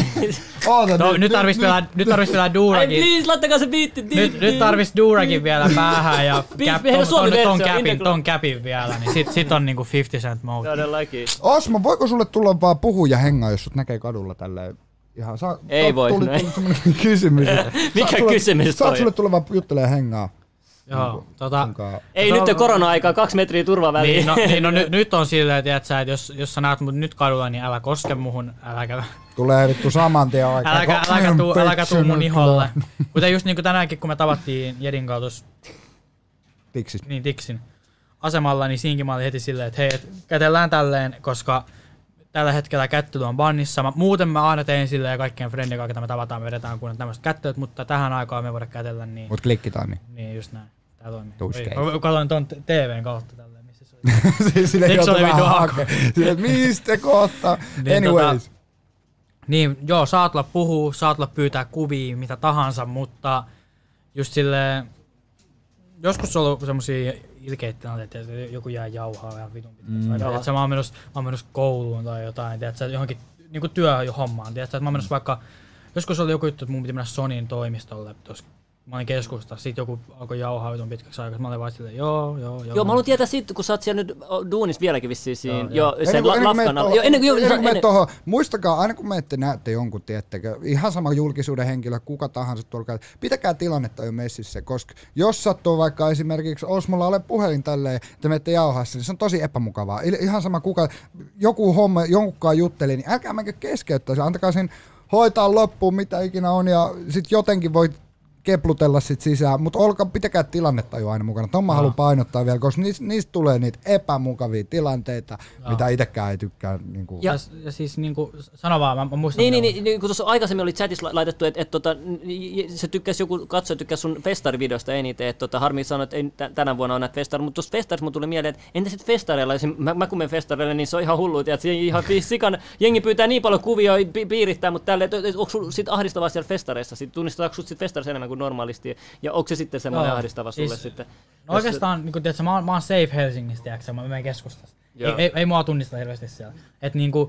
Speaker 4: No, nyt tarvis vielä, nyt tarvis vielä Duurakin.
Speaker 1: Please, laittakaa se biitti.
Speaker 4: Nyt, nyt tarvis Duurakin vielä päähän ja cap, ton, ton, ton, capin, ton capin vielä, niin sit, sit on niinku fifty cent mode.
Speaker 1: Todellakin.
Speaker 3: Osmo, voiko sulle tulla vaan puhua ja hengaa, jos sut näkee kadulla tälleen? Ihan, saa,
Speaker 1: ei voi.
Speaker 3: Tuli, tuli semmonen kysymys.
Speaker 1: Mikä
Speaker 3: tulla,
Speaker 1: kysymys toi?
Speaker 3: Saat sulle tulla vaan juttelemaan hengaa?
Speaker 4: Joo,
Speaker 3: niin,
Speaker 4: tota...
Speaker 3: Sunkaan.
Speaker 1: Ei
Speaker 4: no,
Speaker 1: nyt on korona-aikaa, kaksi metriä turvaväliä.
Speaker 4: Niin, no, niin, no nyt, nyt on silleen, tiiätsä, että jos, jos sä näet mut nyt kadulla, niin älä koske muhun, äläkä...
Speaker 3: Tulee vittu saman tien aikaa.
Speaker 4: Äläkä, äläkä, tuu, äläkä tuu mun iholle. Kuten just niinku tänäänkin, kun me tavattiin Jedin kautta...
Speaker 3: Tiksis.
Speaker 4: Niin, Tiksin asemalla, niin siinkin mä olin heti silleen, että hei, et kätellään tälleen, koska tällä hetkellä kättely on bannissa. Mä, muuten mä aina tein silleen ja kaikkien friendien kanssa, ketä me tavataan, me vedetään kun tämmöiset kättelyt, mutta tähän aikaan me voida kätellä, niin...
Speaker 3: Mut klikkitaimi.
Speaker 4: Niin, just näin. Tää toimii.
Speaker 3: Tuskei.
Speaker 4: Mä katsoin ton T V:n kautta tälleen, missä se oli.
Speaker 3: Siis sille
Speaker 4: Eikö se
Speaker 3: joutuu
Speaker 4: ole
Speaker 3: vähän
Speaker 4: vittu
Speaker 3: hakea. Sille, mistä kohta?
Speaker 4: Niin,
Speaker 3: Anyways.
Speaker 4: Tota, niin, joo, saat tulla puhua, saat tulla pyytää kuvia, mitä tahansa, mutta just silleen... Joskus on ollut semmosia ilkeitä tilanteita, että joku jää jauhaa vähän vitun pitkään. Mm. Tiedätkö, mä oon menossa, mä oon menossa kouluun tai jotain, tiedätkö, johonkin niinku työhommaan. Tiedätkö, että mä oon menossa vaikka... Joskus oli joku juttu, että mun piti mennä Sonyin toimistolle tuossa. Mä olin keskustassa, sit joku alkoi jauhaa vitun pitkäksi aikaa. Mä olin vaan silleen, joo, joo, joo.
Speaker 1: Joo, mä haluan tietää siitä, kun sä oot siellä nyt duunissa vieläkin vissiin siinä.
Speaker 4: Joo,
Speaker 1: joo,
Speaker 3: Ennen
Speaker 1: sen
Speaker 3: kuin,
Speaker 1: la-
Speaker 3: ennen
Speaker 1: lafkan alla.
Speaker 3: toho,
Speaker 1: Ennen kuin
Speaker 3: ennen,
Speaker 1: ennen,
Speaker 3: ennen toho, muistakaa, aina kun menette näette jonkun, tiettekö, ihan sama julkisuuden henkilö, kuka tahansa tuolla, pitäkää tilannetta jo messissä, koska jos sattuu vaikka esimerkiksi Osmolla ole puhelin tälleen, että menette jauhassa, niin se on tosi epämukavaa. Ihan sama kuka, joku homma, jonkunkaan jutteli, niin älkää menkö keskeyttää, antakaa sen hoitaa loppuun, mitä ikinä on, ja sit jotenkin voi keplutella sit sisään, mutta olkaa, pitäkää tilannetta jo aina mukana. Ton mä no. haluan painottaa vielä, koska niistä, niistä tulee niitä epämukavia tilanteita, no. mitä itsekään ei tykkää. Niin kuin.
Speaker 4: Ja, ja siis niinku, sano vaan, mä, mä muistan.
Speaker 1: Niin, niin, niin, kun tuossa aikaisemmin oli chatissa laitettu, että et, tota, se tykkäsi joku katsoja tykkäsi sun festarivideosta eniten, että tota, harmi sanoa, että ei tänä vuonna on näitä festareita, mutta tuossa festarissa mun tuli mieleen, että entä sitten festareilla, mä, mä kun menen festareille, niin se on ihan hullu, että ihan sikan, jengi pyytää niin paljon kuvia, pi- piirittää, mutta tälleen, että onko sulla sit ahdistavaa siellä festareissa, sit tunnistetaanko sut sit festarissa enemmän kuin normaalisti, ja onko se sitten semmoinen
Speaker 4: no,
Speaker 1: ahdistava sulle
Speaker 4: siis,
Speaker 1: sitten?
Speaker 4: No oikeastaan, niin kun, tiedätkö, mä, oon, mä oon safe Helsingissä, tiedätkö, mä menen keskustassa. Ei, ei, ei mua tunnista hirveästi siellä. Et niinku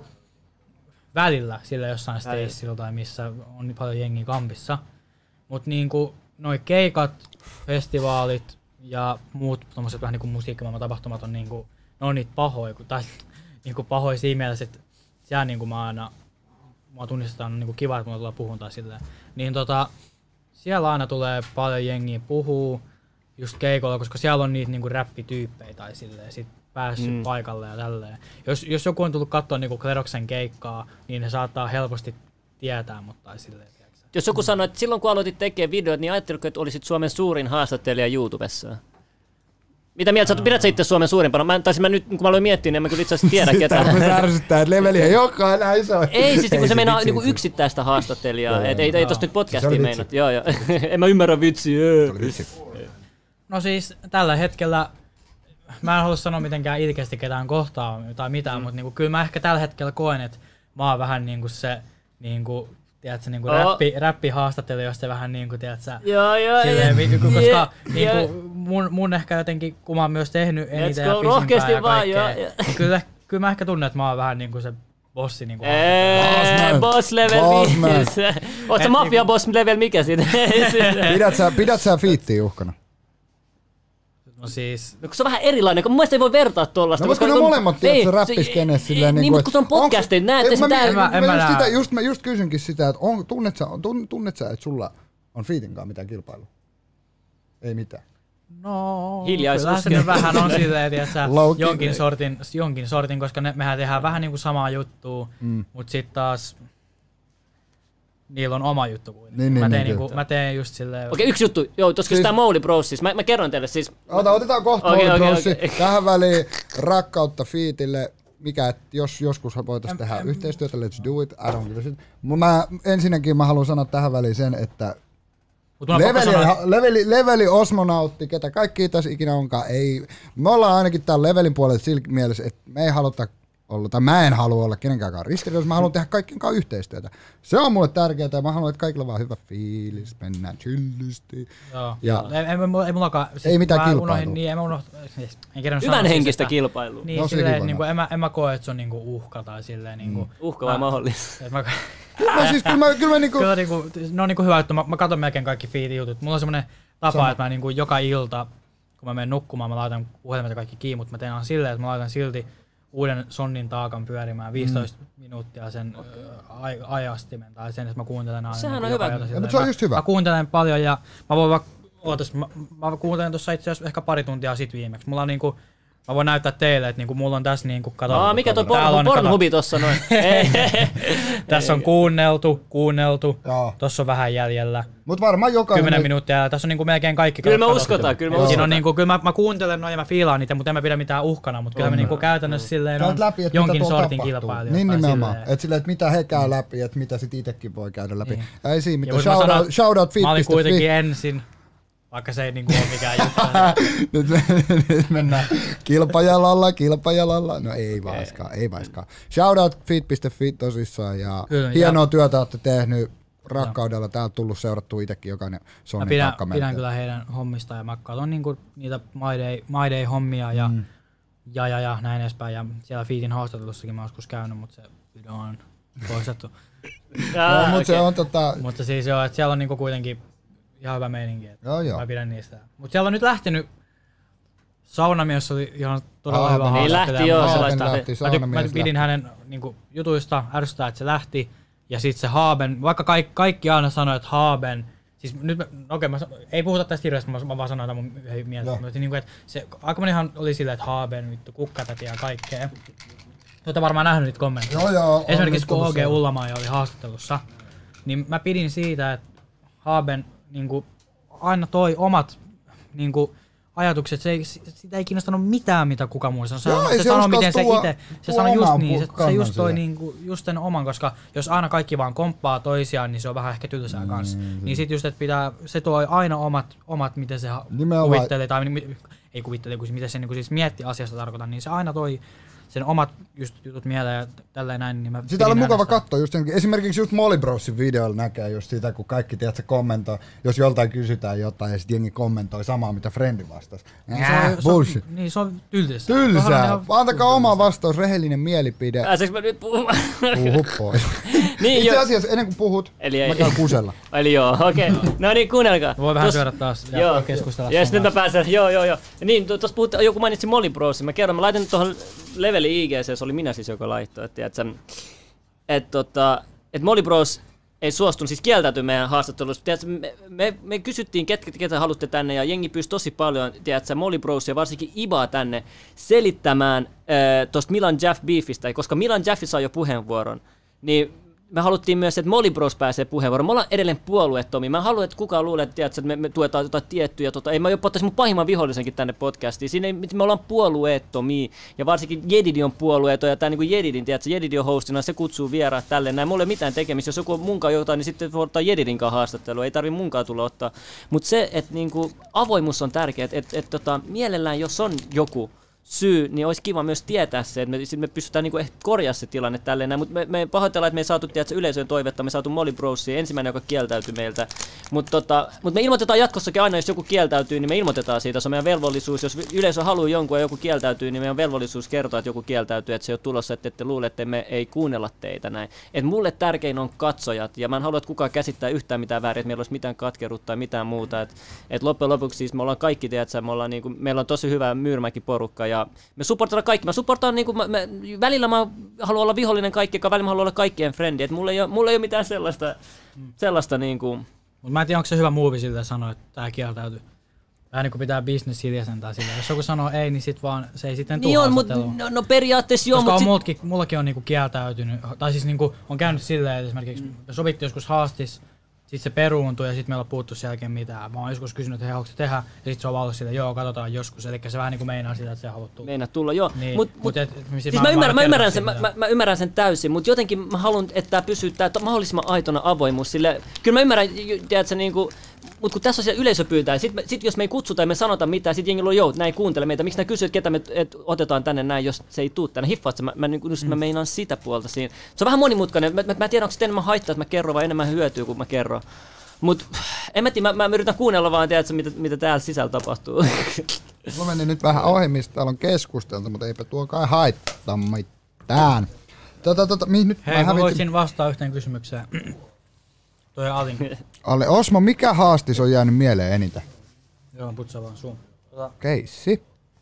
Speaker 4: välillä sillä jossain Stacella tai missä on niin paljon jengiä kampissa. Mut niinku noi keikat, festivaalit ja muut tommoset vähän niinku musiikkimaailman tapahtumat on niinku, ne on niitä pahoja, tai niinku pahoja siinä mielessä, että siellä niinku mä aina, mua tunnistetaan, on niinku kiva, että mulla tulee puhun tai silleen. Niin tota, siellä aina tulee paljon jengiä puhuu just keikolla, koska siellä on niitä niinku räppityyppejä tai silleen, sit päässyt mm. paikalle ja tälleen. Jos, jos joku on tullut katsoa niinku Kleroksen keikkaa, niin ne saattaa helposti tietää, mutta tai silleen.
Speaker 1: Jos joku sanoi, että silloin kun aloitit tekemään videoita, niin ajatteliko, että olisit Suomen suurin haastattelija YouTubessa? Mitä mieltä sä pidät sä itse Suomen suurimpana? Mä, tai mä nyt, kun mä aloin miettiä, niin en mä kyllä itse asiassa tiedä ketään.
Speaker 3: Sitä ärsyttää, että leveliä joka aina iso.
Speaker 1: Ei, siis kun se meinaa niinku yksittäistä haastattelijaa. Et ei, ei tosta nyt podcastia meinat. Joo, joo. En mä ymmärrä vitsiä.
Speaker 4: No siis tällä hetkellä, mä en halua sanoa mitenkään ilkeästi ketään kohtaa tai mitään, mm. mutta niinku, kyllä mä ehkä tällä hetkellä koen, että mä oon vähän niinku se, niinku, tiedätkö, niinku oh. räppi, räppihaastattelija, jos se vähän niinku, tiedätkö,
Speaker 1: joo, joo,
Speaker 4: silleen,
Speaker 1: yeah,
Speaker 4: koska
Speaker 1: yeah,
Speaker 4: niinku,
Speaker 1: yeah.
Speaker 4: Mun, mun ehkä jotenkin, kun mä oon myös tehnyt eniten ja
Speaker 1: pisimpää
Speaker 4: ja kaikkea,
Speaker 1: vaan, joo,
Speaker 4: niin kyllä, kyllä mä ehkä tunnen, että mä oon vähän niinku se bossi niinku.
Speaker 1: Eee, boss level viisi. Oot sä mafia boss level mikä siitä?
Speaker 3: Pidät sä, pidät sä fiittiä uhkana?
Speaker 4: No siis...
Speaker 1: No kun se on vähän erilainen, kun mun mielestä ei voi vertaa tollasta.
Speaker 3: No koska ne on molemmat, tiedätkö, räppiskene silleen
Speaker 1: niin,
Speaker 3: niinku...
Speaker 1: Niin, kun se on podcasteja, näette sitä...
Speaker 3: Mä, mä, mä, just, sitä, just, mä just kysynkin sitä, että on, tunnet, sä, tunnet sä, että sulla on fiitinkaan mitään kilpailua? Ei mitään.
Speaker 4: No,
Speaker 1: hiljaisuus.
Speaker 4: Kyllä se vähän on silleen, että jonkin sortin, jonkin sortin, koska ne, mehän tehdään vähän niinku samaa juttua, mm. mut sit taas... niillä on oma juttu kuitenkin.
Speaker 3: Niin, niin,
Speaker 4: mä, teen
Speaker 3: niin,
Speaker 4: niinku, mä teen just silleen...
Speaker 1: Okei, yksi juttu. Joo, toska siis... tää Molly Bros, siis mä, mä kerron teille siis...
Speaker 3: Ota, otetaan kohta
Speaker 1: Okei,
Speaker 3: Molly
Speaker 1: okei,
Speaker 3: Brosi.
Speaker 1: okei.
Speaker 3: Tähän väliin rakkautta Feetille. Mikä, että jos joskus voitaisiin tehdä em, yhteistyötä, let's do it, I don't give a shit. Mä, ensinnäkin mä haluan sanoa tähän väliin sen, että leveli, sanoa... leveli, leveli osmonautti, ketä kaikki tässä ikinä onkaan, ei, me ollaan ainakin täällä levelin puolella sillä mielessä, että me ei haluta olla, tai mä en halua olla kenenkään ristiriidassa, mä haluan tehdä kaikkien kanssa yhteistyötä. Se on mulle tärkeää ja mä haluan, että kaikilla on vaan hyvä fiilis, mennään chillisti.
Speaker 4: Joo,
Speaker 3: ja
Speaker 4: ei, ei, ei mullakaan, siis
Speaker 3: ei mitään kilpailua.
Speaker 4: Unohin, niin, en mä unohtu, en
Speaker 1: hyvän henkistä
Speaker 4: siis,
Speaker 1: kilpailua.
Speaker 4: Niin,
Speaker 3: no,
Speaker 4: silleen, niin kuin, en, mä, en mä koe, että se on niinku uhka tai silleen niinku...
Speaker 1: Mm. Uhka vai mahdollista?
Speaker 3: Mä, mä siis, kyllä mä, kyllä mä niinku...
Speaker 4: Kyllä niinku, ne on niinku hyvä juttu, mä, mä katon melkein kaikki feedin jutut. Mulla on semmonen tapa, Sama. että mä niinku joka ilta, kun mä menen nukkumaan, mä laitan puhelimet ja kaikki kiinni, mutta mä teen aina silleen, että mä laitan silti uuden sonnin taakan pyörimään viisitoista mm. minuuttia sen okay. ajastimen tai sen, että mä kuuntelen aina.
Speaker 1: Sehän
Speaker 4: niin
Speaker 1: on hyvä.
Speaker 3: Ja, mutta se on just hyvä.
Speaker 4: Mä kuuntelen paljon ja mä voin vaikka, ootas, mä, mä kuuntelen tossa itse asiassa ehkä pari tuntia sit viimeksi. Mulla on niinku, mä voin näyttää teille, että niinku mulla on tässä niinku, kato.
Speaker 1: Aa, mikä toi Pornhubi tossa noin?
Speaker 4: Tässä on kuunneltu, kuunneltu,
Speaker 3: Joo.
Speaker 4: tossa on vähän jäljellä.
Speaker 3: Mut varmaan jokainen...
Speaker 4: kymmenen minuuttia ja tässä on niinku melkein kaikki.
Speaker 1: Kyllä me uskotaan, kyllä me uskotaan.
Speaker 4: Siinä on niinku, kyllä mä, mä kuuntelen noin ja mä fiilaan niitä, mutta en mä pidä mitään uhkana, mutta kyllä me niinku käytännössä silleen on
Speaker 3: läpi,
Speaker 4: jonkin sortin kilpailijoita.
Speaker 3: Niin nimenomaan, että silleen, että mitä he käy läpi, että mitä sit itekin voi käydä läpi.
Speaker 4: Niin.
Speaker 3: Ja ei siinä mitään,
Speaker 4: shoutout
Speaker 3: shoutout feed piste fi.
Speaker 4: Mä olin kuitenkin ensin, vaikka se ei niinku ole mikään juttu.
Speaker 3: nyt, me, nyt mennään kilpajalalla, kilpajalalla. No ei vaiskaan, ei vaiskaan. Shoutout feed piste fi tosissaan ja kyllä, hienoa ja... työtä olette tehnyt. Rakkaudella täällä on tullut seurattua itsekin jokainen Sonnin
Speaker 4: pidän,
Speaker 3: takka.
Speaker 4: Pidän kyllä heidän hommista ja mä katson niinku niitä My Day, My Day hommia ja, mm. ja, ja, ja näin edespäin. Ja siellä Feedin haastattelussakin mä oon joskus käynyt, mutta se video on poistettu.
Speaker 3: no, mutta okay. se on tota...
Speaker 4: Mutta siis joo, että siellä on niinku kuitenkin ihan hyvä meininki.
Speaker 3: Joo, joo.
Speaker 4: Mä pidän niistä. Mutta siellä on nyt lähtenyt Saunamies oli ihan todella
Speaker 3: Aamen.
Speaker 4: hyvä
Speaker 1: niin lähti joo,
Speaker 3: Aamen
Speaker 1: sellaista.
Speaker 3: lähti,
Speaker 4: mä, mä pidin hänen niinku, jutuista, ärsyttää, että se lähti. Ja sitten se Haaben, vaikka kaikki, kaikki aina sanoi, että Haaben, siis nyt, okei, okay, ei puhuta tästä hirveästi, mä, mä vaan sanoin tämän mun mieltä, mutta niin kuin, että se, aika monihan oli silleen, että Haaben, vittu, kukkatäti ja kaikkea. Olette varmaan nähnyt niitä kommentteja.
Speaker 3: Joo, joo.
Speaker 4: Esimerkiksi kun O G Ullamaa oli haastattelussa, niin mä pidin siitä, että Haaben niin kuin, aina toi omat niin kuin, ajatukset, se ei, sitä ei kiinnostanut mitään, mitä kuka muu sanoi. Se,
Speaker 3: Joo,
Speaker 4: se, se sanoi, miten se itse, se sanoi just niin, se, se just toi niinku, just sen oman, koska jos aina kaikki vaan komppaa toisiaan, niin se on vähän ehkä tylsää mm, kanssa. Mm. Niin sit just, että pitää, se tuo aina omat, omat miten se nimenomaan kuvitteli, tai ei kuvitteli, kun miten se niin siis mietti asiasta tarkoitan, niin se aina toi sen omat just jutut mieleen ja tälleen näin, niin mä
Speaker 3: sitä on mukava katsoa just sen, esimererkiksi just Molly Brosin videolla näkee just sitä, kun kaikki tiedät, se kommentoi, jos joltain kysytään jotain ja sit jengi kommentoi samaa, mitä frendi vastasi. Äh, bullshit.
Speaker 4: Se on, niin se on tylsää.
Speaker 3: Tylsää. Antakaa oma vastaus, rehellinen mielipide.
Speaker 1: Pääseekö mä nyt puhumaan?
Speaker 3: Puhu pois. niin, Itse asiassa ennen kuin puhut,
Speaker 1: eli
Speaker 3: mä käyn kusella.
Speaker 1: Eli joo, okei. Okay. No niin, kuunnelkaa.
Speaker 4: Voi vähän syödä taas ja
Speaker 1: joo.
Speaker 4: keskustella.
Speaker 1: Ja sitten mä pääsen, joo joo joo. Niin, tuossa puhuttiin, joku mainitsi Molly Brosin. Mä kerron, mä laitan nyt tuohon Leveli I G C, se oli minä siis, joka laittoi, että et, et, tota, et Molly Bros ei suostunut, siis kieltäytyi meidän haastattelussa. Tiedätkö, me, me, me kysyttiin, ketkä, ketä haluatte tänne, ja jengi pyysi tosi paljon, tiedätkö, Molly Bros ja varsinkin Ibaa tänne selittämään äh, tuosta Milan Jaff beefistä, koska Milan Jaffi sai jo puheenvuoron, niin me haluttiin myös, että Molly Bros pääsee puheenvuoroon. Me ollaan edelleen puolueettomia. Mä haluan, että kukaan luulee, että, tiedätkö, että me, me tuetaan jotain tiettyjä. Tota, ei mä jopa ottaisin mun pahimman vihollisenkin tänne podcastiin. Siinä ei, me ollaan puolueettomia. Ja varsinkin Jedidi on puolueeton. Ja tää niin kuin Jedidin, tiedätkö, Jedidi on hostina, se kutsuu vieraat tälleen näin. Mulla ei ole mitään tekemistä. Jos joku on munkaan jotain, niin sitten voi ottaa Jedidin kanssa haastattelua. Ei tarvi munkaan tulla ottaa. Mutta se, että niin kuin avoimuus on tärkeää. Että et, et, tota, mielellään, jos on joku syy, niin olisi kiva myös tietää se, että me, me pystytään niinku ehkä korjaa se tilanne tälleen, mutta me, me pahoitellaan, että me ei saatu tiedätkö, yleisön toivetta, me saatu Molly Brosia, ensimmäinen, joka kieltäytyi meiltä, mutta tota, mut me ilmoitetaan jatkossakin aina, jos joku kieltäytyy, niin me ilmoitetaan siitä, se on meidän velvollisuus, jos yleisö haluaa jonkun ja joku kieltäytyy, niin meidän on velvollisuus kertoa, että joku kieltäytyy, että se ei ole tulossa, että ette luule, että me ei kuunnella teitä näin. Et mulle tärkein on katsojat, ja mä en halua, että kukaan käsittää yhtään mitään väärin, että meillä olisi mitään katkeruutta tai mitään muuta, että et loppujen lopuksi siis me ollaan kaikki, tiedätkö, me ollaan, niinku, meillä on tosi hyvä Myyrmäki-porukka, ja me supportetaan kaikki. Mä supportaan niinku, mä, mä, välillä mä haluan olla vihollinen kaikkien, välillä mä haluan olla kaikkien frendi. Et mulla ei ole, mulla ei ole mitään sellaista, mm. sellaista niinku...
Speaker 4: Mut mä en tiedä, onko se hyvä muuvi siltä sanoa, että tää kieltäytyy. Vähän niin kuin pitää business hiljaisen tai silleen. Jos joku sanoo ei, niin sit vaan se ei sitten
Speaker 1: niin
Speaker 4: tule
Speaker 1: on, mut, no, no periaatteessa joo,
Speaker 4: koska
Speaker 1: mutta...
Speaker 4: Sit... Mullakin, mullakin on niinku kieltäytynyt, tai siis niinku on käynyt silleen, että esimerkiksi mm. me sovittiin joskus haastis, sit se peruuntui ja sit meillä on puhuttu sen jälkeen mitään. Mä oon joskus kysynyt, että hei, haluatko se tehdä? Ja sit se on vaan ollut silleen, joo, katsotaan joskus. Eli se vähän niinku meinaa sitä, että se haluat tulla.
Speaker 1: Meinaa tulla, joo.
Speaker 4: Niin,
Speaker 1: mut,
Speaker 4: mut,
Speaker 1: mut,
Speaker 4: et,
Speaker 1: siis mä, mä, ymmärrän, mä, ymmärrän sen, mä, mä ymmärrän sen täysin, mutta jotenkin mä haluan, että tää pysyy tää mahdollisimman aitona avoimuus. Sille, kyllä mä ymmärrän, tiedätkö, niinku, mutta kun tässä on siellä yleisö pyytää, sit, sit jos me ei kutsuta ja me sanota mitään, sit jengi on joo, näin kuuntele meitä. Miksi nää kysyy, että ketä me et, otetaan tänne näin, jos se ei tuu tänne? Hiffaat mä, mä, just, mm. mä meinaan sitä puolta siinä. Se on vähän monimutkainen. Mä, mä, mä tiedän, onko se enemmän haittaa, että mä kerron vai enemmän hyötyä, kun mä kerron. Mut en mä tiedä, mä, mä yritän kuunnella vaan, tiedätkö, mitä, mitä täällä sisällä tapahtuu.
Speaker 3: Mulla meni nyt vähän ohi, mistä täällä on keskusteltu, mutta eipä tuo kai haittaa mitään. Tota, tota, mi, nyt
Speaker 4: Hei, mä, mä voisin vastaa yhteen kysymykseen. Toi Alin.
Speaker 3: Alle, Osmo, mikä haastis on jäänyt mieleen eniten?
Speaker 4: Joo, putsaa vaan suun. Tota.
Speaker 3: Keissi.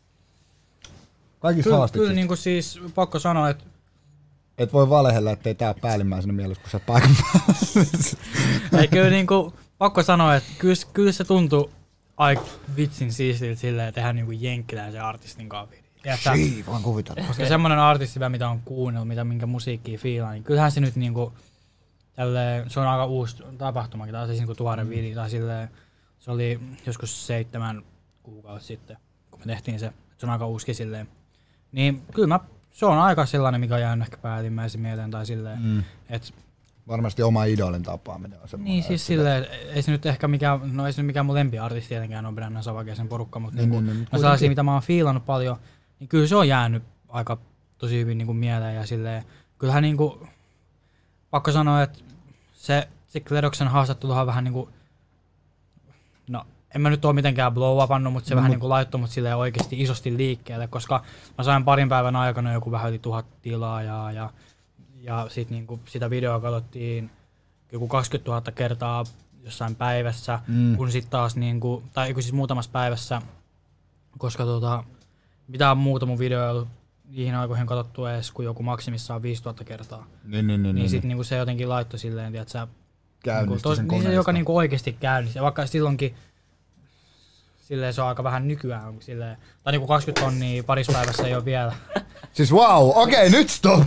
Speaker 3: Kaikissa
Speaker 4: Kyllä,
Speaker 3: haastiksissa.
Speaker 4: kyllä niin kuin siis pakko sanoa, että
Speaker 3: et voi valehella, ettei tää ole päällimmäisenä mielessä, kun sä oot paikan päällä.
Speaker 4: Ei kyllä niinku, pakko sanoa, että kyllä, kyllä se tuntui aika vitsin siistiltä silleen tehdä niinku jenkkiläisen artistin kanssa.
Speaker 3: Sii, voin kuvitella.
Speaker 4: Koska okay. semmonen artisti, mitä on kuunnellut, mitä, minkä musiikkia fiilaa, niin kyllähän se nyt niinku, tälleen, se on aika uusi tapahtumakin, tai siis niinku tuore mm. video, tai silleen, se oli joskus seitsemän kuukautta sitten, kun me tehtiin se, se on aika uusikin silleen. Niin kyllä mä, se on aika sellainen, mikä on jäänyt ehkä päällimmäisen mieleen, tai silleen, mm. että
Speaker 3: varmasti oma idolin tapaaminen on semmoinen.
Speaker 4: Niin siis silleen, ei se nyt ehkä mikään, no ei se nyt mikään mun lempiartisti tietenkään on Brännan Savakeisen porukka, mutta niin, niin, niin, no sellaisia, mitä mä oon fiilannut paljon, niin kyllä se on jäänyt aika tosi hyvin niin kuin mieleen ja silleen, kyllähän niin kuin, pakko sanoa, että se, se Kledoksen haastatteluhan on vähän niin kuin, no en mä nyt oo mitenkään blow upannut, mutta se no, vähän niin kuin laittoi mut silleen oikeasti isosti liikkeelle, koska mä sain parin päivän aikana joku vähän yli tuhat tilaajaa ja Ja sit niinku sitä videoa katsottiin joku kaksikymmentätuhatta kertaa jossain päivässä, mm. kun sit taas niinku, tai siis muutamassa päivässä, koska tota, mitään muuta mun videoa ei ollut niihin aikoihin katsottu edes, kun joku maksimissaan viisituhatta kertaa.
Speaker 3: Niin, niin, niin,
Speaker 4: niin sit
Speaker 3: niin.
Speaker 4: niinku se jotenkin laittoi silleen, tiiätsä,
Speaker 3: käynnisti
Speaker 4: niinku,
Speaker 3: sen
Speaker 4: niin se joka niinku oikeesti käynnisti. Ja vaikka silloinkin silleen se on aika vähän nykyään, silleen, tai niinku kaksikymmentä tonnia parissa päivässä ei oo vielä.
Speaker 3: Siis wow, okei okay, nyt stop.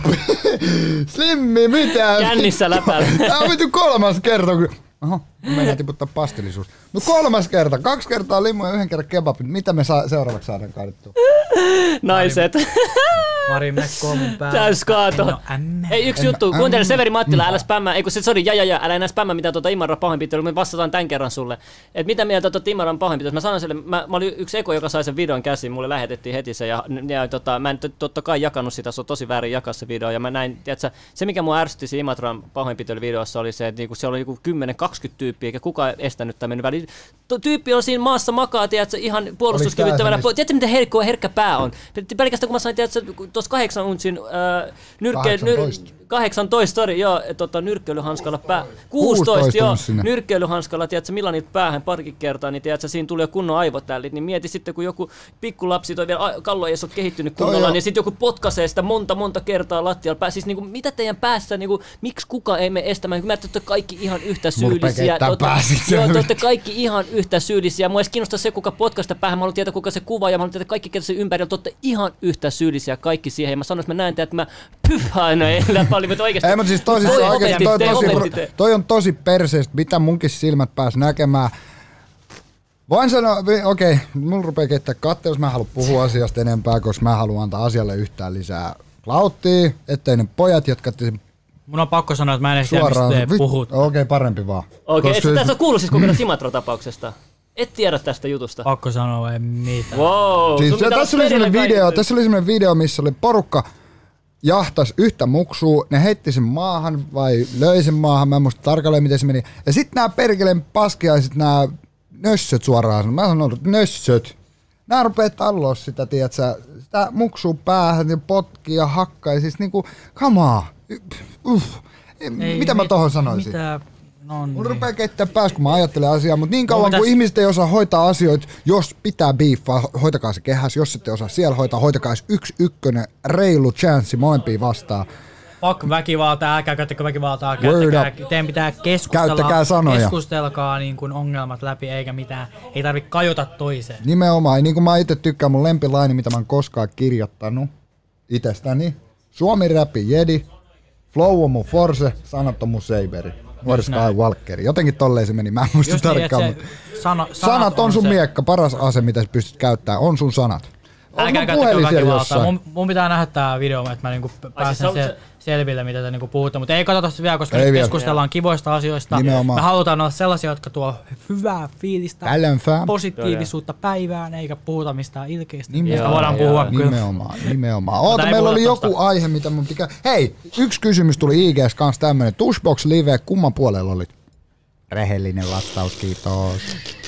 Speaker 3: Slimmi, mitä?
Speaker 1: Kännissä läpällä.
Speaker 3: Tää on vitu kolmas kerta, kun... Oho, meinaa tiputtaa pastillisuus. No kolmas kerta, kaksi kertaa limu ja yhden kerran kebabit. Mitä me saa, seuraavaksi saadaan kaadettua?
Speaker 1: Naiset.
Speaker 4: Mari Mekko mun päällä.
Speaker 1: Täys kaato. Ei yksi juttu, kuuntele Severi Mattila, älä spämmää, ei kun se, sori, ja ja ja, älä enää spämmää mitä tuota Imaran pahoinpitelyä, me vastataan tän kerran sulle. Et mitä mieltä tuota Imaran pahoinpitelyä, mä sanon sille, mä, mä olin yksi eko, joka sai sen videon käsiin, mulle lähetettiin heti se ja, ja tota, mä en totta kai jakanut sitä, se on tosi väärin jakaa se video ja mä näin, tiiätsä, se mikä mua ärsytti siinä Imatran pahoinpitelyvideossa oli se, että niinku siellä oli joku kymmenen kaksikymmentä tyyppiä, eikä kukaan estänyt tai mennyt väliin. Tyyppi on siinä maassa makaa, tiiätsä, ihan puolustuskyvyttävänä, tiedätkö miten herkko, herkkä pää on. Pelkästään kun mä sain, tiedätkö, tuossa kahdeksan untsin äh, nyrkke, kahdeksantoista. Nyr, kahdeksantoista, sori, joo, tota, nyrkkeilyhanskalla pää. kuusitoista, joo, nyrkkeilyhanskalla, tiedätkö, millä niitä päähän parikin kertaa, niin tiedätkö, siinä tulee kunnon aivotällit, niin mieti sitten, kun joku pikkulapsi, toi vielä kallo ei ole kehittynyt kunnolla, niin sitten joku potkaisee sitä monta, monta kertaa lattialla pää. Siis niinku, mitä teidän päässä, niinku, miksi kuka ei mene estämään, mä te olette kaikki ihan yhtä syyllisiä. Joo, te olette kaikki ihan yhtä syyllisiä. Mua edes kiinnostaa se, kuka potkaista päähän, mä haluan tietää, kuka se kuvaa, ja mä haluan tietää kaikki, ketä se ympärillä, te olette ihan yhtä syyllisiä kaikki siihen. Ja mä sanoin, että mä näen teitä, että mä pyhän enää paljon, mutta oikeesti.
Speaker 3: Ei, mutta siis tosi, toi, oikeasti, toi, tosi, toi on tosi perseestä, mitä munkin silmät pääs näkemään. Voin sanoa, okei, okay, mulla rupeaa keittää katte, jos mä haluan puhua asiasta enempää, koska mä haluan antaa asialle yhtään lisää klauttia, ettei ne pojat, jotka...
Speaker 4: Mun on pakko sanoa, että mä en edes tiedä, mistä te puhut.
Speaker 3: Okei, okay, parempi vaan.
Speaker 1: Okei, okay, tässä on kuullut siis kokonaan Simatra-tapauksesta. Et tiedä tästä jutusta.
Speaker 4: Pakko sanoa, ei mitään.
Speaker 1: Wow,
Speaker 3: siis, tässä, oli semmoinen video, tässä oli semmoinen video, missä oli porukka jahtas yhtä muksua, ne heitti sen maahan vai löi sen maahan, mä en muista tarkalleen miten se meni. Ja sit nää perkeleen paskiaiset, nää nössöt suoraan, mä sanon, että nössöt. Nää rupee talloa sitä, tiiätsä, sitä muksua päähän ja potkii ja hakkaa ja siis niinku, come on. Uff. Ei, mitä mä tohon sanoisin?
Speaker 4: Mitä? No niin.
Speaker 3: Mun rupeaa keittää pääs, kun mä ajattelen asiaa, mutta niin kauan no, kun ihmiset ei osaa hoitaa asioita, jos pitää biiffaa, hoitakaa se kehäs, jos ette osaa siellä hoitaa, hoitakaa yksi ykkönen reilu chanssi molempia vastaan.
Speaker 4: fuck väkivaltaa, älkää käyttäkö väkivaltaa,
Speaker 3: Word
Speaker 4: käyttäkää, teidän pitää keskustella,
Speaker 3: Käyttäkää sanoja.
Speaker 4: keskustelkaa niin kuin ongelmat läpi, eikä mitään, ei tarvitse kajota toiseen.
Speaker 3: Nimenomaan, niin kuin mä itse tykkään mun lempilaini, mitä mä oon koskaan kirjoittanut itsestäni. Suomi räppi Jedi, flow on mun force, sanat on mun saberi. Nuori Skywalkeri. Jotenkin tolleen se meni, mä en muista
Speaker 4: Just niin,
Speaker 3: tarkkaan.
Speaker 4: että
Speaker 3: Mutta...
Speaker 4: se sano, sanat,
Speaker 3: Sanat on sun
Speaker 4: se...
Speaker 3: miekka, paras ase mitä sä pystyt käyttämään, on sun sanat.
Speaker 4: Älkää käyttäkö väkivaltaa. Mun, mun pitää nähdä tää video, että mä niinku pääsen se, selville, mitä te niinku puhutte. Mutta ei katsota sitä vielä, koska ei nyt vielä. Keskustellaan kivoista asioista. Nimenomaan. Me halutaan olla sellaisia, jotka tuo hyvää fiilistä, positiivisuutta päivään, eikä puhuta mistään ilkeistä. Nimenomaan. Voidaan puhua kyllä.
Speaker 3: Nimenomaan, nimenomaan. Oota, meillä oli joku tosta. Aihe, mitä mun pitää... Hei, yksi kysymys tuli I G:ssä kanssa tämmönen. Tushbox Live, kumman puolella olit? Rehellinen vastaus, kiitos.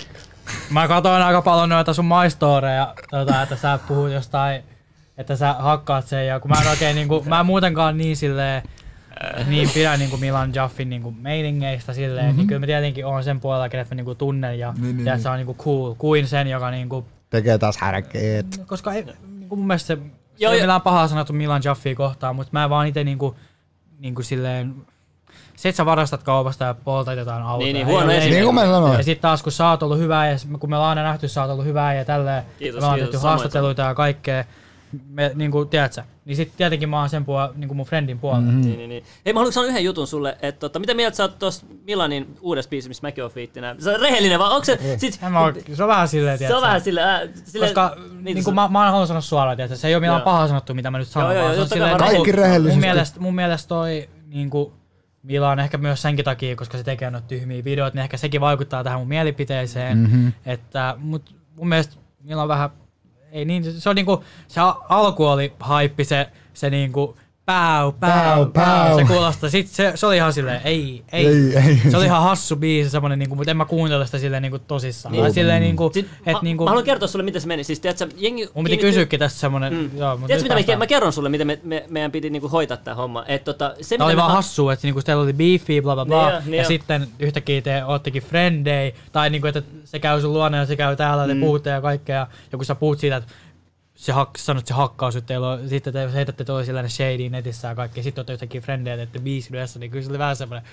Speaker 4: Mä katsoin aika paljon noita sun maistoreja, tota, että sä puhut jostain, että sä hakkaat sen ja kun mä en oikein niinku, mä en muutenkaan niin silleen, niin pidän niinku Milan Jaffin niinku meiningeistä silleen, mm-hmm. niin kyllä mä tietenkin oon sen puolella, kenet mä niinku tunnen ja niin, niin, niin. Se on niinku cool, kuin sen, joka niinku...
Speaker 3: Tekee taas härkeet.
Speaker 4: Koska ei, niinku mun mielestä se, se ei ole millään pahaa sanottu Milan Jaffia kohtaan, mutta mä vaan ite niinku, niinku silleen... Se, että sä varastat kaupasta ja poltat jotain autoa.
Speaker 1: Niin, niin huono esimerkki.
Speaker 3: Niin kuin mä sanoin.
Speaker 4: Ja sit taas kun sä oot ollut hyvää ja kun me ollaan aina nähty, sä oot ollut hyvää ja tälleen. Kiitos, me ollaan tehty haastatteluita ja kaikkea. Me, niinku, tiedätkö? Niin sit tietenkin mä oon sen puolella, niinku mun friendin puolella.
Speaker 1: Mm-hmm. Niin, niin, niin. Hei, mä haluan sanoa yhden jutun sulle, että tota, mitä mieltä sä oot tossa Milanin uudessa biisissä, missä mäkin oon fiittinä? Se on rehellinen vaan, onko se... Sit,
Speaker 4: mä, se on vähän silleen, tiedätkö?
Speaker 1: Se on vähän silleen... Äh, silleen
Speaker 4: koska niin, niinku, mä, mä oon halunnut sanoa suoraan, tiedätkö? Se ei oo millään pahaa sanottu, mitä mä nyt sanon.
Speaker 1: Joo,
Speaker 4: vaan
Speaker 1: joo,
Speaker 4: se on silleen,
Speaker 3: kaikki rehellisesti.
Speaker 4: Mun mielestä, mun mielestä toi... Niinku, Milan ehkä myös senkin takia, koska se tekee noita tyhmiä videoita, niin ehkä sekin vaikuttaa tähän mun mielipiteeseen. Mm-hmm. Että, mut mun mielestä Milan vähän, ei niin, se on niinku, se alku oli haippi, se, se niinku päu, päu, päu, se kuulostaa. Sitten se, se oli ihan silleen, ei, ei, ei, ei. Se oli ihan hassu biisi, semmonen niinku, mutta en mä kuuntele sitä silleen niinku tosissaan. Niin. Silleen niinku,
Speaker 1: sit,
Speaker 4: et
Speaker 1: mä,
Speaker 4: niinku,
Speaker 1: mä haluan kertoa sulle, miten se meni. Siis, tiedätkö, jengi
Speaker 4: mun piti kysyäkin tästä semmonen, mm. joo.
Speaker 1: Tiedätkö, mitä mä, mä kerron sulle, miten me, me, meidän piti niinku hoitaa tää homma. Et, tota, se,
Speaker 4: tää oli vaan
Speaker 1: ha-
Speaker 4: hassua, että niinku teillä oli beefiä, bla bla bla,
Speaker 1: niin jo, niin
Speaker 4: ja
Speaker 1: jo.
Speaker 4: sitten yhtäkkiä te oottekin friendei, tai niinku, että se käy sun luona ja se käy täällä, te mm. puhutte ja kaikkea, ja kun sä puhut siitä, että se hak, sanot se hakkaus, että teillä on, sitten te heitätte toisillenne shady netissä ja kaikkea, sitten olette yhtäkkiä frendejä, teette biisin yhdessä, niin kyllä se oli vähän semmoinen,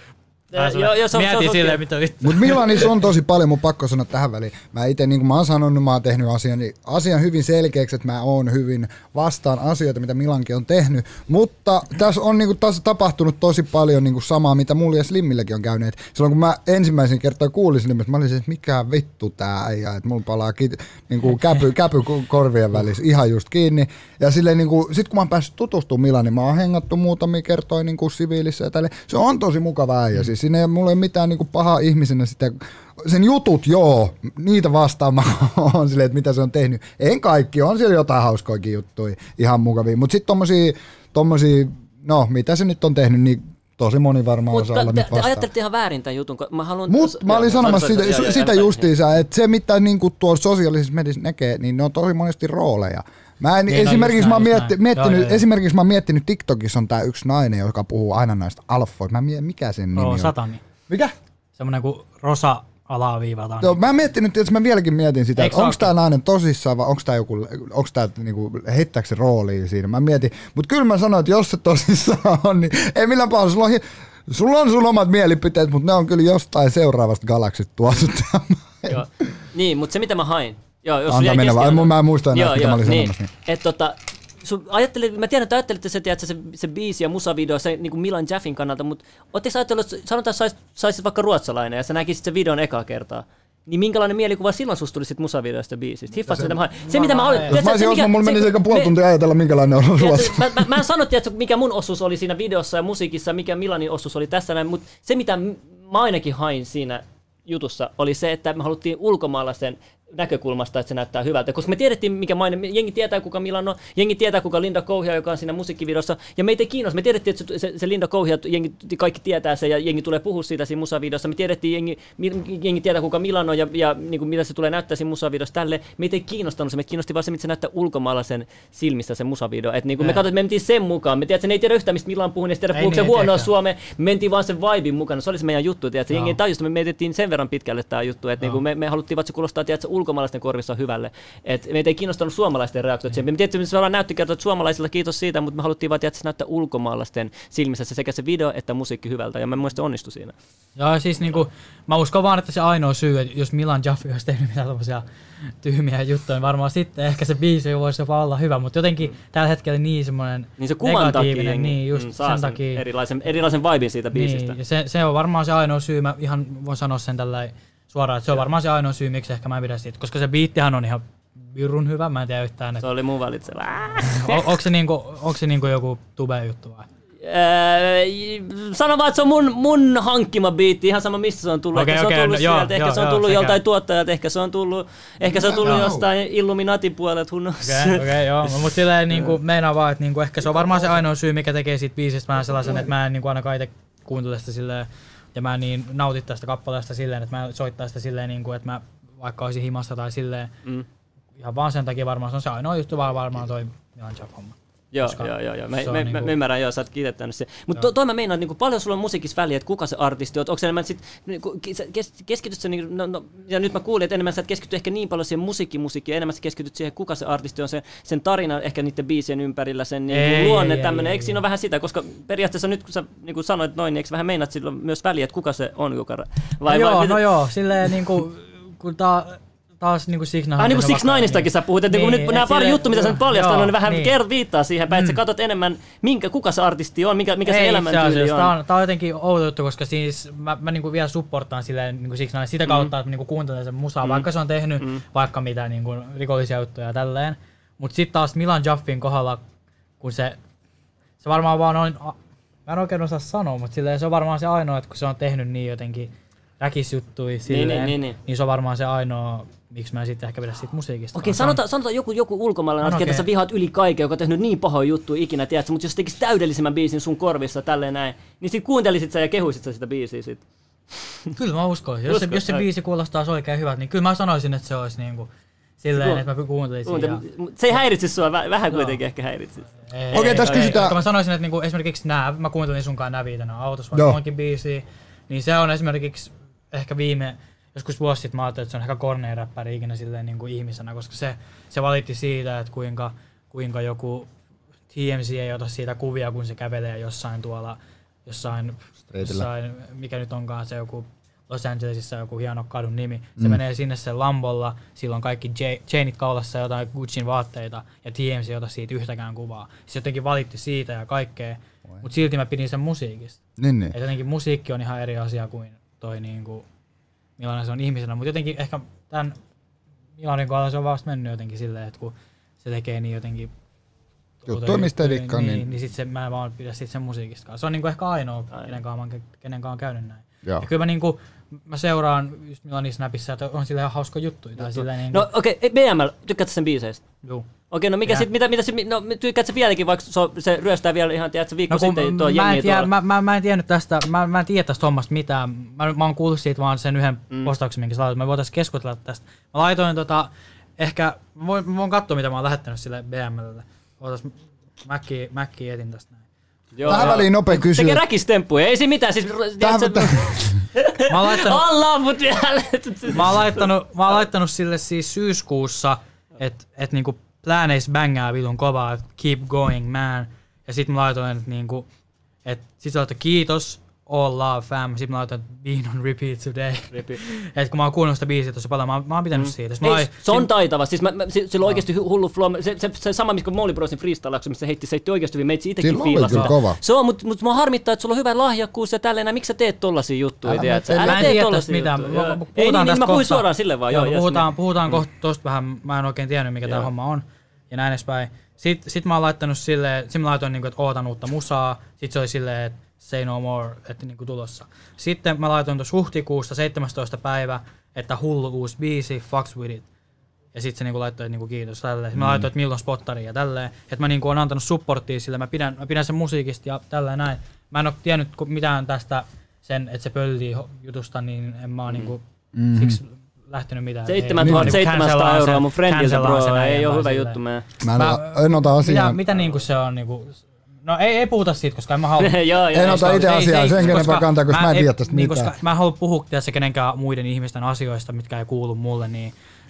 Speaker 4: mietin silleen, mitä vittu.
Speaker 3: Mut Milanissa on tosi paljon, mun pakko sanoa tähän väliin. Mä ite, niin kuin mä oon sanonut, mä oon tehnyt asian, asian hyvin selkeäksi, että mä oon hyvin vastaan asioita, mitä Milankin on tehnyt. Mutta tässä on niin kuin, taas tapahtunut tosi paljon niin kuin samaa, mitä mulla ja Slimmilläkin on käynyt. Silloin kun mä ensimmäisen kertaa kuulin Slimmistä, mä olin se, että mikä vittu tää äijä, että mulla palaa kit, niin kuin käpy, käpy korvien välissä ihan just kiinni. Ja silleen, niin kuin, sit kun mä oon päässyt tutustumaan Milaniin, niin mä oon hengattu muutamia kertoja niin kuin siviilissä ja tälleen. Se on tosi mukava äijä. Siis siinä ei mulla ei mitään niinku pahaa ihmisenä sitä, sen jutut joo, niitä vastaan mä oon silleen, että mitä se on tehnyt. En kaikki, on siellä jotain hauskoikin juttuja, ihan mukavia, mutta sitten tommosia, tommosia, no mitä se nyt on tehnyt, niin tosi moni varmaan
Speaker 1: Mutta
Speaker 3: osaa olla
Speaker 1: te,
Speaker 3: nyt vastaan.
Speaker 1: te ajattelitte ihan väärin tämän jutun, mä haluan...
Speaker 3: Mut mä olin sanomassa sitä, sitä, sitä, sitä justiinsa, että se mitä niinku tuolla sosiaalisessa mediassa näkee, niin ne on tosi monesti rooleja. Mä en, niin, esimerkiksi, no, mä mietti, miettinyt, joo, joo. esimerkiksi mä oon miettinyt, TikTokissa on tää yksi nainen, joka puhuu aina näistä alfoista. Mä mietin, mikä sen nimi on?
Speaker 4: Satani.
Speaker 3: Mikä?
Speaker 4: Semmonen kuin Rosa alaviivataan.
Speaker 3: Joo, mä oon miettinyt, että mä vieläkin mietin sitä, että onko tää nainen tosissaan vai onko tää joku, onko tää niinku, heittääkö se roolia siinä. Mä mietin, mut kyllä mä sanoin, että jos se tosissaan on, niin ei millään pahoin, sulla on, sulla on sun omat mielipiteet, mutta ne on kyllä jostain seuraavasta galaksista tuotu.
Speaker 1: Joo. Niin, mutta se mitä mä hain. Joo, jos
Speaker 3: Antaa mennä vaan, mä en muista enää,
Speaker 1: joo,
Speaker 3: mitä
Speaker 1: joo,
Speaker 3: mä olin
Speaker 1: niin.
Speaker 3: sanomassa. Niin.
Speaker 1: Et, tota, ajattelit, mä tiedän, että ajattelitte se, tiedätkö, se, se biisi ja musavideo se, niin kuin Milan Jaffin kannalta, mutta ootteko ajatellut, että sanotaan, että saisit, saisit vaikka ruotsalainen ja sä näkisit sen videon ekaa kertaa, niin minkälainen mielikuva silloin susta tuli sit musavideosta biisistä? Hiffasit sitä mä hain. Se mitä mä olin...
Speaker 3: Jos mä olisin osannut, mulla meni sekä puoli tuntia ajatella, minkälainen on ruotsi.
Speaker 1: Mä, mä, mä en sano, tiedätkö, mikä mun osuus oli siinä videossa ja musiikissa, mikä Milanin osuus oli tässä näin, mutta se mitä mä ainakin hain siinä jutussa oli se, että me haluttiin ulkomaalaisen näkökulmasta, että se näyttää hyvältä. Koska me tiedettiin, mikä maine, jengi tietää, kuka Milan on, jengi tietää, kuka Linda Kouhia, joka on siinä musiikkivideossa, ja meitä ei kiinnosta. Me tiedettiin, että se, se Linda Kouhia, jengi, kaikki tietää se, ja jengi tulee puhua siitä siinä musavideossa. Me tiedettiin, jengi, jengi tietää, kuka Milan on, ja, ja niin kuin, mitä se tulee näyttää siinä musavideossa tälle. Meitä ei kiinnostanut se, meitä kiinnosti vaan se, mitä se näyttää ulkomaalaisen silmissä se musavideo. Et, niin kuin, me katsoimme, me mentiin sen mukaan. Me tiedät, se ei tiedä yhtään, mistä Milan puhuu, ja tiedä, puhuuko se huonoa Suomea. Me mentiin vaan sen vibin mukana. Se oli se meidän juttu. Tiedät, jengi ei tajusta, me mietittiin sen verran pitkälle tämä juttu, että no. niin kuin, me, me haluttiin, että se kuulostaa, tiedät, ulkomaalaisten korvissa hyvälle. Et meitä ei kiinnostanut suomalaisten reaktiot siihen. Me tietysti se ollaan näyttökertoa, että suomalaisilla kiitos siitä, mutta me haluttiin vaan, että se näyttää ulkomaalaisten silmissä sekä se video että musiikki hyvältä, ja mä mielestäni onnistui siinä.
Speaker 4: Joo, siis niinku, mä uskon vaan, että se ainoa syy, että jos Milan Jaffe olisi tehnyt mitään tommosia tyhmiä juttuja, niin varmaan sitten ehkä se biisi voisi jopa olla hyvä, mutta jotenkin tällä hetkellä niin semmoinen
Speaker 1: niin se kuvan
Speaker 4: negatiivinen,
Speaker 1: takia,
Speaker 4: niin just
Speaker 1: mm,
Speaker 4: sen, sen takia.
Speaker 1: Erilaisen, erilaisen vibin siitä biisistä.
Speaker 4: Niin, se, se on varmaan se ainoa syy, mä ihan voin sanoa sen tällä suoraan, että se on varmaan se ainoa syy, miksi ehkä mä en pidä siitä, koska se biittihän on ihan virun hyvä, mä en tiedä yhtään. Että...
Speaker 1: Se oli mun valitseva.
Speaker 4: on, onko se, niinku, onko se niinku joku tube-juttu vai?
Speaker 1: Öö, sano vaan, että se on mun, mun hankkima biitti, ihan sama mistä se on tullut.
Speaker 4: Okay,
Speaker 1: ehkä se on
Speaker 4: okay,
Speaker 1: tullut
Speaker 4: no,
Speaker 1: sieltä,
Speaker 4: joo,
Speaker 1: ehkä se on
Speaker 4: joo,
Speaker 1: tullut
Speaker 4: sekä.
Speaker 1: joltain tuottajalta, ehkä se on tullut, ehkä se on tullut
Speaker 3: Joo.
Speaker 1: jostain Illuminati-puolelta, who knows.
Speaker 4: Okei, okay, okay, joo, mutta silleen niinku meinaa vaan, että niinku ehkä se on varmaan se ainoa syy, mikä tekee siitä biisistä vähän sellaisen, että mä en niinku ainakaan itse kuuntele sitä silleen, ja mä en niin nautit tästä kappaleesta silleen, että mä soittaa sitä silleen, niinku, että mä vaikka olisin himassa tai silleen,
Speaker 1: Mm.
Speaker 4: ihan vaan sen takia varmaan se on se ainoa juttu, vaan varmaan toi Milan Jaffe-homma.
Speaker 1: Joo, joo, joo, joo. Mä,
Speaker 4: se on
Speaker 1: mä,
Speaker 4: niinku-
Speaker 1: mä ymmärrän, joo, sä oot kiitettänyt se. Mutta to, toi mä meinaan, että niinku, paljon sulla on musiikissa väliä, että kuka se artisti on. Onko se enemmän sit, niinku, kes, keskityt sä, niinku, no, no, ja nyt mä kuulin, että enemmän sä et keskity ehkä niin paljon siihen musiikkimusiikkiin, enemmän sä keskityt siihen, kuka se artisti on, sen, sen tarina ehkä niiden biisien ympärillä, sen niinku,
Speaker 4: Ei,
Speaker 1: luonne,
Speaker 4: ei,
Speaker 1: tämmönen.
Speaker 4: ei,
Speaker 1: Eikö
Speaker 4: ei,
Speaker 1: siinä ole vähän sitä, koska periaatteessa nyt kun sä niinku sanoit noin, niin eikö vähän meinaat sillä on myös väliä, että kuka se on, joka... Vai,
Speaker 4: No
Speaker 1: vai,
Speaker 4: joo,
Speaker 1: vai,
Speaker 4: no joo, silleen niinku, kun tää taas niinku Six Nine.
Speaker 1: Ah, niin kuin Six Ninestakin sä puhut, että niin, nyt nämä pari juttua, mitä sä nyt paljastat, ne vähän
Speaker 4: niin.
Speaker 1: kert viittaa siihen päin, että sä katsot enemmän, minkä, kuka se artisti on, mikä, mikä se
Speaker 4: Ei,
Speaker 1: elämäntyyli
Speaker 4: itse
Speaker 1: on.
Speaker 4: Tää on. Tää on jotenkin outo juttu, koska siis mä, mä niinku vielä supportaan silleen niinku Six Nine sitä kautta, mm. että mä niinku kuuntelen sen musaa, mm. vaikka se on tehnyt mm. vaikka mitä niinku rikollisia juttuja ja tälleen. Mut sit taas Milan Jaffin kohdalla, kun se, se varmaan vaan on, mä en oikein osaa sanoa, mutta silleen se on varmaan se ainoa, että kun se on tehnyt niin jotenkin räkisjuttui silleen,
Speaker 1: niin, niin, niin.
Speaker 4: niin se on varmaan se ainoa, miksi mä en sitten ehkä pidä siitä musiikista.
Speaker 1: Okei, sanotaan, sanotaan joku, joku ulkomaalainen,
Speaker 4: No,
Speaker 1: ketä
Speaker 4: okei.
Speaker 1: sä vihaat yli kaiken, joka on tehnyt niin pahoja juttuja ikinä, tiedätkö, mutta jos tekisi täydellisimmän biisin sun korvissa tälleen näin, niin sit kuuntelisit sä ja kehuisit sä sitä biisiä sit.
Speaker 4: Kyllä mä uskoisin. Jos, se,
Speaker 1: Uskot,
Speaker 4: jos se
Speaker 1: ai.
Speaker 4: biisi kuulostaa oikein hyvältä, niin kyllä mä sanoisin, että se olisi niinku silleen,
Speaker 1: Kuul-
Speaker 4: että mä kuuntelisin.
Speaker 1: Kuunte-
Speaker 4: Ja...
Speaker 1: Se ei häiritsi sua, vä- vähän
Speaker 4: Joo.
Speaker 1: kuitenkin ehkä häiritsi.
Speaker 4: Ei,
Speaker 3: Okei,
Speaker 4: ei,
Speaker 3: tässä
Speaker 4: ei,
Speaker 3: kysytään-
Speaker 4: koska mä sanoisin, että niinku esimerkiksi nää, mä kuuntelin sunkaan nää viitenä autossa,
Speaker 3: Joo.
Speaker 4: vaikka monkin biisiä, niin se on esimerkiksi ehkä viime, joskus vuosi sitten mä ajattelin, että se on ehkä kornein räppäri ikinä silleen niinku ihmisenä, koska se, se valitti siitä, että kuinka, kuinka joku T M C ei ota siitä kuvia, kun se kävelee jossain tuolla, jossain,
Speaker 3: Streetillä.
Speaker 4: jossain mikä nyt onkaan se joku Los Angelesissa joku hieno kadun nimi. Se
Speaker 3: Mm.
Speaker 4: menee sinne sen Lambolla, silloin kaikki j- chainit kaulassa ja jotain Gucciin vaatteita, ja T M C ei ota siitä yhtäkään kuvaa. Se jotenkin valitti siitä ja kaikkea, mutta silti mä pidin sen musiikista.
Speaker 3: Niin, niin.
Speaker 4: Et jotenkin musiikki on ihan eri asia kuin toi niinku, millainen se on ihmisenä, mutta jotenkin ehkä tämän Milanin kohdalla se on vasta mennyt jotenkin silleen, että kun se tekee niin jotenkin
Speaker 3: Juttuja, mistä ei dikkaa,
Speaker 4: niin,
Speaker 3: niin-
Speaker 4: niin sit se, mä en vaan pidä sit sen musiikistakaan. Se on niinku ehkä ainoa, kenen kanssa, mä, kenen kanssa on käynyt näin.
Speaker 3: Joo.
Speaker 4: Ja kyllä mä, niinku, mä seuraan just Milanin Snapissa, että on sillä ihan hauska juttuja. Tai silleen niinku,
Speaker 1: No okei, okay, B M L, tykkäätkö sen biiseistä?
Speaker 4: juu.
Speaker 1: Okei, no mikä
Speaker 4: Ja.
Speaker 1: sit, mitä, mitä, sit- no tykkäätkö sä vieläkin, vaikka se, on- se ryöstää vielä ihan, tiedätkö, viikko
Speaker 4: No kun
Speaker 1: sitten tuo
Speaker 4: mä,
Speaker 1: jengi
Speaker 4: en tiedä,
Speaker 1: tuolla.
Speaker 4: mä, mä, mä, en tiennyt tästä, mä, mä en tiedä tästä hommasta mitään. Mä, mä oon kuullut siitä vaan sen yhden mm. postauksen, minkä sä laitoit. Me voitais keskustella tästä. Mä laitoin tota, ehkä, mä voin, mä voin katsoa mitä mä oon lähettänyt sille B M L:lle. Ootas, Mäkki, Mäkki etin tästä näin.
Speaker 1: Joo,
Speaker 3: Tähän
Speaker 1: joo.
Speaker 3: väliin nopea
Speaker 1: Tekee
Speaker 3: kysymys.
Speaker 1: räkistemppuja, ei siinä mitään, siis
Speaker 3: Tähän,
Speaker 1: tiedätkö,
Speaker 4: Mä oon laittanut,
Speaker 1: Allah, mut vielä.
Speaker 4: mä oon laittanut, mä oon laittanut sille siis syyskuussa, että et niinku plääneis bängää vitun kovaa, että keep going man. Ja sit mä laitoin, että niinku, et sit se laittoi kiitos, all love fam. Sit mä laitoin, että been on repeat today. Et kun mä oon kuunnellut sitä biisiä tossa paljon, mä, oon- mä oon pitänyt siitä. Sit mä
Speaker 1: Ei,
Speaker 4: lai-
Speaker 1: se on
Speaker 4: sit-
Speaker 1: taitava, siis mä, mä, si- sillä on oikeesti hu- hullu flow, se, se, se sama missä Molly Brosin freestylauksen, missä se heitti, se heitti oikeesti hyvin, meitsi itekin
Speaker 3: Sillä oli
Speaker 1: fiilasi
Speaker 3: kyllä
Speaker 1: sitä.
Speaker 3: kova.
Speaker 1: Se on, mut, mut mä harmittaa, että sulla on hyvä lahjakkuus ja tälleen, miksi sä teet tollasia juttuja,
Speaker 3: Älä
Speaker 1: tiedätkö?
Speaker 3: mä-
Speaker 1: Älä
Speaker 4: Mä en
Speaker 1: tee
Speaker 4: tiedä
Speaker 1: tollasia
Speaker 4: tästä mitään.
Speaker 1: juttuja,
Speaker 4: Mä-
Speaker 1: joo.
Speaker 4: mä-
Speaker 1: Ei
Speaker 4: puhutaan
Speaker 1: niin, niin
Speaker 4: tästä
Speaker 1: mä puhuin
Speaker 4: kohta.
Speaker 1: suoraan silleen vaan, joo.
Speaker 4: Joo,
Speaker 1: jes,
Speaker 4: puhutaan,
Speaker 1: niin.
Speaker 4: puhutaan
Speaker 1: Mm.
Speaker 4: kohta tosta vähän, mä en oikein tiennyt mikä tää
Speaker 1: Joo.
Speaker 4: homma on. Ja näin edespäin. Sitten sit mä oon laittanut silleen, sit mä laitoin niinku, että ootan uutta musaa. Sit se oli silleen, että say no more, että niinku tulossa. Sitten mä laitoin tuossa huhtikuusta seitsemästoista päivä, että hullu uusi biisi, fucks with it. Ja sit se niinku laittoi, että niinku kiitos tälleen. Mä laitoin, että milloin spottari ja tälleen. Että mä niinku oon antanut supporttia sille, mä pidän, mä pidän sen musiikista ja tälleen näin. Mä en oo tiennyt ku- mitään tästä sen, että se pöllii ho- jutusta, niin en mä oo niinku
Speaker 3: Mhm.
Speaker 4: siksi lähtenyt mitään.
Speaker 1: seitsemäntuhattaseitsemänsataa euroa mun friendiltä, bro, ei oo hyvä juttu, mä.
Speaker 3: Mä en,
Speaker 4: Mä-
Speaker 3: en ota
Speaker 4: Mitä,
Speaker 3: asiaa.
Speaker 4: mitä niinku se on niinku... No ei, ei puhuta siitä, koska en mä halua...
Speaker 1: Joo, joo.
Speaker 3: En ota itse asiaa sen kenenpä kantaa, koska mä en tiedä tästä
Speaker 4: niin,
Speaker 3: mitään.
Speaker 4: koska mä en halua puhua tässä kenenkään muiden ihmisten asioista, mitkä ei kuulu mulle, niin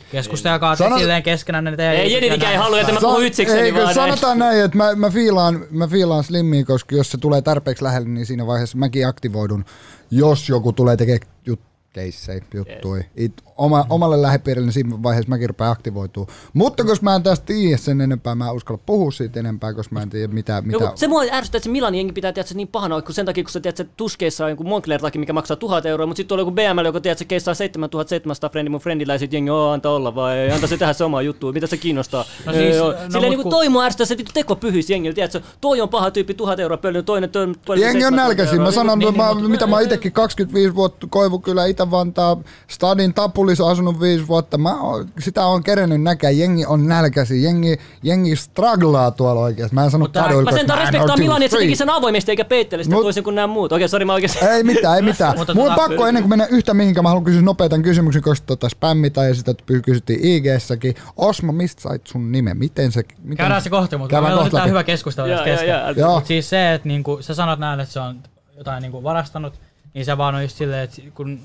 Speaker 4: Keskustelkaa te
Speaker 3: Sano-
Speaker 4: silleen keskenään ne teidän...
Speaker 1: Ei Jeninikään ei halua, että mä puhun ytsikseni
Speaker 3: Eikö,
Speaker 1: vaan.
Speaker 3: sanotaan näin, että mä, mä, fiilaan, mä fiilaan Slimmiä, koska jos se tulee tarpeeksi lähelle, niin siinä vaiheessa mäkin aktivoidun, jos joku tulee tekemään jut, keissejä, juttui. It, oma, omalle lähipiirille, niin siinä vaiheessa mäkin rupean aktivoituu. Mutta koska mä en tästä tiedä sen enempää, mä en uskalla puhua siitä enempää, koska mä en tiedä mitä... mitä...
Speaker 1: Joku, se mua ärsyttää, että se Milanin jengi pitää tiedä, niin pahana, kun sen takia, kun sä tiedät, että tuskeissa on joku Moncler-taki, mikä maksaa tuhat euroa, mutta sitten on joku B M L, joka tiedät, että se keissaa seitsemäntuhatta seitsemänsataa frendi mun friendillä, ja sit jengi, oo, antaa olla, vai antaa se tehdä se omaa juttua, mitä se kiinnostaa.
Speaker 4: No siis,
Speaker 1: Joo,
Speaker 4: no
Speaker 1: silleen
Speaker 4: mut
Speaker 1: niin
Speaker 4: ku-
Speaker 1: toi mua ärsyttää, se vittu teko pyhys jengillä, tiedätkö, toi on paha tyyppi, tuhat euroa pölynyt, toinen, toinen, toinen
Speaker 3: Jengi on nälkäisin. Mä sanon,
Speaker 4: niin,
Speaker 3: mä,
Speaker 4: niin,
Speaker 3: mitä mä itekin kaksikymmentäviisi vuotta Koivukylä, Itä-Vantaa, Stadin Tapulissa asunut viisi vuotta. Mä oon, sitä on kerennyt näkää. Jengi on nälkäisin. Jengi, jengi strugglaa tuolla oikeesti. Mä en sano kaduilla,
Speaker 1: Mä sen taas respektaa Milanin, että se teki sen avoimesti eikä peittele sitä
Speaker 3: Mut-
Speaker 1: toisin kuin nämä muut. Okei, sori, mä oikeesti...
Speaker 3: Ei mitään, ei mitään.
Speaker 4: Mutta
Speaker 3: Mulla on
Speaker 4: tota-
Speaker 3: pakko ennen kuin mennä yhtä mihinkään, mä haluan kysyä nopeatan kysymyksen, koska tota spämmitä ja sitä kysyttiin I G:ssäkin. Osmo, mistä sait sun nimen? Miten se... Miten...
Speaker 4: Käydään se kohta, mutta
Speaker 3: Käydään
Speaker 4: meillä on
Speaker 3: kohta
Speaker 4: nyt tää
Speaker 3: läpi.
Speaker 4: hyvä keskustelu
Speaker 1: Joo,
Speaker 4: tästä
Speaker 1: joo,
Speaker 4: kesken.
Speaker 1: joo.
Speaker 3: Joo.
Speaker 4: Mut siis se, että niinku, sä sanot näin, että se on jotain niinku varastanut, niin se vaan on just silleen, että kun,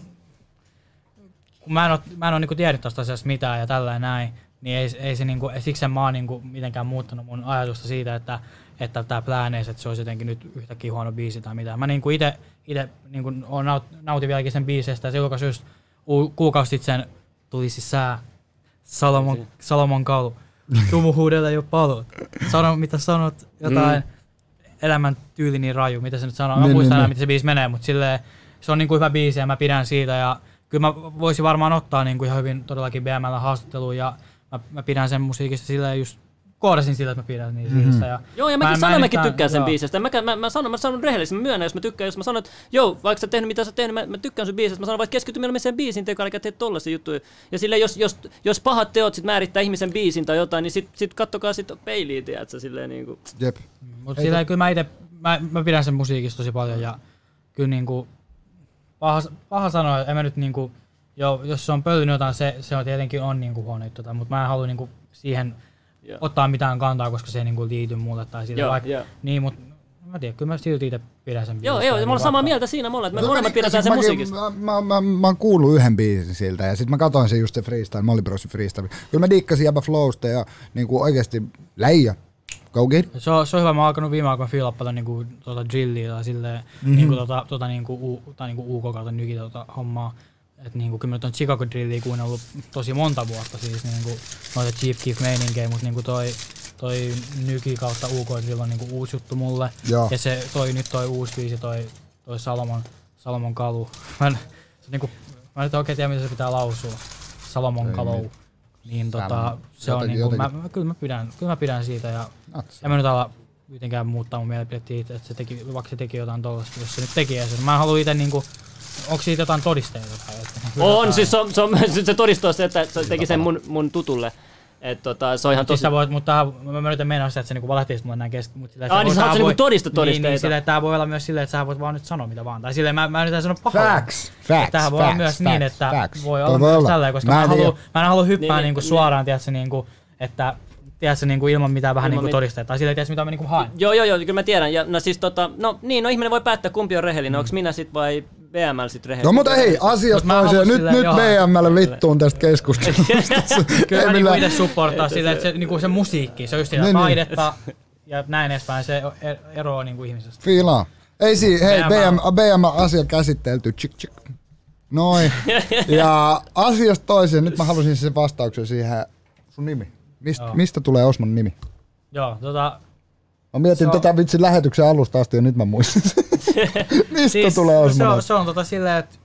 Speaker 4: kun mä en oo, mä en oo niinku tiennyt tosta asiasta mitään ja tällä ja näin, niin ei, ei se niinku, siksi en mä oon niinku mitenkään muuttanut mun ajatusta siitä, että että tää Plääneis, että se olisi jotenkin nyt yhtäkkiä huono biisi tai mitään. Mä niinku ite, ite niinku oon naut, nautin vieläkin sen biisestä ja se julkaisi just u, kuukausi sitten sen tuli siis sää Salomon, Salomon kaulu. Tumuhuudella ei oo paljon. Sano mitä sanot, jotain mm. elämän tyyli niin raju, mitä se nyt sanoo. Mä
Speaker 3: Niin,
Speaker 4: muistan
Speaker 3: niin,
Speaker 4: enää,
Speaker 3: niin.
Speaker 4: miten se biisi menee, mutta silleen, se on niinku hyvä biisi ja mä pidän siitä. Ja kyllä mä voisin varmaan ottaa niinku ihan hyvin todellakin B M L haastatteluun ja mä, mä pidän sen musiikista silleen just koodasin sillä, että mä pidän niin
Speaker 3: Mhm.
Speaker 4: siitä. Ja
Speaker 1: Joo, ja
Speaker 4: mä
Speaker 1: mäkin
Speaker 4: en-
Speaker 1: sanon,
Speaker 4: mä en
Speaker 1: mäkin
Speaker 4: yhtään-
Speaker 1: tykkään sen
Speaker 4: joo.
Speaker 1: biisistä. Mä, mä, mä, sanon, mä sanon rehellisesti, mä myönnän, jos mä tykkään, jos mä sanon, että joo, vaikka sä tehnyt mitä sä tehnyt, mä, mä tykkään sun biisistä, mä sanon, vaikka keskity mieluummin sen biisin tekoon, eli teet tollasia juttuja. Ja silleen, jos, jos, jos pahat teot sit määrittää ihmisen biisin tai jotain, niin sit, sit kattokaa sit peiliin, tiedätkö, silleen niinku.
Speaker 3: Jep.
Speaker 4: Mutta sillä kyllä mä ite, mä, mä pidän sen musiikista tosi paljon ja kyllä niinku, paha, paha sanoa, en mä nyt niinku, jo, jos se on pölynyt jotain, se, se on tietenkin on niinku huono juttu, mutta mä en halua niinku siihen
Speaker 1: Joo.
Speaker 4: ottaa mitään kantaa, koska se ei niinku liity mulle tai sille
Speaker 1: Joo,
Speaker 4: vaikka,
Speaker 1: joo.
Speaker 4: niin, mutta mä tiedän, kyllä mä silti itse pidän sen
Speaker 1: Joo,
Speaker 4: biisistä
Speaker 1: joo,
Speaker 4: ja
Speaker 1: me ollaan
Speaker 4: niin
Speaker 1: samaa
Speaker 4: vaikka-
Speaker 1: mieltä siinä molemmat, me
Speaker 3: Mutta
Speaker 1: molemmat
Speaker 3: mä
Speaker 1: pidetään sen
Speaker 3: mäkin-
Speaker 1: musiikista.
Speaker 3: Mä, mä, mä, mä oon kuullut yhden biisin siltä ja sit mä katoin sen just se freestyle, Molly Brosin freestyle. Kyllä mä diikkasin jäbä flowsta ja niinku oikeesti läijä. Go get it.
Speaker 4: Se on, se on hyvä, mä oon alkanut viime aikoina fiilaa paljon niinku tota drilliä tai silleen, mm-hmm. niinku tota, tota niinku, u, tai niinku U K kautta nyki tota hommaa. Et niinku, kyllä mä nyt on Chicago drilliä kuunnellut tosi monta vuotta siis niinku noita Chief Keef meininkejä, mut niinku toi, toi nyki kautta U K drill on niinku uusi juttu mulle.
Speaker 3: Joo.
Speaker 4: Ja se toi nyt toi uusi biisi, toi, toi Salomon, Salomon kalu. Mä en, se niinku, mä en nyt oikein tiedä mitä se pitää lausua. Salomon
Speaker 3: Ei
Speaker 4: kalu.
Speaker 3: mit-
Speaker 4: Niin tota,
Speaker 3: Salomon.
Speaker 4: se on
Speaker 3: Jotenkin-
Speaker 4: niinku, mä,
Speaker 3: jotenkin-
Speaker 4: mä, kyllä, mä pidän, kyllä mä pidän siitä ja
Speaker 3: Natsi.
Speaker 4: en mä nyt ala mitenkään muuttaa mun mielipidettä itse, että se teki, vaikka se teki jotain tollasta, jos se nyt teki ja sen. Mä en halua itse niinku, onko siitä jotain todisteita tai että,
Speaker 1: On,
Speaker 4: jotain-
Speaker 1: siis se, on, se, on, se todistaa se, että se teki sen mun, mun tutulle. Et tota, se on ihan
Speaker 4: Siis
Speaker 1: tosi...
Speaker 4: sä voit, mutta tähän, mä, mä yritän mennä sitä, että se niinku valehtelisi mulle näin kesken. Mutta sillä, että
Speaker 1: Aa,
Speaker 4: sä
Speaker 1: niin
Speaker 4: voit-
Speaker 1: sä haluat
Speaker 4: tää
Speaker 1: niinku
Speaker 4: voi-
Speaker 1: todistotodisteita.
Speaker 4: Niin, niin sillä, että tää voi olla myös silleen, että sä voit vaan nyt sanoa mitä vaan. Tai silleen, mä, mä en yritän sanoa pahaa.
Speaker 3: Facts, facts,
Speaker 4: Tähän voi
Speaker 3: facts,
Speaker 4: olla myös
Speaker 3: facts,
Speaker 4: niin, että
Speaker 3: facts.
Speaker 4: voi
Speaker 3: Toi
Speaker 4: olla
Speaker 3: voi
Speaker 4: myös
Speaker 3: olla.
Speaker 4: tälleen, koska
Speaker 3: Mä
Speaker 4: mä,
Speaker 3: en
Speaker 4: en halua,
Speaker 3: tiedä.
Speaker 4: mä en halua hyppää
Speaker 1: Niin,
Speaker 4: niinku
Speaker 1: niin,
Speaker 4: suoraan, tiedätkö, niinku, että tiedätkö, niinku ilman mitään vähän
Speaker 1: Ilman
Speaker 4: niinku
Speaker 1: mit-
Speaker 4: todisteita. Tai silleen, tiedätkö, mitä mä niinku haen.
Speaker 1: Joo, joo, joo, kyllä mä tiedän. Ja, no siis tota, no niin, no ihminen voi päättää kumpi on rehellinen, mm. onko minä sit vai B M L sit rehellinen.
Speaker 3: No mutta hei,
Speaker 4: Mut
Speaker 3: asiasta
Speaker 4: mä
Speaker 3: toiseen.
Speaker 4: haluan
Speaker 3: Nyt,
Speaker 4: silleen,
Speaker 3: nyt
Speaker 4: joo.
Speaker 3: B M L vittuun tästä keskustelusta.
Speaker 4: Kyllä
Speaker 3: Ei
Speaker 4: mä niinku
Speaker 3: millään-
Speaker 4: itse supporttaa silleen, että se, niinku se musiikki, se on just sitä
Speaker 3: Niin, niin.
Speaker 4: taidetta ja näin edespäin, se er- eroaa niinku ihmisestä.
Speaker 3: Fiilaa. Ei si, hei,
Speaker 4: B
Speaker 3: B
Speaker 4: M
Speaker 3: M, B M-asia käsitelty. Chik, chik. Noin. Ja asiasta toiseen, nyt mä halusin sen vastauksen siihen. Sun nimi. Mist,
Speaker 4: Joo.
Speaker 3: mistä tulee Osman nimi?
Speaker 4: Joo, tota...
Speaker 3: Mä mietin
Speaker 4: Se on-
Speaker 3: tätä vitsin lähetyksen alusta asti ja nyt mä muistin sen. Mistä
Speaker 4: Siis,
Speaker 3: tulee
Speaker 4: se
Speaker 3: Osman?
Speaker 4: on, se on tota silleen, että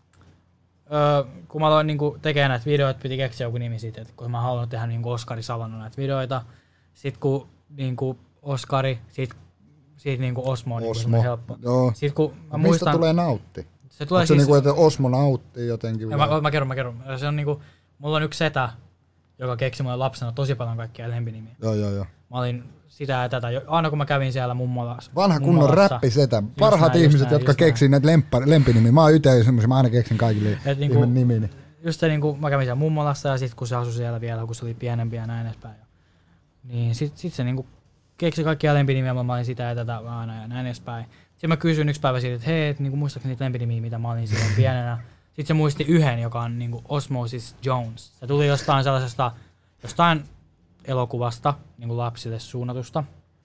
Speaker 4: öö, kun mä aloin niinku tekemään näitä videoita, piti keksiä joku nimi siitä, että kun mä haluan tehdä niinku Oskari Salonen näitä videoita. Sit kun niinku Oskari, sit, sit niinku Osmo on niinku
Speaker 3: Osmo.
Speaker 4: semmoinen helppo.
Speaker 3: Joo.
Speaker 4: Sit kun mä
Speaker 3: Mistä
Speaker 4: muistan,
Speaker 3: tulee nautti?
Speaker 4: se tulee
Speaker 3: Onko se
Speaker 4: siis,
Speaker 3: niinku, että Osmo nautti jotenkin?
Speaker 4: ja mä, mä kerron, mä kerron. Se on niinku, mulla on yksi setä, joka keksi mulle lapsena tosi paljon kaikkia lempinimiä.
Speaker 3: Joo, joo, joo.
Speaker 4: Mä olin sitä ja tätä, jo- aina kun mä kävin siellä mummolassa.
Speaker 3: Vanha kunnon
Speaker 4: mummolassa,
Speaker 3: räppisetä. Parhaat
Speaker 4: näin, just
Speaker 3: ihmiset,
Speaker 4: näin,
Speaker 3: jotka
Speaker 4: just näin.
Speaker 3: keksii näitä lemppa- lempinimiä. Mä oon itse semmoisia, mä aina keksin kaikille
Speaker 4: Et niinku-
Speaker 3: ihme nimiä.
Speaker 4: Just se, niin kuin mä kävin siellä mummolassa ja sitten kun se asui siellä vielä, kun se oli pienempi ja näin edespäin. Niin sit, sit se niinku keksi kaikkia lempinimiä, mä olin sitä ja tätä aina ja näin edespäin. Sitten mä kysyin yksi päivä siitä, että hei, et, niinku, muistatko niitä lempinimiä, mitä mä olin silloin pienenä. Sitten Sitten se muisti yhden, joka on niinku Osmosis Jones. Se tuli jostain sellaisesta, jostain elokuvasta, niinku lapsille suunnatusta.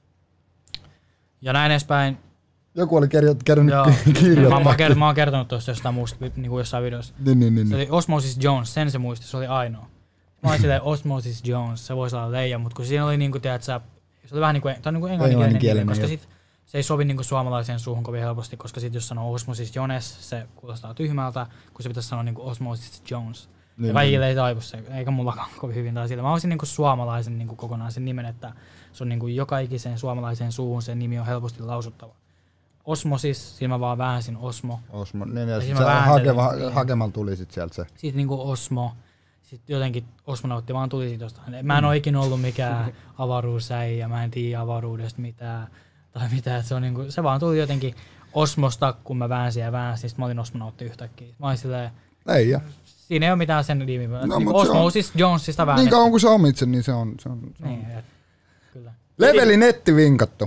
Speaker 4: Ja näin edespäin.
Speaker 3: Joku oli kerännyt
Speaker 4: kirjoittaa. Mä, mä, mä oon kertonut tuosta jostain muusta, niinku jossain videossa.
Speaker 3: Niin, niin, niin.
Speaker 4: Se oli Osmosis Jones, sen se muisti, se oli ainoa. Mä olin silleen Osmosis Jones, se voisi olla leija, mutta kun siinä oli niinku, tiedätkö, se oli vähän niinku, tää on niinku englanninkielinen, koska sit se ei sovi niinku suomalaiseen suuhun kovin helposti, koska sit jos sanoo Osmosis Jones, se kuulostaa tyhmältä, kun se pitäisi sanoa niinku Osmosis Jones. Niin, ja kaikille ei taivu se, eikä mullakaan kovin hyvin tai sillä. Mä olisin niinku suomalaisen niinku kokonaisen nimen, että se on niinku joka ikiseen suomalaiseen suuhun, sen nimi on helposti lausuttava. Osmosis, siinä mä vaan väänsin Osmo.
Speaker 3: Osmo, niin ja sit hakema, hakemalla tuli sit sieltä se.
Speaker 4: Sitten niinku Osmo. Sitten jotenkin osmonautti vaan tuli siitä jostain. Mä en ole ikinä ollut mikään avaruusäijä, mä en tiedä avaruudesta mitään. Tai mitään, se, on niinku, se vaan tuli jotenkin Osmosta, kun mä väänsin ja väänsin, sit mä olin osmonautti yhtäkkiä. Mä olin silleen,
Speaker 3: ei,
Speaker 4: siinä ei ole mitään sen nimi.
Speaker 3: No,
Speaker 4: niin Osmosis Jonesista väännetty.
Speaker 3: Niin kauan kun sä omitsen, niin se on. Se on, se on.
Speaker 4: Niin, et, kyllä.
Speaker 3: Leveli netti vinkattu.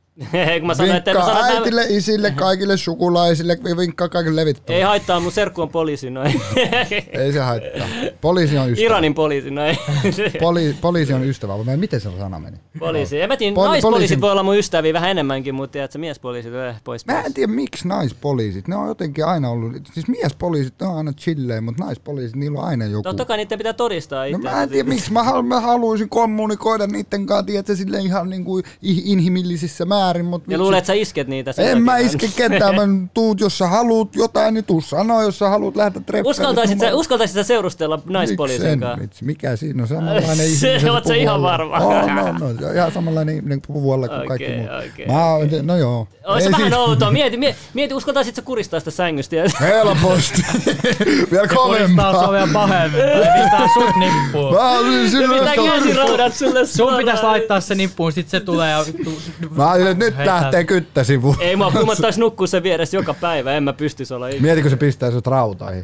Speaker 1: Kun mä sanoin, että
Speaker 3: vinkkaa äitille, isille, kaikille sukulaisille, vinkkaa kaikille levittämään.
Speaker 1: Ei haittaa, mun serkku on poliisi, noin.
Speaker 3: Ei se haittaa. Poliisi on ystävä.
Speaker 1: Iranin poliisi, noin.
Speaker 3: Poli, poliisi on ystävä, mutta miten se sana meni?
Speaker 1: Poliisi. Ja mä tiedän, Poli- naispoliisit poliisin... voi olla mun ystäviä vähän enemmänkin, mutta tiedätkö, miespoliisit äh, pois.
Speaker 3: Mä en tiedä miksi naispoliisit, ne on jotenkin aina ollut, siis miespoliisit ne on aina chilleen, mutta naispoliisit, niillä on aina joku.
Speaker 1: Totta kai niiden pitää todistaa itse.
Speaker 3: No mä en tiedä miksi, mä, halu, mä haluaisin kommunikoida niiden kanssa, tiedätkö, silleen ihan niin kuin inhimillisissä määrin. Mut
Speaker 1: ja luulet, että sä isket niitä?
Speaker 3: En mä iske ketään, mä tuut, jos sä haluut jotain, niin tuu sanoa, jos sä haluut lähteä treffeille.
Speaker 1: Uskaltaisit sä, uskaltaisit sä seurustella naispoliisin kanssa?
Speaker 3: Mikä siinä on samanlainen ihminen?
Speaker 1: Oot sä ihan varma?
Speaker 3: Oh, no, no, ihan samanlainen ihminen puhualla kuin okay, kaikki muut.
Speaker 1: Okay,
Speaker 3: mä,
Speaker 1: okay.
Speaker 3: No joo.
Speaker 1: Ois se vähän outoa. Mieti, mieti, mieti uskaltaisit sä kuristaa sitä sängystä?
Speaker 3: Helposti. Vielä kovempaa.
Speaker 4: Kuristaa se on vielä pahemmin. Pistää sut nippuun.
Speaker 1: Pitää käsiraudat sulle
Speaker 4: suoraan. Sun pitäis laittaa se nippuun, sit se tulee ja...
Speaker 3: Mä ajattelin, että nyt lähtee kyttäsivu.
Speaker 1: Ei mua kummattais nukkuu sen vieressä joka päivä, en mä pystys olla ikinä.
Speaker 3: Mieti, kun se pistää sut rautaihin.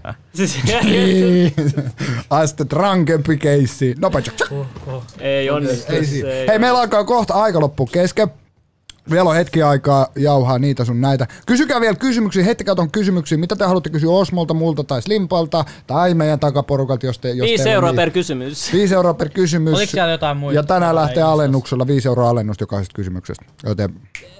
Speaker 3: Ai sitten rankempi keissi. Nopea.
Speaker 1: Ei onnistu.
Speaker 3: Hei, meillä alkaa kohta aika loppu kesken. Vielä on hetki aikaa jauhaa niitä sun näitä. Kysykää vielä kysymyksiä, heittäkää ton kysymyksiä. Mitä te haluatte kysyä Osmolta, multa tai Slimpalta tai meidän takaporukalta, jos te... Jos
Speaker 1: viisi euroa per kysymys.
Speaker 3: Viisi euroa per kysymys.
Speaker 4: Oliko siellä jotain muita?
Speaker 3: Ja tänään lähtee alennuksella viisi euroa alennusta jokaisesta kysymyksestä. Joten...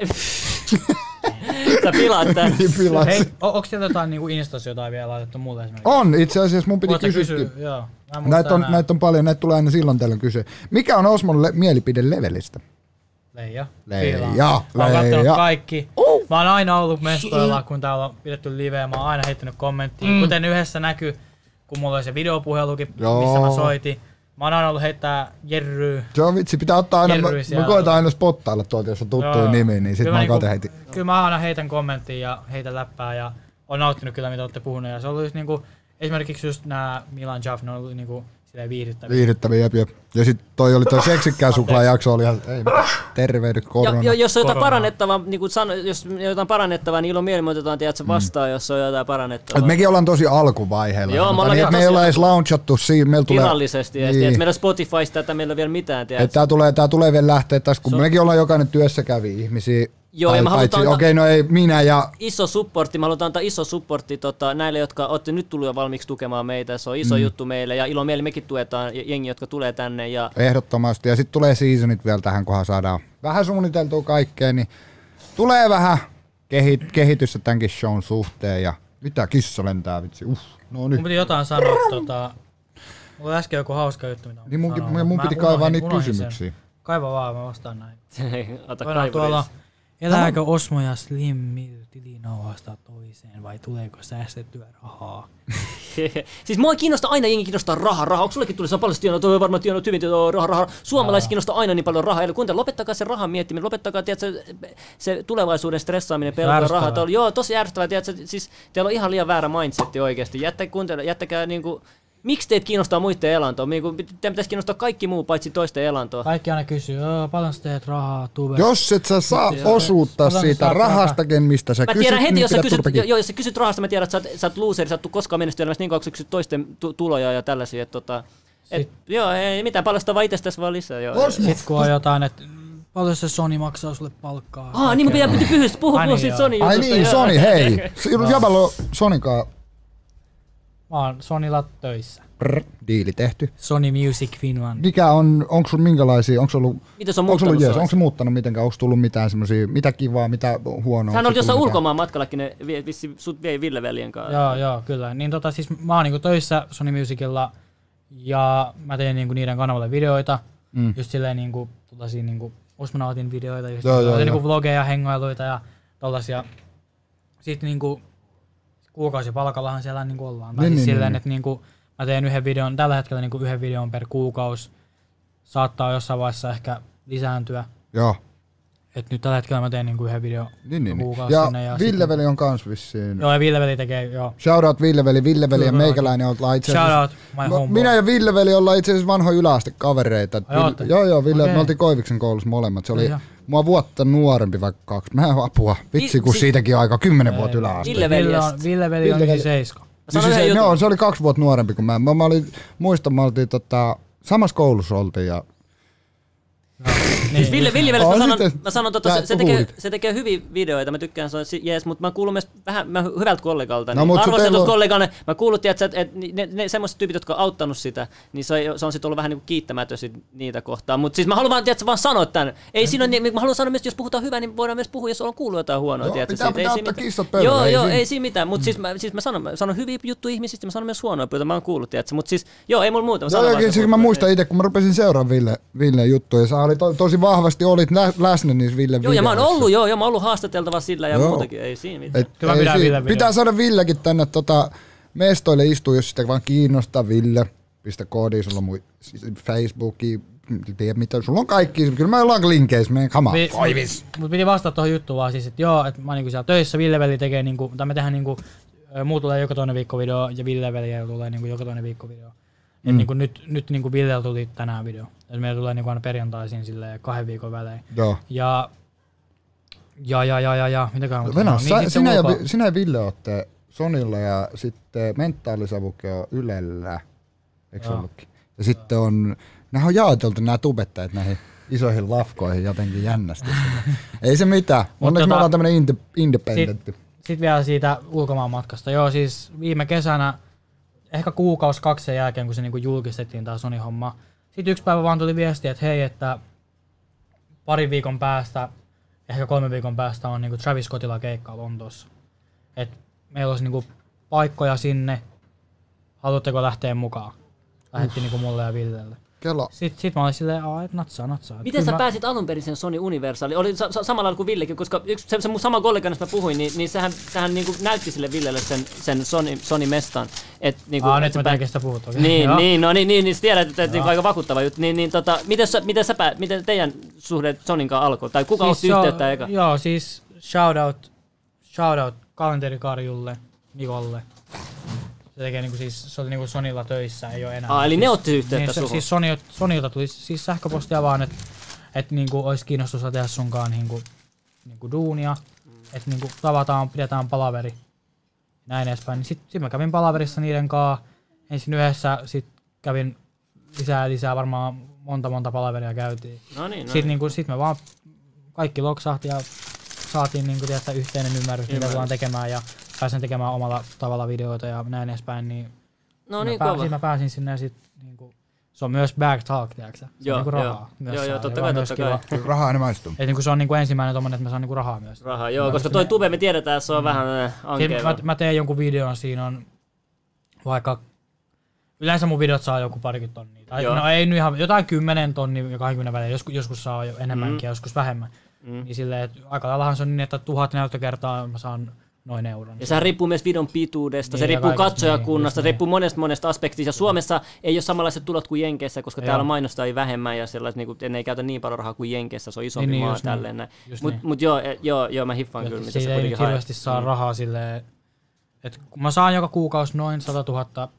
Speaker 1: Sä pilaat tän.
Speaker 4: Hei, on, onko siellä jotain niinku Instassa jotain vielä laitettu mulle esimerkiksi?
Speaker 3: On, itse asiassa mun piti kysyä.
Speaker 4: Kysy, joo.
Speaker 3: Näitä on, näitä on paljon, näitä tulee aina silloin tällöin kysyä. Mikä on Osmon le- mielipide levelistä?
Speaker 4: Leija.
Speaker 3: Leija.
Speaker 4: Mä oon kattonut kaikki. Uh. Mä oon aina ollut mestoilla, kun täällä on pidetty liveä. Mä oon aina heittänyt kommenttia. Mm. Kuten yhdessä näkyy, kun mulla oli se videopuhelukin, Joo. missä mä soitin. Mä oon aina ollut heittää Jerry.
Speaker 3: Se on vitsi, pitää ottaa aina, mä, mä koitan aina spottailla tuolta, jos on tuttuja nimi, niin sit kyllä mä, mä niinku, heitin.
Speaker 4: Kyllä mä aina heitän kommenttia ja heitän läppää ja on nauttinut kyllä mitä olette puhuneet. Ja se on ollut just niinku, esimerkiksi just nää Milan Jaff, ne on ollut niinku silleen viihdyttäviä.
Speaker 3: Viihdyttäviä, jep, jep. Ja sit toi oli toi seksikkää suklaajakso, oli ihan, ei terveydet, korona.
Speaker 1: Ja, jos on jotain parannettavaa, niin kuin sano, jos jotain parannettavaa, niin ilon mielin otetaan tiedätkö vastaan, mm. jos on jotain parannettavaa.
Speaker 3: Et mekin ollaan tosi alkuvaiheella.
Speaker 1: Joo, me,
Speaker 3: niin, me ei olla edes launchattu siinä. Meillä tulee...
Speaker 1: Virallisesti, niin. Että meillä Spotifysta tätä meillä ei ole vielä mitään.
Speaker 3: Et tää, tulee, tää tulee vielä lähteä tästä, kun so... mekin ollaan jokainen työssä kävi ihmisiä.
Speaker 1: Joo, ja mä halutaan
Speaker 3: antaa okei, no ei minä ja...
Speaker 1: Iso supportti, mä haluan antaa iso supportti tota, näille, jotka olette nyt tullut jo valmiiksi tukemaan meitä. Se on iso mm. juttu meille ja ilo mieli mekin tuetaan jengi, jotka tulee tänne. Ja...
Speaker 3: Ehdottomasti. Ja sitten tulee seasonit vielä tähän, kunhan saadaan vähän suunniteltua kaikkea, niin tulee vähän kehi- kehitystä tämänkin shown suhteen. Ja mitä kissa lentää vitsi, uh. No nyt.
Speaker 4: Mun piti jotain sanoa, tota... Mulla oli äsken joku hauska juttu, mitä
Speaker 3: niin mun, mun, mun piti kaivaa niitä kysymyksiä.
Speaker 4: Sen. Kaiva vaan, mä vastaan näin.
Speaker 1: Ota kaivureissa.
Speaker 4: Elääkö Osmo ja Slim tilinauhasta toiseen vai tuleeko säästettyä rahaa?
Speaker 1: Siis mua kiinnostaa aina jengi kiinnostaa rahaa. Rahaa. Onko sullekin tuli paljon tienoa? Toi varmaan tienoa hyvin tienoa rahaa. Raha. Suomalaiset kiinnostaa aina niin paljon rahaa. Eli kuinka lopettakaa se rahan miettiminen. Lopettakaa tiedätkö, se tulevaisuuden stressaaminen, pelko rahaa. Joo, tosi ärsyttävää. Tiedätkö, siis teillä on ihan liian väärä mindsetti oikeasti. Jättä, kuuntele, jättäkää niinku... Miksi teitä kiinnostaa muiden elantoa? Teidän pitäisi kiinnostaa kaikki muu paitsi toisten elantoa.
Speaker 4: Kaikki aina kysyy, paljon sä teet rahaa, tube.
Speaker 3: Jos et sä saa osuutta siitä rahastakin, mistä sä
Speaker 1: mä
Speaker 3: kysyt,
Speaker 1: tiedän heti,
Speaker 3: niin
Speaker 1: jos sä kysyt,
Speaker 3: jo,
Speaker 1: jo, jos sä kysyt rahasta, mä tiedän, että sä oot, sä oot loser, sä oot koskaan menestyä elämässä niin kauan, kun sä kysyt toisten tu- tuloja ja tällaisia. Et, tota, et, joo, ei mitään, paljosta vaan itsestäsi vaan lisää. Joo.
Speaker 4: Sitten kun on jotain, että paljon se Sony maksaa sulle palkkaa.
Speaker 1: Ah, niin mun pitää puhua puhu, puhu siitä Sony jutusta.
Speaker 3: Ai niin, Sony, hei. Jäbällä on Sonikaa.
Speaker 4: Mä oon Sonylla töissä.
Speaker 3: Prr, diili tehty.
Speaker 4: Sony Music Finland.
Speaker 3: Mikä on, onko sulla minkälaisia, onko ollut,
Speaker 1: Miten se on
Speaker 3: onko
Speaker 1: muuttanut?
Speaker 3: jees, onko se muuttanut mitenkään, onko tullut mitään semmosia, mitä kivaa, mitä huonoa?
Speaker 1: Sähän oli
Speaker 3: onko
Speaker 1: jossain
Speaker 3: tullut
Speaker 1: ulkomaan matkallakin, ne vie- vissi sut vei Ville veljen kanssa.
Speaker 4: Joo, joo, kyllä. Niin tota, siis mä oon niinku töissä Sony Musicilla ja mä teen niinku niiden kanavalle videoita.
Speaker 3: Mm.
Speaker 4: Just silleen niinku, tollasia niinku Osmonautin videoita, just
Speaker 3: Joo, joo,
Speaker 4: niinku
Speaker 3: joo.
Speaker 4: vlogeja, hengailuita ja tollasia. Sitten niinku kuukausipalkallahan siellä niinku ollaan. Tai
Speaker 3: Niin,
Speaker 4: siis
Speaker 3: niin,
Speaker 4: silleen,
Speaker 3: niin.
Speaker 4: että niinku mä teen yhden videon, tällä hetkellä niinku yhden videon per kuukausi. Saattaa jossain vaiheessa ehkä lisääntyä.
Speaker 3: Joo.
Speaker 4: Et nyt tällä hetkellä mä teen niinku yhden videon
Speaker 3: Niin, niin, niin.
Speaker 4: kuukausi
Speaker 3: Ja,
Speaker 4: sinne. Ja
Speaker 3: Ville-veli on kans vissiin.
Speaker 4: Joo, ja Ville-veli tekee, joo.
Speaker 3: Shoutout Ville-veli, Ville-veli ja
Speaker 4: Kyllä,
Speaker 3: meikäläinen ollaan itse
Speaker 4: Shout
Speaker 3: asiassa.
Speaker 4: out, my
Speaker 3: Mä-
Speaker 4: homeboy.
Speaker 3: Minä ja Ville-veli ollaan itse asiassa vanhoja yläastekavereita.
Speaker 4: Ai ootte?
Speaker 3: Joo, joo, Ville,
Speaker 4: Okei.
Speaker 3: me oltiin Koiviksen koulussa molemmat. Se oli
Speaker 4: Ai joo.
Speaker 3: mua vuotta nuorempi vaikka kaksi. Mä en apua. Vitsi, kun
Speaker 1: si-
Speaker 3: siitäkin on aika kymmenen vuotta yläaste.
Speaker 1: Ville-
Speaker 4: Ville on, Ville-veli on
Speaker 3: Ville-veli.
Speaker 4: yhdeksänkymmentäseitsemän.
Speaker 1: Sano
Speaker 3: Niin
Speaker 1: yhden
Speaker 3: se,
Speaker 1: jutun.
Speaker 3: no, se oli kaksi vuotta nuorempi kuin mä. Mä, mä olin, muistan, mä oltiin tota, samassa koulussa oltiin ja
Speaker 1: Siis Ville, Ville Ville,
Speaker 3: On
Speaker 1: mä sanon,
Speaker 3: sitten-
Speaker 1: mä sanon tota,
Speaker 3: Sä
Speaker 1: se, se, tekee,
Speaker 3: huudit.
Speaker 1: se tekee hyviä videoita, mä tykkään, se on si- jees, mutta mä kuulun myös vähän mä hyvältä kollegalta.
Speaker 3: No,
Speaker 1: Niin,
Speaker 3: mut se
Speaker 1: arvostetut
Speaker 3: teillä on-
Speaker 1: kollegalle, mä kuullut, tiiätkö, että et, ne, ne semmoiset tyypit, jotka on auttanut sitä, niin se, on- se on sitten ollut vähän niinku kiittämätön sit niitä kohtaan. Mutta siis mä haluan vaan, tiiätkö, vaan sanoa tämän. Ei siinä ole, niin, mä haluan sanoa myös, että jos puhutaan hyvää, niin voidaan myös puhua, jos on kuullut jotain huonoa.
Speaker 3: Joo,
Speaker 1: tiiätkö,
Speaker 3: pitää-
Speaker 1: siitä. Ei
Speaker 3: pitää
Speaker 1: siinä
Speaker 3: ottaa
Speaker 1: mitään.
Speaker 3: kissat pöydälle,
Speaker 1: Joo,
Speaker 3: ei
Speaker 1: joo,
Speaker 3: siinä-
Speaker 1: ei siinä mitään. Mutta siis, mä, siis mä, sanon, mä sanon hyviä juttuja ihmisistä, mä sanon myös huonoja juttuja, mä oon kuullut, tiiätkö. Mutta siis, joo, ei mulla muuta. Mä
Speaker 3: Joo,
Speaker 1: sanon
Speaker 3: joo,
Speaker 1: vaan
Speaker 3: kyllä,
Speaker 1: sen
Speaker 3: siis mä
Speaker 1: puolesta.
Speaker 3: muistan itse, kun mä rupesin seuraamaan Ville, Villen juttuja, ja sä oli to, tosi vahvasti olit lä, läsnä niissä Villen
Speaker 1: Joo, ja mä oon
Speaker 3: videoissa.
Speaker 1: ollut, joo, ja mä oon ollut haastateltava sillä ja
Speaker 3: Joo.
Speaker 1: muutakin, ei siinä mitään.
Speaker 3: Et,
Speaker 4: Kyllä mä
Speaker 3: ei
Speaker 4: pidän
Speaker 3: si-
Speaker 4: Villen
Speaker 3: pitää
Speaker 4: videoita.
Speaker 3: saada Villekin tänne tota, mestoille istua, jos sitä vaan kiinnostaa. Ville, pistä koodi, sulla on mui Facebooki, tiedä mitä, sulla on kaikki, kyllä mä ollaan linkeissä, meidän kama.
Speaker 4: Vi-
Speaker 3: Koivis.
Speaker 4: Mut piti vastata tuohon juttuun vaan siis, että joo, että mä oon niinku siellä töissä, Ville-veli tekee niinku, tai me tehdään niinku, ö, muu tulee joka toinen viikko video ja Ville-veli tulee niinku joka toinen viikko video. Et
Speaker 3: Mm.
Speaker 4: niinku nyt, nyt niinku Villellä tuli tänään video. Et meillä tulee niinku aina perjantaisin silleen kahden viikon välein.
Speaker 3: Joo.
Speaker 4: Ja ja ja ja ja ja mitäköhän mä
Speaker 3: Venä,
Speaker 4: sanon?
Speaker 3: sä,
Speaker 4: sit se
Speaker 3: sinä, ja,
Speaker 4: ulko-
Speaker 3: Vi- sinä ja Ville ootte Sonilla ja sitten Mentaalisavuke on Ylellä, eikö se
Speaker 4: Joo.
Speaker 3: ollutkin? Ja sitten on, nämä on jaoteltu nämä tubettajat näihin isoihin lafkoihin jotenkin jännästi. Ei se mitään, onneksi me
Speaker 4: tota-
Speaker 3: ollaan tämmönen inde, independentti.
Speaker 4: Sitten vielä siitä ulkomaan matkasta. Joo, siis viime kesänä, ehkä kuukausi kaksi sen jälkeen, kun se niinku julkistettiin tää Sony-homma. Sitten yksi päivä vaan tuli viesti, että hei, että parin viikon päästä, ehkä kolmen viikon päästä on niinku Travis Scottilla keikka Lontoossa. Et meillä olisi niinku paikkoja sinne, haluatteko lähteä mukaan? Lähettiin niinku mulle ja Villelle.
Speaker 3: Kela.
Speaker 4: Sitten sit mä olin silleen, aa, et natsaa, natsaa.
Speaker 1: Miten
Speaker 4: Kyllä
Speaker 1: sä
Speaker 4: mä-
Speaker 1: pääsit alun perin sen Sony Universaliin? Oli sa- sa- samalla lailla kuin Villekin, koska yksi, se, se mun sama kollega, josta mä puhuin, niin, niin sehän, sehän niinku näytti sille Villelle sen, sen Sony, Sony-mestan. Et, niinku,
Speaker 4: Aa,
Speaker 1: et
Speaker 4: nyt
Speaker 1: sä
Speaker 4: mä
Speaker 1: pää-
Speaker 4: tiedän, kestä puhut. okei.
Speaker 1: Niin,
Speaker 4: Joo.
Speaker 1: niin, no niin, niin, niin sä tiedät, että, että niinku aika vakuuttava juttu. Niin, niin tota, miten, sä, miten, sä pää, miten teidän suhde Sonyn kanssa alkoi? Tai kuka otti
Speaker 4: se on-
Speaker 1: yhteyttä eka?
Speaker 4: Joo, siis shoutout, shoutout kalenterikarjulle, Mikolle. Se tekee niinku siis, se oli niinku Sonylla töissä, ei oo enää.
Speaker 1: Aa, eli
Speaker 4: siis,
Speaker 1: ne otti yhteyttä
Speaker 4: niin, se-
Speaker 1: suhun.
Speaker 4: Siis Sony, Sonylta tuli siis sähköpostia vaan, että et niinku ois kiinnostusta tehdä sunkaan niinku, niinku duunia. Mm. Että niinku tavataan, pidetään palaveri. Näin edespäin. Niin sit, sit mä kävin palaverissa niiden kanssa. Ensin yhdessä, sit kävin lisää lisää, varmaan monta monta palaveria käytiin.
Speaker 1: No niin, no
Speaker 4: Sitten
Speaker 1: niin.
Speaker 4: niinku, sit me vaan kaikki loksahti ja saatiin niinku, tiedätkö, yhteinen ymmärrys, mitä
Speaker 1: Ymmärrys.
Speaker 4: tullaan tekemään ja pääsen tekemään omalla tavalla videoita ja näin edespäin. Niin
Speaker 1: No
Speaker 4: mä,
Speaker 1: niin,
Speaker 4: pää,
Speaker 1: kova.
Speaker 4: sit mä pääsin sinne ja sit niinku, se on myös back talk, tiedätkö? Se
Speaker 1: Joo,
Speaker 4: on niinku
Speaker 1: joo.
Speaker 4: rahaa. Myös
Speaker 1: Joo, joo,
Speaker 4: saa,
Speaker 1: totta
Speaker 4: joka
Speaker 1: kai,
Speaker 4: on myös
Speaker 1: totta
Speaker 4: kiva.
Speaker 1: kai.
Speaker 3: Rahaa ne maistuu.
Speaker 4: Et niinku se on niinku ensimmäinen tommonen, että mä saan niinku rahaa myös.
Speaker 1: Rahaa, joo,
Speaker 4: Mä
Speaker 1: koska
Speaker 4: pystyn-
Speaker 1: toi tube me tiedetään, että se on vähän äh,
Speaker 4: Siin,
Speaker 1: ankea.
Speaker 4: mä, mä teen jonkun videon, siinä on vaikka yleensä mun videot saa joku parikymmentä tonnia. Tai
Speaker 1: Joo.
Speaker 4: no ei nyt ihan, jotain kymmenen tonnia ja kaksikymmentä väliin, joskus, joskus saa jo enemmänkin
Speaker 1: Mm.
Speaker 4: ja joskus vähemmän.
Speaker 1: Mm.
Speaker 4: Niin silleen, että aika laillahan se on niin, että tuhat näyttökertaa mä saan noin euron.
Speaker 1: Ja sehän riippuu myös videon pituudesta, se
Speaker 4: Niin, ja
Speaker 1: riippuu
Speaker 4: kaikesta,
Speaker 1: katsojakunnasta,
Speaker 4: niin,
Speaker 1: se
Speaker 4: just
Speaker 1: riippuu monesta monesta aspektista. Ja Suomessa ei ole samanlaiset tulot kuin Jenkeissä, koska
Speaker 4: Joo.
Speaker 1: täällä mainostajia vähemmän ja sellaiset, niin kuin, ne ei käytä niin paljon rahaa kuin Jenkeissä, se on isompi
Speaker 4: Niin, niin,
Speaker 1: maa
Speaker 4: just
Speaker 1: tälleen
Speaker 4: niin.
Speaker 1: näin.
Speaker 4: Just
Speaker 1: Mut,
Speaker 4: niin.
Speaker 1: mut joo, e- joo, joo, mä hiffaan kyllä, mitä
Speaker 4: Siitä
Speaker 1: sä
Speaker 4: ei
Speaker 1: kuitenkin
Speaker 4: nyt
Speaker 1: haet.
Speaker 4: hirveästi saa
Speaker 1: Mm.
Speaker 4: rahaa silleen, että kun mä saan joka kuukausi noin sata tuhatta,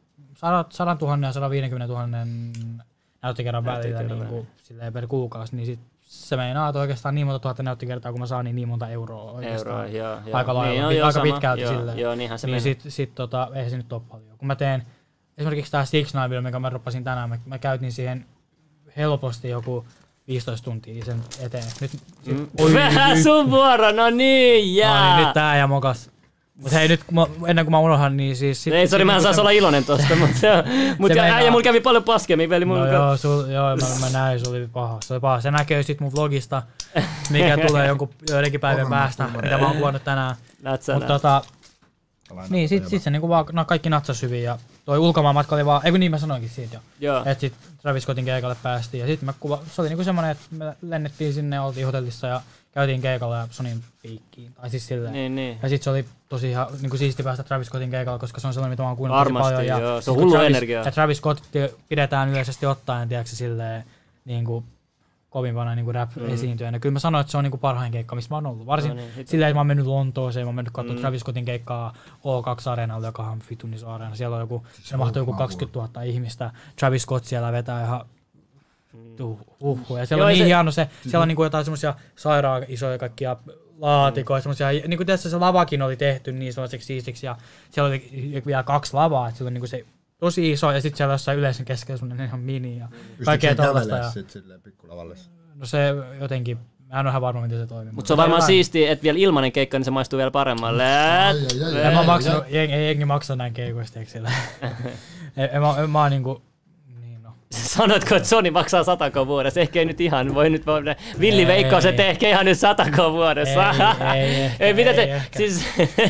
Speaker 4: sata tuhatta ja sata viisikymmentätuhatta näyttökerran välillä
Speaker 1: Näyttökerran
Speaker 4: niin kuin, silleen per kuukausi, niin sit se meinaa, että oikeastaan niin monta tuhatta näyttökertaa, kun mä saan, niin niin monta euroa oikeastaan.
Speaker 1: Euroa, joo, joo.
Speaker 4: Aika lailla,
Speaker 1: Niin,
Speaker 4: pit-
Speaker 1: joo, joo,
Speaker 4: aika
Speaker 1: sama.
Speaker 4: pitkälti
Speaker 1: joo,
Speaker 4: silleen.
Speaker 1: Joo, niinhän se
Speaker 4: niin
Speaker 1: menee.
Speaker 4: sit, sit tota, ei se nyt ole paljon. Kun mä teen esimerkiksi tää Six Nine video, mikä mä roppasin tänään, mä, mä käytin siihen helposti joku viisitoista tuntia sen eteen. Nyt, sit,
Speaker 1: Mm. Vähän sun vuoro, no niin,
Speaker 4: no
Speaker 1: jää!
Speaker 4: niin, nyt tää ja mokas. Mut hei nyt, kun mä, ennen kuin mä unohan, niin siis... Sit,
Speaker 1: ei, sori, mä en saisi olla iloinen tosta, mutta mut ja, äijä mulla kävi paljon paskemmin, veli.
Speaker 4: No joo, sul, joo mä, mä näin, se oli paha. Se oli paha. Se näkee sit mun vlogista, mikä tulee jonkun joidenkin päivän päästä, mitä mä oon kuvannut tänään. Mutta tota... Niin, sit, sit se niinku vaan, no kaikki natsas hyvin ja toi ulkomaanmatka oli vaan, eikö niin mä sanoinkin siitä jo. Joo. Et sit Travis Scottin keikalle päästiin ja sit mä kuva, se oli niinku semmonen, että me lennettiin sinne, oltiin hotellissa ja käytiin keikalla ja Sonyin piikkiin. Tai siis silleen.
Speaker 1: Niin, niin.
Speaker 4: Ja sit se oli tosi ihan niinku siisti päästä Travis Scottin keikalla, koska se on sellainen, mitä mä oon kuunnellut tosi paljon.
Speaker 1: Varmasti, joo.
Speaker 4: Ja
Speaker 1: se on hullu energiaa.
Speaker 4: Ja Travis Scott pidetään yleisesti ottaen, tiedätkö silleen, niinku kovimpana niinku rap-esiintyjänä. Mm. Kyllä mä sanoin, että se on niinku parhain keikka, missä mä oon ollut. Varsin no niin, silleen, että mä oon mennyt Lontooseen, mä oon mennyt katsomaan mm. Travis Scottin keikkaa O kaksi Areenalta, joka on vitun iso areena. Siellä on joku, se mahtuu joku kaksikymmentätuhatta ihmistä. Travis Scott siellä vetää ihan uhuhu. Ja siellä Joo, on niin se... hieno se, siellä on niinku jotain semmosia sairaan isoja kaikkia laatikoja, semmosia, niinku tässä se lavakin oli tehty niin sellaiseksi siistiksi ja siellä oli vielä kaksi lavaa, että siellä on niinku se tosi iso ja sitten siellä jossain yleisön keskellä semmonen ihan mini ja kaikkea tollaista. Ja...
Speaker 3: sit silleen pikkulavalle?
Speaker 4: No se jotenkin, mä en ole ihan varma miten se toimii.
Speaker 1: Mut se on varmaan siistiä, että vielä ilmanen keikka, niin se maistuu vielä paremmalle.
Speaker 4: En mä maksanut, jengi, jengi maksaa näin keikoista, eikö siellä? en mä, mä oon niinku...
Speaker 1: Sanotko, että Sony maksaa satako vuodessa? Ehkä ei nyt ihan, voi nyt voi... Villi veikkaus, että ehkä ihan nyt satako vuodessa.
Speaker 4: Ei, ei, ehkä,
Speaker 1: ei, mitä te...
Speaker 4: ei ehkä.
Speaker 1: Siis...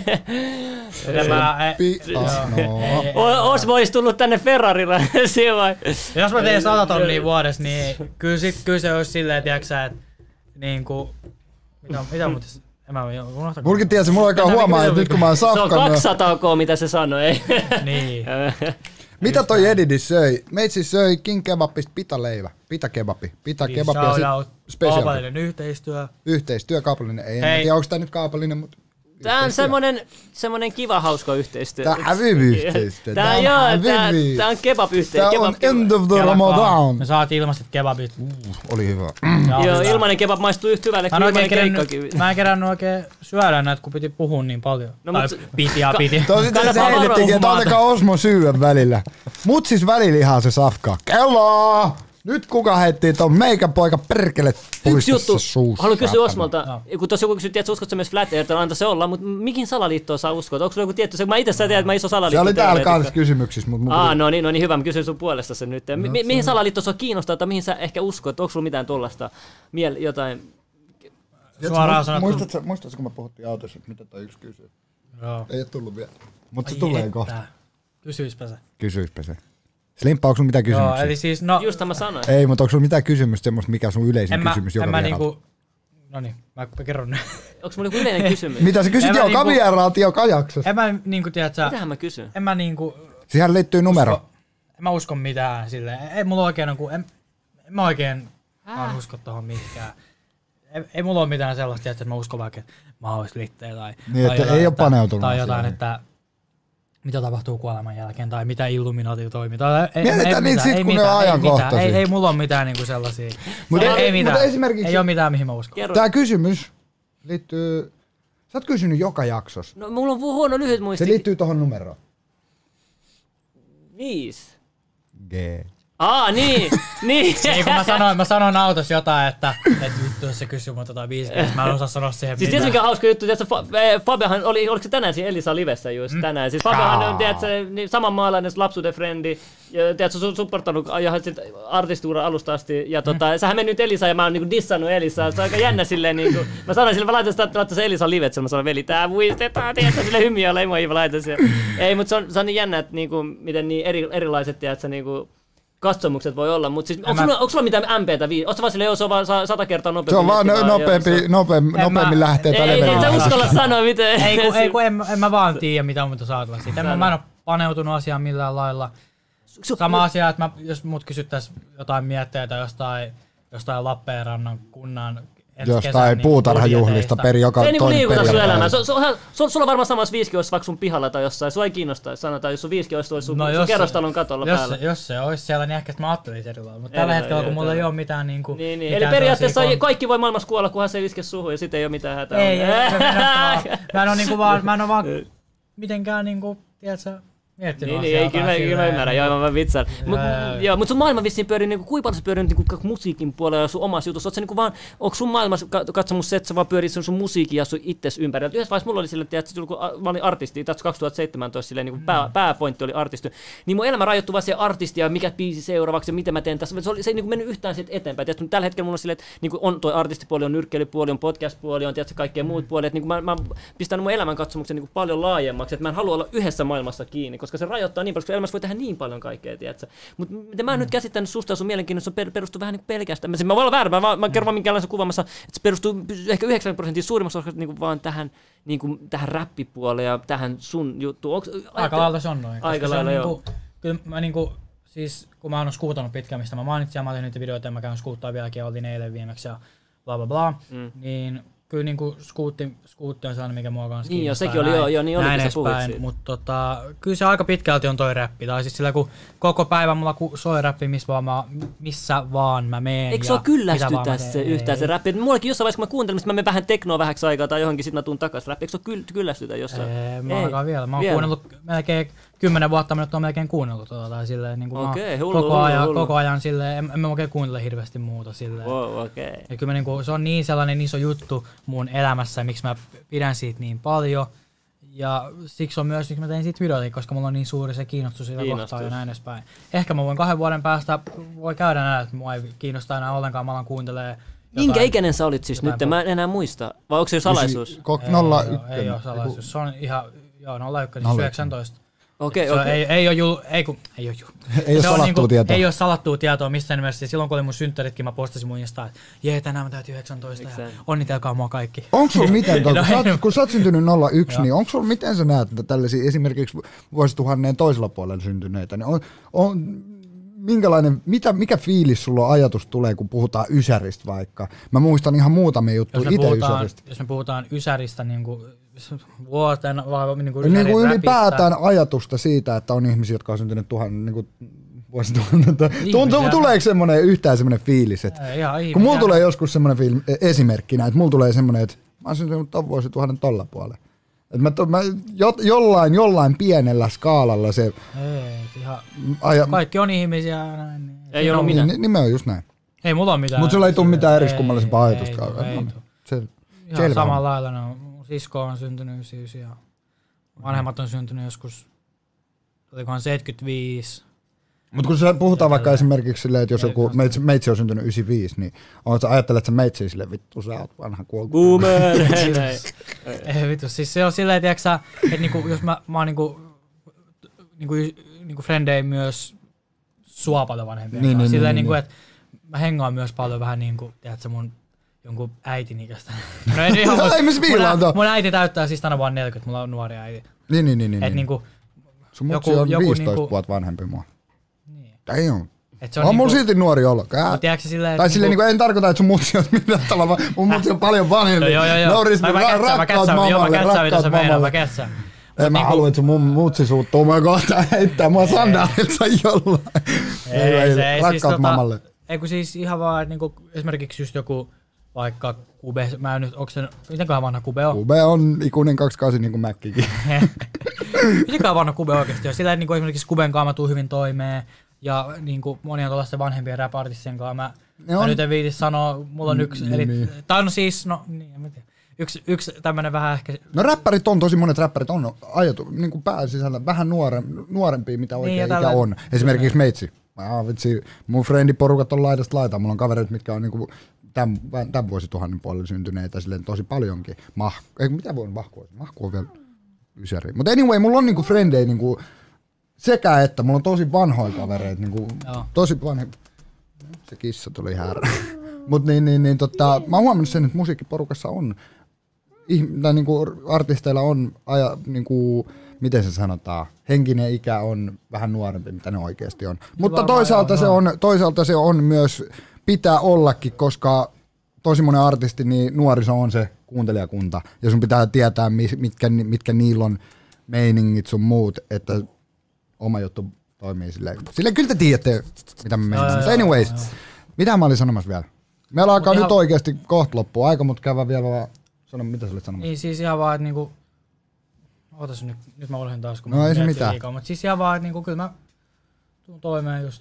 Speaker 3: no.
Speaker 1: Osmo olisi tullut tänne Ferrarilla.
Speaker 4: Jos mä teen sata tonnia vuodessa, niin kyllä, sit, kyllä se olisi silleen, tiiäksä, että niinku... Mitä, mitä muuten... En mä unohtaa.
Speaker 3: Mulkin tiedä, mulla alkaa huomaa, että nyt kun mä oon safkannut...
Speaker 1: Se on kaksisataa koo, mitä se sanoi.
Speaker 4: Niin.
Speaker 3: Mitä toi Edidi söi? Meitsi söi King Kebabista pitaleivä. Pita kebabi. Pita kebabi ja sit special.
Speaker 4: Kaupallinen yhteistyö.
Speaker 3: Yhteistyö, kaupallinen. Ei, en tiedä, onko tää nyt kaupallinen, mutta...
Speaker 1: Tää on semmonen, semmonen kiva, hauska yhteistyö.
Speaker 3: Tää on hävy-yhteistyö.
Speaker 1: Tää on, joo, tää, tää on kebab-yhteistyö.
Speaker 3: Tää on end of the Ramadan.
Speaker 4: Me saatiin ilmaiset kebabit.
Speaker 3: Uh, oli hyvä.
Speaker 1: Joo, ilmainen kebab maistuu yhtä hyvälle kuin ilmainen keikkakin.
Speaker 4: Mä en kerännyt oikein syödä näitä, kun piti puhua niin paljon. No, tai mut, piti ja piti.
Speaker 3: Tosi se heilittikin, että antakaa Osmo syyä välillä. Mut siis välilihaa se safkaa. Kello! Nyt kuka heitti ton meikän poika perkele
Speaker 1: yksi juttu, haluan kysyä Osmolta, no. Kun tuossa joku kysyy, että uskotko sä myös Flat Earth, antaa se olla, mutta mihin salaliittoon saa uskoa? Onko sulla joku tietty, mä itse sä tiedän, että mä iso salaliitto.
Speaker 3: Se oli täällä kans kysymyksissä, mutta...
Speaker 1: Aa, no niin, no niin hyvä, mä kysyn sun puolesta sen nyt. Mi- mi- mihin salaliitto sua kiinnostaa, tai mihin sä ehkä uskot? Onko sulla mitään tollasta, miel- jotain...
Speaker 4: Suoraan sanottu.
Speaker 3: Muistatko, muistatko, kun mä puhuttiin autossa, että mitä toi yksi kysyy?
Speaker 4: Joo.
Speaker 3: Ei oo tullut vielä, mutta se tulee kohta.
Speaker 4: Kysyispä se.
Speaker 3: Kysyispä se. Slimppa, onko sulla mitään kysymyksiä?
Speaker 4: Joo, eli siis, no...
Speaker 1: Just mä sanoin.
Speaker 3: Ei, mutta onko sulla mitään kysymystä semmoista, mikä on sun yleisin
Speaker 4: en
Speaker 3: kysymys
Speaker 4: mä,
Speaker 3: joka
Speaker 4: en mä
Speaker 3: vieraalta?
Speaker 4: niinku... Noniin, mä kerron ne.
Speaker 1: Onko mulla joku yleinen kysymys?
Speaker 3: Mitä sä kysyt joka niinku, vieraalta joka jaksossa?
Speaker 4: En mä niinku, tiedät sä...
Speaker 1: Mitähän mä kysyn?
Speaker 4: En mä niinku...
Speaker 3: Siihen liittyy numero.
Speaker 4: Usko, en mä usko mitään silleen. Ei mulla oikein on, en, en mä oikein vaan usko tohon mihinkään. Ei, ei mulla ole mitään sellaista, että mä uskon vaikka, että mä ois litteä tai...
Speaker 3: Niin,
Speaker 4: tai
Speaker 3: että
Speaker 4: jotain,
Speaker 3: ei oo paneutunut
Speaker 4: tai jotain, että... Mitä tapahtuu kuoleman jälkeen, tai mitä Illuminati toimii. Tai ei,
Speaker 3: mietitään
Speaker 4: ei,
Speaker 3: niitä sit,
Speaker 4: ei
Speaker 3: kun
Speaker 4: mitään,
Speaker 3: ne on ajankohtaisia.
Speaker 4: Ei, ei, ei mulla ole mitään niinku sellaisia.
Speaker 3: Mut
Speaker 4: ei,
Speaker 3: ei,
Speaker 4: ei mitään.
Speaker 3: Esimerkiksi,
Speaker 4: ei ole mitään, mihin mä uskon.
Speaker 1: Kerro.
Speaker 3: Tää kysymys liittyy... Sä oot kysynyt joka jaksossa.
Speaker 1: No mulla on huono lyhyt muisti.
Speaker 3: Se liittyy tohon numeroon.
Speaker 1: Viisi.
Speaker 3: G.
Speaker 1: Aa, niin, niin.
Speaker 4: Niin kun mä sanoin, mä sanoin autossa jotain, että et vittu jos se kysyy mut jotain viisikymmentä, mä en osaa sanoa siihen
Speaker 1: siis
Speaker 4: mitään.
Speaker 1: Siis mikä hauska juttu, tiiätkö, Fabiahan oli, oliko se tänään siinä Elisa Livessä just mm. tänään? Siis Fabiahan on, tiiätkö, niin samanmaalainen lapsuuden frendi, ja tiiätkö, su- supportanut ja sit artistuura alusta asti, ja tota, mm. sähän meni nyt Elisa ja mä oon niinku dissannut Elisaa, se on aika jännä silleen niinku, mä sanoin sille, mä laitan sitä, laitan se Elisa Livet, mä sanoin, veli, tää muistetaan, tiiätkö, sille hymiä olla, ei mua laitan siellä. Ei, mut se on, se on niin jännä, että niinku, miten niin eri, erilaiset, tiiätkö, niinku, katsomukset voi olla, mutta siis, onko, sulla, onko sulla mitään M P:tä viisi? Oletko vaan silleen, se on vaan sata kertaa nopeampi?
Speaker 3: Se on vaan no, nopeampi, nopeampi, nopeammin lähtee tälle
Speaker 1: Ei, ei sä uskalla sanoa miten.
Speaker 4: Ei kun, ei, kun en, en mä vaan tiedä mitä on muuta saatava siitä. En, mä en ole paneutunut asiaan millään lailla. Sama asia, että mä, jos mut kysyttäis jotain mietteitä jostain, jostain Lappeenrannan kunnan
Speaker 3: jostain niin puutarhajuhlista per joka
Speaker 1: toinen
Speaker 3: perjantai.
Speaker 1: Ei niinku liikuta sun elämää. Su, su, su, sulla on varmaan samassa viisikin olisi vaikka sun pihalla tai jossain. Sua ei kiinnostaa, sanotaan, jos sun viisikin olisi sun, no sun kerrostalon katolla
Speaker 4: jos,
Speaker 1: päällä.
Speaker 4: Jos se olisi siellä, niin ehkä mä ajattelisin eri lailla. Mutta tällä hetkellä, kun mulla ei ole mitään niinku...
Speaker 1: Niin, niin. Eli periaatteessa kon... kaikki voi maailmassa kuolla, kunhan se ei iske suhun ja sit ei ole mitään hätää.
Speaker 4: Ei, ei, mä en ole niinku vaan, mä en ole vaan mitenkään niinku, tiedätkö, miettinyt
Speaker 1: Niin, niin ei, kyllä, kyllä mä ymmärrän, joo, mä, mä vitsaan. Mut, joo, mut sun maailma vissiin pyörii, niinku, kuinka paljon se pyörii niinku, musiikin puolella ja sun omassa jutussa? Oot sä niinku vaan, onko sun maailmassa katsomus se, että sä vaan pyörii sun, sun musiikin ja sun itses ympärillä? Yhdessä vaiheessa mulla oli sillä, että kun mä olin artisti, tässä kaksituhattaseitsemäntoista silleen, niinku pää, pääpointti oli artisti, niin mun elämä rajoittui vaan siihen artistiin ja mikä biisi seuraavaksi ja mitä mä teen tässä. Se, oli, se ei niinku mennyt yhtään siitä eteenpäin. Tiedätkö, tällä hetkellä mulla on silleen, että niinku on toi artistipuoli, on nyrkkeilypuoli, on podcast-puoli, on tiedätkö, kaikkea muut puolet. Niinku mä, mä pistän mun elämän katsomuksen niinku paljon laajemmaksi, että mä en halua olla yhdessä maailmassa kiinni, koska se rajoittaa niin paljon, koska elämässä voi tehdä niin paljon kaikkea, tiedätkö. Mutta mitä mä en mm. nyt käsittänyt susta ja sun mielenkiinnossa perustuu vähän niin pelkästään. Mä voin olla väärä, mä, mä kerron vaan minkälaisen kuvaamassa, että se perustuu ehkä yhdeksänkymmentä prosenttia suurimmassa osassa niin vaan tähän, niin kuin, tähän räppipuoleen ja tähän sun juttuun.
Speaker 4: Aika lailla se on noin.
Speaker 1: Aika lailla, joo.
Speaker 4: Niinku, kyllä mä niinku, siis kun mä oon skuutanut pitkään, mistä mä mainitsin ja mä oon tehnyt niitä videoita ja mä käyn skuuttaa vieläkin ja olin eilen viimeksi ja bla bla bla, mm. niin kyllä niinku skuutti, skuutti on sellainen, mikä mua kanssa
Speaker 1: niin
Speaker 4: kiinnostaa.
Speaker 1: Niin jo, sekin oli jo, jo niin oli, kun sä puhuit siitä.
Speaker 4: Mutta tota, kyllä se aika pitkälti on toi räppi. Tai siis sillä kun koko päivän mulla soi räppi, missä vaan mä, missä vaan mä meen.
Speaker 1: Eikö se ole kyllästytä se yhtään se räppi? Mullakin jossain vaiheessa, kun mä kuuntelin, mistä mä menen vähän teknoa vähäksi aikaa tai johonkin, sit mä tuun takas räppi. Eikö se ole kyll- kyllästytä jossain?
Speaker 4: Ei, mä alkaa vielä. Mä oon vielä. kuunnellut melkein kymmenen vuotta, mä nyt oon melkein kuunnellut tota. Tai silleen, niin kuin
Speaker 1: okay,
Speaker 4: mä
Speaker 1: hullu,
Speaker 4: koko, ajan,
Speaker 1: hullu,
Speaker 4: koko ajan silleen, en, en mä oikein kuuntele hirveästi muuta silleen.
Speaker 1: Wow, okay.
Speaker 4: Ja kyllä mä, niin kuin, se on niin sellainen iso juttu mun elämässä, miksi mä pidän siitä niin paljon. Ja siksi on myös, miksi mä tein siitä videoita, koska mulla on niin suuri se kiinnostus siitä kohtaa ja näin edespäin. Ehkä mä voin kahden vuoden päästä, voi käydä näin, että mua ei kiinnosta enää ollenkaan, mä alan kuuntelee jotain.
Speaker 1: Minkä ikäinen sä olit siis nyt? Mä en enää muista. Vai onko se jo salaisuus?
Speaker 3: nolla
Speaker 4: yksi. Ei, ei ole salaisuus. Se on ihan, joo, nolla yksi, siis yhdeksäntoista.
Speaker 1: Okei, okei.
Speaker 4: Ei, ei ole jul, ei kun, ei ole jul.
Speaker 3: Ei ole salattua niinku, tietoa.
Speaker 4: Ei ole salattua tietoa missään nimessä. Silloin kun oli mun synttäritkin, mä postasin mun Instaan, että jee, tänään mä täytin yhdeksäntoista ja onnitelkaa mua kaikki.
Speaker 3: Onko sulla miten, no, kun, sä oot, kun sä oot syntynyt nolla yksi, niin onko sulla miten sä näet tällaisia esimerkiksi vuosituhannen toisella puolella syntyneitä, niin on, on minkälainen, mitä, mikä fiilis sulla on, ajatus tulee, kun puhutaan Ysäristä vaikka? Mä muistan ihan muutamia juttuja itse Ysäristä.
Speaker 4: Jos me puhutaan Ysäristä niin kuin vuoten, vai niin kuin
Speaker 3: niin kuin ylipäätään ajatusta siitä, että on ihmisiä, jotka on syntynyt tuhan, niin kuin vuosituhannetta. Tuntuu, tuleeko semmoinen yhtään semmoinen fiilis, että
Speaker 4: ja,
Speaker 3: kun mulla tulee joskus semmoinen fiilis, esimerkkinä, että mulla tulee semmoinen, että mä oon syntynyt ton vuosituhannen tolla puolella. Että mä, to, mä jo, jollain, jollain pienellä skaalalla se...
Speaker 4: Ei, ihan,
Speaker 3: aja,
Speaker 4: kaikki on ihmisiä ja näin. Niin.
Speaker 1: Ei ole minä.
Speaker 3: Niin, niin me on just näin.
Speaker 4: Ei mulla ole mitään.
Speaker 3: Mutta sulla ei tule mitään eriskummallisempaa ajatusta.
Speaker 4: Ei, ei,
Speaker 3: se,
Speaker 4: ihan samalla lailla. No, mun sisko on syntynyt yhdeksänkymmentäyhdeksän ja vanhemmat on syntynyt joskus, olikohan seitsemänkymmentäviisi.
Speaker 3: Mutta kun sä puhutaan vaikka esimerkiksi silleen, että jos joku meitsi, meitsi on syntynyt yhdeksänkymmentäviisi, niin on, sä ajattelet, että sä meitsi silleen, vittu sä oot vanha kuoltu.
Speaker 1: Boomer!
Speaker 4: Ei vittu, siis se on silleen, tiiäksä, että niinku, jos mä, mä oon niinku, niinku, niinku frendei myös sua paljon vanhempia.
Speaker 3: Niin, niin,
Speaker 4: silleen
Speaker 3: niin,
Speaker 4: niinku,
Speaker 3: niin.
Speaker 4: että mä hengaan myös paljon vähän niinku, tiedätkö, mun jonkun äitin ikästä. No ei ihan, mun,
Speaker 3: ei me viilaan
Speaker 4: mun, mun äiti täyttää siis tänä vuonna neljäkymmentä, mulla on nuori äiti.
Speaker 3: Niin, niin, niin.
Speaker 4: Et
Speaker 3: niin.
Speaker 4: niinku,
Speaker 3: sun mutsi on joku, viisitoista niinku, vuotta vanhempi mua.
Speaker 4: Niin.
Speaker 3: Damn.
Speaker 4: Et se on
Speaker 3: on
Speaker 4: niinku,
Speaker 3: mulla silti nuori olla.
Speaker 4: Silleen,
Speaker 3: tai silleen niinku, en tarkoita, että sun mutsi on millään tavalla, mun mutsi on paljon vanhempi.
Speaker 4: No joo joo joo.
Speaker 3: No respect,
Speaker 4: mä kätsään, mä kätsään, joo mä kätsään, mitä sä meinaa, mä kätsään.
Speaker 3: En mä halua, että sun mun mutsi suuttuu mua kohtaan heittää mua sandaalilta jollain.
Speaker 4: Ei, ei, se ei siis tota,
Speaker 3: mamalle.
Speaker 4: Ei kun siis ihan vaan, että niinku, esimerkiksi just joku vaikka Kube, mä en nyt, onko se, mitenköhän vanha Kube on?
Speaker 3: Kube on ikuinen kaksikymmentäkahdeksan niin kuin Mäkkikin.
Speaker 4: Mitenköhän vanha Kube oikeesti on? Sillä niin kuin esimerkiksi Kuben kanssa mä tuun hyvin toimeen ja niin kuin monien tuollaisten vanhempien rap-artistien kanssa mä, mä nyt en viitis sanoa, mulla on yksi, mm, eli, niin. tai no siis, no niin, en mä tiedä. Yksi, yksi tämmönen vähän ehkä...
Speaker 3: No räppärit on, tosi monet räppärit on ajatu, niin kuin pääsisällä vähän nuore, nuorempia, mitä oikein niin, ikä on. Esimerkiksi meitsi. Ah, vitsi, mun friendiporukat on laidasta laitaan. Mulla on kavereita, mitkä on niinku tämän, tämän vuosituhannen puolella syntyneitä silleen tosi paljonkin. Mah, ei, mitä voi mahkua? Mahku on vielä ysäri. Mutta anyway, mulla on niinku frendejä niinku sekä että. Mulla on tosi vanhoja kavereita. Niinku, tosi vanhoja. Se kissa tuli häärä. Mut niin, niin, niin tota, mä oon huomannut sen, että musiikkiporukassa on, tai niinku artisteilla on aja, niinku, miten se sanotaan, henkinen ikä on vähän nuorempi, mitä ne oikeasti on. Mutta toisaalta se on, toisaalta se on myös, pitää ollakin, koska tosi monen artisti, niin nuoriso on se kuuntelijakunta. Ja sun pitää tietää, mitkä, mitkä niillä on meiningit sun muut, että oma juttu toimii silleen. Silleen kyllä te tiedätte, mitä mä meinaan. Mutta anyways, mitä mä olin sanomassa vielä? Meillä alkaa nyt ihan... oikeasti kohta loppua aika, mutta käydään vielä vaan, sano, mitä sä olit sanomassa?
Speaker 4: Niin siis ihan vaan, että niinku, Ootas nyt, nyt mä unohdin taas, kun
Speaker 3: No,
Speaker 4: mä
Speaker 3: ei se
Speaker 4: mietin
Speaker 3: mitään.
Speaker 4: liikaa. Mut siis ihan vaan, että niinku, kyllä mä tuun toimeen just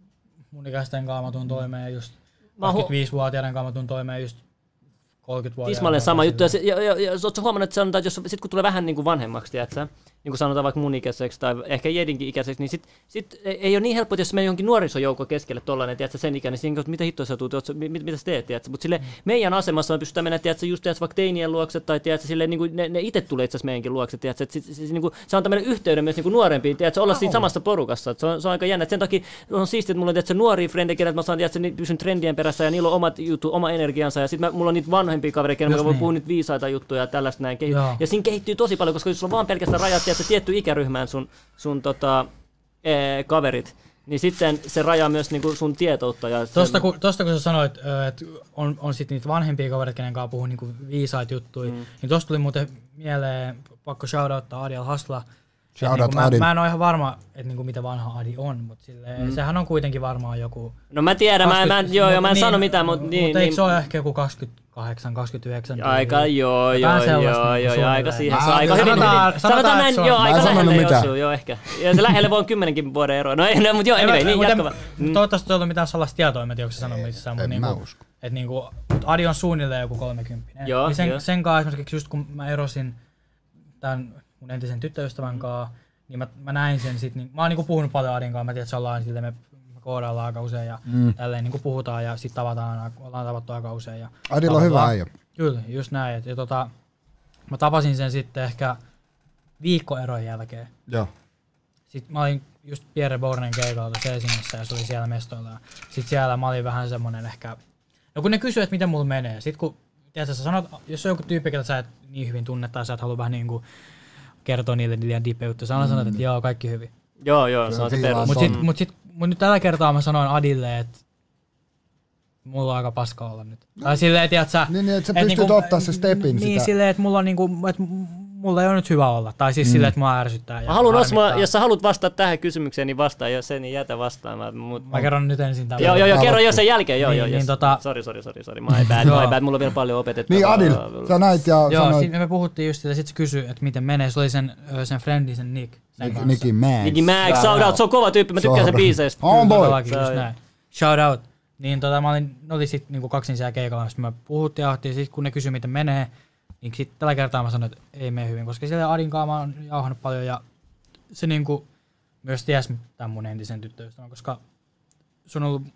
Speaker 4: mun ikäisten kanssa, mä tuun toimeen just kaksikymmentäviisivuotiaiden kanssa, mä tuun toimeen just kolmekymmentävuotiaiden.
Speaker 1: Tismalleen sama juttu. Ja, se, ja, ja, ja ootko huomannut, että sanotaan, että jos, sit kun tulee vähän niin kuin vanhemmaksi, tiedätkö, niin kuin sanotaan vaikka mun ikäiseksi tai ehkä Jedinkin ikäiseksi, niin sit, sit ei ole niin helppo, että jos menee johonkin nuorisojoukko keskelle tollainen, tiedätkö, sen ikäinen, niin siinä, mitä hittoa sä tuut, mit, mit, mitä sä teet, tiedätkö. Mutta sille meidän asemassa me pystytään mennä, tiedätkö, just tiedätkö, vaikka teinien luokse, tai tiedätkö, sille, niin kuin, ne, ne itse tulee itse asiassa meidänkin luokse, tiedätkö, että sit, sit, niin kuin, se on tämmöinen yhteyden myös niin kuin nuorempiin, tiedätkö, olla siinä samassa porukassa. Se on, se on aika jännä. Et sen takia on siistiä, että mulla on tiedätkö, nuoria frendejä, että mä saan, tiedätkö, niin pysyn trendien perässä ja niillä on omat juttu, oma energiansa ja sitten mulla on niitä vanhempia kavereita, joilla voi puhua niitä viisaita juttuja ja tällaista näin. Joo. Ja siinä kehittyy tosi paljon, koska jos sulla on vaan pelkästään rajat, tiedätkö, tietty ikäryhmään sun, sun tota, ee, kaverit, niin sitten se rajaa myös niinku sun tietoutta. Ja
Speaker 4: tosta, kun, tosta kun sä sanoit, että on, on sitten niitä vanhempia kavereita, kenen kanssa puhuu niinku viisaita juttuja, mm. niin tosta tuli muuten mieleen, pakko shoutouttaa Adi Al-Hasla. Niinku mä, mä en ole ihan varma, että niinku mitä vanha Adi on, mutta silleen, mm. sehän on kuitenkin varmaan joku...
Speaker 1: No mä tiedän, kaksikymmentä, mä, mä, joo, joo, mä en
Speaker 4: niin,
Speaker 1: sano mitään, mutta...
Speaker 4: Mutta
Speaker 1: niin,
Speaker 4: eikö
Speaker 1: niin,
Speaker 4: se ole ehkä joku kaksikymmentäkahdeksan kaksikymmentäyhdeksän?
Speaker 1: Aika joo, joo, joo, joo, joo, aika siihen, se on aika hyvin.
Speaker 4: Sanotaan,
Speaker 1: sanotaan näin, joo, aika lähelle osuu, joo ehkä. Ja se lähelle voi on kymmenenkin vuoden eroa. No ei, no, mutta joo, anyway, niin jatka vaan.
Speaker 4: Toivottavasti ei ollut mitään sellaista tietoa, en tiedä, onko se sanonut missään.
Speaker 3: En mä usko.
Speaker 4: Että niinku, mut Adi on suunnilleen joku kolmekymppinen.
Speaker 1: Joo,
Speaker 4: niin sen,
Speaker 1: joo.
Speaker 4: sen kanssa esimerkiksi just kun mä erosin tämän mun entisen tyttöystävän kanssa, niin mä, mä näin sen sit, niin, mä oon niinku puhunut paljon Adin kanssa, mä tiedän, että se ollaan silleen, me, me koodaillaan aika usein ja mm. tälleen niinku puhutaan ja sit tavataan, ollaan tavattu aika usein. Ja
Speaker 3: Adilla on hyvä äijä.
Speaker 4: Kyllä, just näin. Et, ja tota, mä tapasin sen sitten ehkä viikkoeron jälkeen.
Speaker 3: Joo.
Speaker 4: Sitten mä olin just Pierre Bournen keikalla Helsingissä ja se oli siellä mestoilla. Sitten siellä mä olin vähän semmonen ehkä, no kun ne kysyivät, että miten mulla menee. Sitten kun, tiedätkö, sä sanot, jos on joku tyyppi, jota sä et niin hyvin tunne tai sä et halua vähän niinku kertoo niille liian deep juttuja. Sä mm. sanot, että joo, kaikki hyvin.
Speaker 1: Joo, joo, se on se perus.
Speaker 4: Mut, sit, mut, sit, mut nyt tällä kertaa mä sanoin Adille, että mulla on aika paska olla nyt. No. Tai silleen, tiedät sä...
Speaker 3: Niin, että sä pystyt niinku, ottaa se stepin
Speaker 4: niin,
Speaker 3: sitä.
Speaker 4: silleen, että mulla on niinku, että mulla ei ole nyt hyvä olla. Tai siis mm. silleen, että mua ärsyttää.
Speaker 1: Mä haluan Osmo, jos sä haluat vastata tähän kysymykseen, niin vastaa. Jos se, niin jätä vastaamaan. Mut,
Speaker 4: mä kerron nyt ensin tämän.
Speaker 1: Joo, joo, joo, kerro jo sen jälkeen. Joo,
Speaker 4: niin,
Speaker 1: joo,
Speaker 4: niin,
Speaker 1: yes.
Speaker 4: tota...
Speaker 1: Sori, sori, sori, sori. My bad, my bad. Mulla on vielä paljon opetettavaa.
Speaker 3: Niin, Adil, sä näit ja
Speaker 4: joo,
Speaker 3: sanoit...
Speaker 4: Joo, me puhuttiin just sitä, sit se kysyi, että miten menee. Se oli sen, sen friendin, sen Nick. Sen
Speaker 3: Nicky Max.
Speaker 1: Nicky Max, shout out, se on kova tyyppi. Mä tykkään sen biiseistä.
Speaker 3: On boy.
Speaker 4: Shout out. Niin tota, mä olin, ne oli sit niinku kaksin siellä keikalla, sitten mä puhuttiin ja sit kun ne kysyi miten menee, niin sit tällä kertaa mä sanoin, että ei mene hyvin, koska siellä Adin kanssa mä oon jauhannut paljon ja se niinku myös ties tämän mun entisen tyttöystävän, koska se on ollut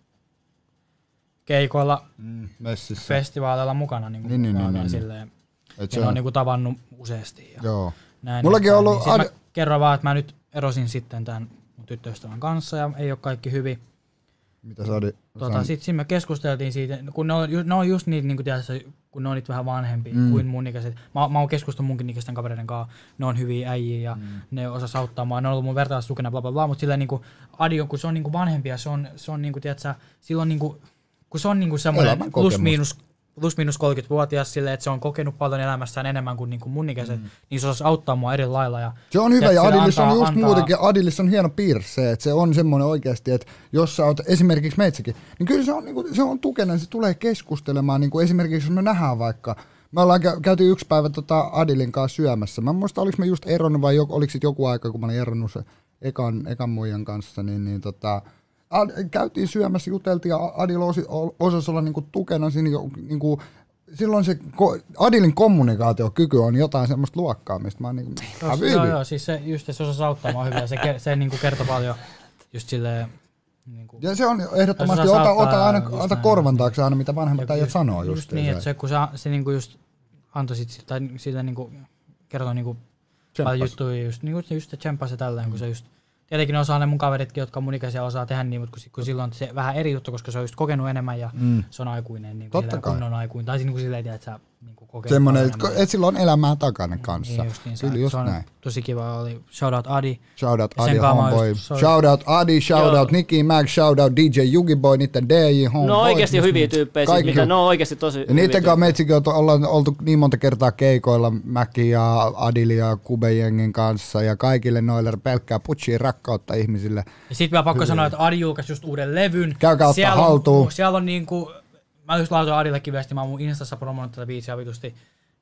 Speaker 4: keikoilla,
Speaker 3: mm,
Speaker 4: festivaaleilla mukana niinku
Speaker 3: niin, niin,
Speaker 4: niin,
Speaker 3: niin,
Speaker 4: silleen,
Speaker 3: et
Speaker 4: ja ne on niinku tavannut useasti. Ja
Speaker 3: joo.
Speaker 4: Näin,
Speaker 3: Mullakin on ollut...
Speaker 4: Niin, Ad... mä kerron vaan, että mä nyt erosin sitten tämän mun tyttöystävän kanssa ja ei ole kaikki hyvin.
Speaker 3: Mitä sä Adi?
Speaker 4: Tota, sitten me keskusteltiin siitä, kun ne on, ne on just niitä, niin kuin tiedätkö, kun ne on niitä vähän vanhempia mm. kuin mun ikäiset. Mä, mä oon keskustellut munkin ikäisten kavereiden kanssa, ne on hyviä äijiä ja mm. ne osas auttaa mua, ne on ollut mun vertaistukena bla bla bla, mutta silleen niinku Adi, kun se on niinku vanhempia, se on, se on niinku, tiedätkö, silloin niinku, kun se on niinku semmoinen plus miinus, plus miinus kolmekymmentävuotias silleen, että se on kokenut paljon elämässään enemmän kuin niinku mun ikäiset, mm. niin se osasi auttaa mua eri lailla. Ja
Speaker 3: se on hyvä ja Adillis on just antaa... muutenkin, Adillis on hieno piirre se, että se on semmoinen oikeasti, että jos sä oot esimerkiksi meitsäkin, niin kyllä se on, niinku, se on tukena, se tulee keskustelemaan, niin kuin esimerkiksi jos me nähdään vaikka, me ollaan käyty yksi päivä tota Adilin kanssa syömässä, mä en muista oliko me just eronnut vai joku, oliko sit joku aika, kun mä olin eronnut se ekan, ekan muijan kanssa, niin, niin tota, käytiin syömässä, juteltiin ja Adil osi, osasi olla niinku tukena siinä niinku, silloin se Adilin kommunikaatiokyky on jotain semmoista luokkaa, mistä mä oon niinku...
Speaker 4: Joo, joo, joo, siis se just se osasi auttaa mua hyvin ja se, se niinku kertoo paljon just silleen... Niinku,
Speaker 3: ja se on ehdottomasti, ota, ota aina ota korvan taakse aina mitä vanhemmat äijät sanoo just.
Speaker 4: Just niin, että se kun se, se niinku just antoi sit, tai sille niinku kertoo niinku paljon juttuja just, niinku just se tsemppasi ja tälleen, mm. kun se just... Tietenkin ne osaa ne mun kaveritkin, jotka on mun ikäisiä osaa tehdä niin, mutta kun, kun silloin se vähän eri juttu, koska se on just kokenut enemmän ja mm. se on aikuinen, niin kuin kunnon aikuinen. Tai niin kuin silleen, että sä niin kokenut
Speaker 3: semmoinen, että et sillä on elämää takana kanssa.
Speaker 4: Niin just niin,
Speaker 3: kyllä just näin.
Speaker 4: Tosi kiva oli. Shoutout Adi.
Speaker 3: Shoutout Adi homeboy. Shoutout Adi, shoutout Nicky Max, shoutout D J Jugiboy, niitten D J homeboy.
Speaker 1: No oikeesti hyviä tyyppejä, siis, mitä, no oikeesti tosi hyviä.
Speaker 3: Ja niitten kanssa meitsikin ollaan oltu niin monta kertaa keikoilla, Mäki ja Adili ja Kube-jengin kanssa ja kaikille noille pelkkää putsia rakkautta ihmisille.
Speaker 4: Ja sit mä pakko hyviä. Sanoa, että Adi julkaisi just uuden levyn.
Speaker 3: Käykää ottaa haltuun.
Speaker 4: Siellä on niinku, mä just laitoin Adillekin viestiä, mä oon mun Instassa promoinut tätä biisiä vitusti.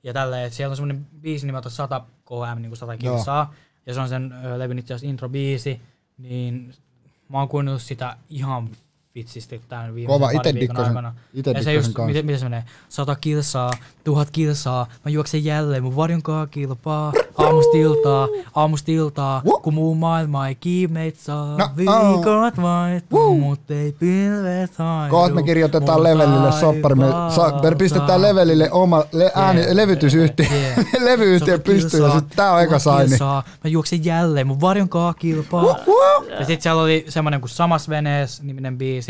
Speaker 4: ja tälleen, että siellä on semmoinen biisi nimeltä sata K M, niin kuin sata kilsaa, ja se on sen ö, levyn itse asiassa intro-biisi, niin mä oon kuunnellut sitä ihan vitsisti tämän viimeisen parin viikon aikana. Ja se just, miten, miten se menee? Sata kilsaa, tuhat kilsaa, mä juoksen jälleen mun varjonkaa kilpaa. Aamusta iltaa, aamusta iltaa, kun muu maailma ei kiimeitä saa. No, viikot vaihtuu, mut ei pilvet haidu.
Speaker 3: Kohta me kirjoitetaan levelille soppari. Me, sa, me pistetään levelille oma le, ääni, yeah, levytysyhtiö, yeah, yeah. levyyhtiö pystyy ja sit tää on eka saini.
Speaker 4: Mä juoksen jälleen mun varjonkaa kilpaa. Ja sit siellä oli semmonen kuin Samas venees niminen biisi.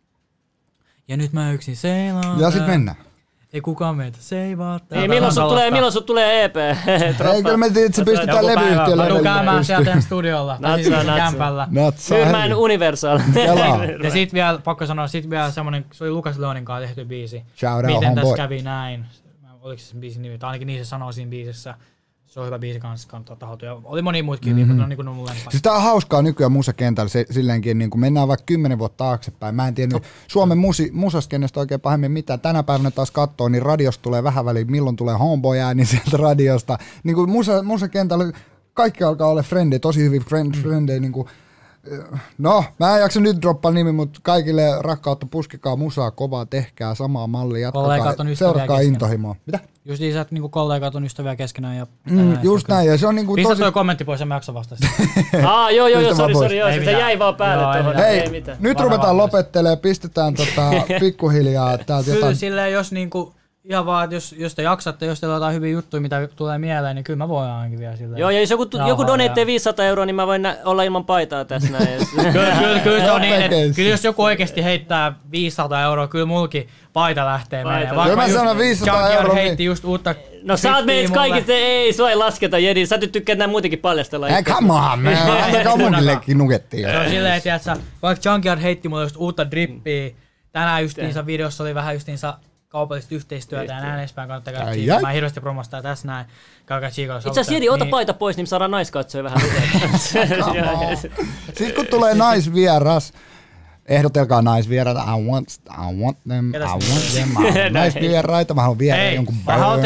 Speaker 4: Ja nyt mä yksin seilaan.
Speaker 3: Ja sit mennään.
Speaker 4: Ei kukaan meitä seivaa.
Speaker 1: Ei, milloin sut tulee, milloin sut tulee E P?
Speaker 3: Ei, kyllä me tiedät, että se pystytään levyyhtiölle.
Speaker 4: Mä tuun käymään siellä teidän studiolla.
Speaker 1: Natsaa, natsaa. Myymään Universal.
Speaker 4: Ja sit vielä, pakko sanoa, sit vielä semmonen, se oli Lukas Leonin kanssa tehty biisi.
Speaker 3: Shout out,
Speaker 4: Miten tässä
Speaker 3: homeboy.
Speaker 4: kävi näin? Oliko se sen biisin nimi? Tai ainakin niin se sanoo siinä biisissä. Se on hyvä biisi kanssa, kannattaa tahotua. Ja oli monia muitakin mm-hmm. hyviä, mutta ne on niin kuin mun lempari.
Speaker 3: Siis tää on hauskaa nykyään musakentällä se, silleenkin, niin kun mennään vaikka kymmenen vuotta taaksepäin. Mä en tiedä no. Suomen musi, musaskennestä oikein pahemmin mitään. Tänä päivänä taas katsoo, niin radiosta tulee vähän väliin, milloin tulee homeboy ääni sieltä radiosta. Niin kuin musa, musakentällä kaikki alkaa olla frendejä, tosi hyviä friend, frendejä. Niin kuin, no, mä en jaksa nyt droppaa nimi, mutta kaikille rakkautta, puskikaa musaa, kovaa, tehkää samaa mallia, jatkakaa, seuratkaa intohimoa. Mitä?
Speaker 4: Just niin, että niinku kollegat on ystäviä keskenään. Ja
Speaker 3: mm, just näin, ja se on niinku
Speaker 4: Pistä
Speaker 3: tosi...
Speaker 4: toi kommentti pois, en mä jaksa vastata.
Speaker 1: Aa, joo, joo, joo, sori, sori, joo, se jäi vaan päälle
Speaker 4: joo,
Speaker 1: tuohon.
Speaker 3: Hei,
Speaker 1: ei mitään.
Speaker 3: Nyt ruvetaan lopettelemaan, pistetään tota pikkuhiljaa täältä
Speaker 4: kyllä
Speaker 3: jotain...
Speaker 4: silleen, jos niinku... Ihan vaan, että jos, jos te jaksatte, jos teillä on jotain hyviä juttuja, mitä tulee mieleen, niin kyllä mä voin ainakin vielä silleen.
Speaker 1: Joo, ja jos joku, joku doneitte viisisataa euroa, niin mä voin nä- olla ilman paitaa tässä näin.
Speaker 4: kyllä, kyllä, kyllä se on niin, että kyllä jos joku oikeasti heittää viisisataa euroa, kyllä mulki paita lähtee menemään.
Speaker 3: Kyllä mä sanon viisisataa euroa.
Speaker 4: heitti just uutta...
Speaker 1: No sä oot meitä kaikista, ei, sua ei lasketa, Jedi. Sä nyt tykkäät nää muutenkin paljastella.
Speaker 3: Ei, come on, me antakaa munillekin nukettiin.
Speaker 4: Se on silleen, että vaikka Junkyard heitti mulle just uutta drippiä, tänään justiinsa videossa oli vähän justiinsa kaupallista yhteistyötä ja näin edespäin, kannattaa käydä tsiikaa. Mä hirveästi promostaa tässä näin. Käykää tsiikaa.
Speaker 1: Itse asiassa Jedi, ota paita pois, niin saadaan naiskatsoja vähän videoita.
Speaker 3: Sitten kun tulee naisvieras, ehdotelkaa naisvieraita. I want, I want them, I want them. Mä haluan naisvieraita, mä haluan viedä jonkun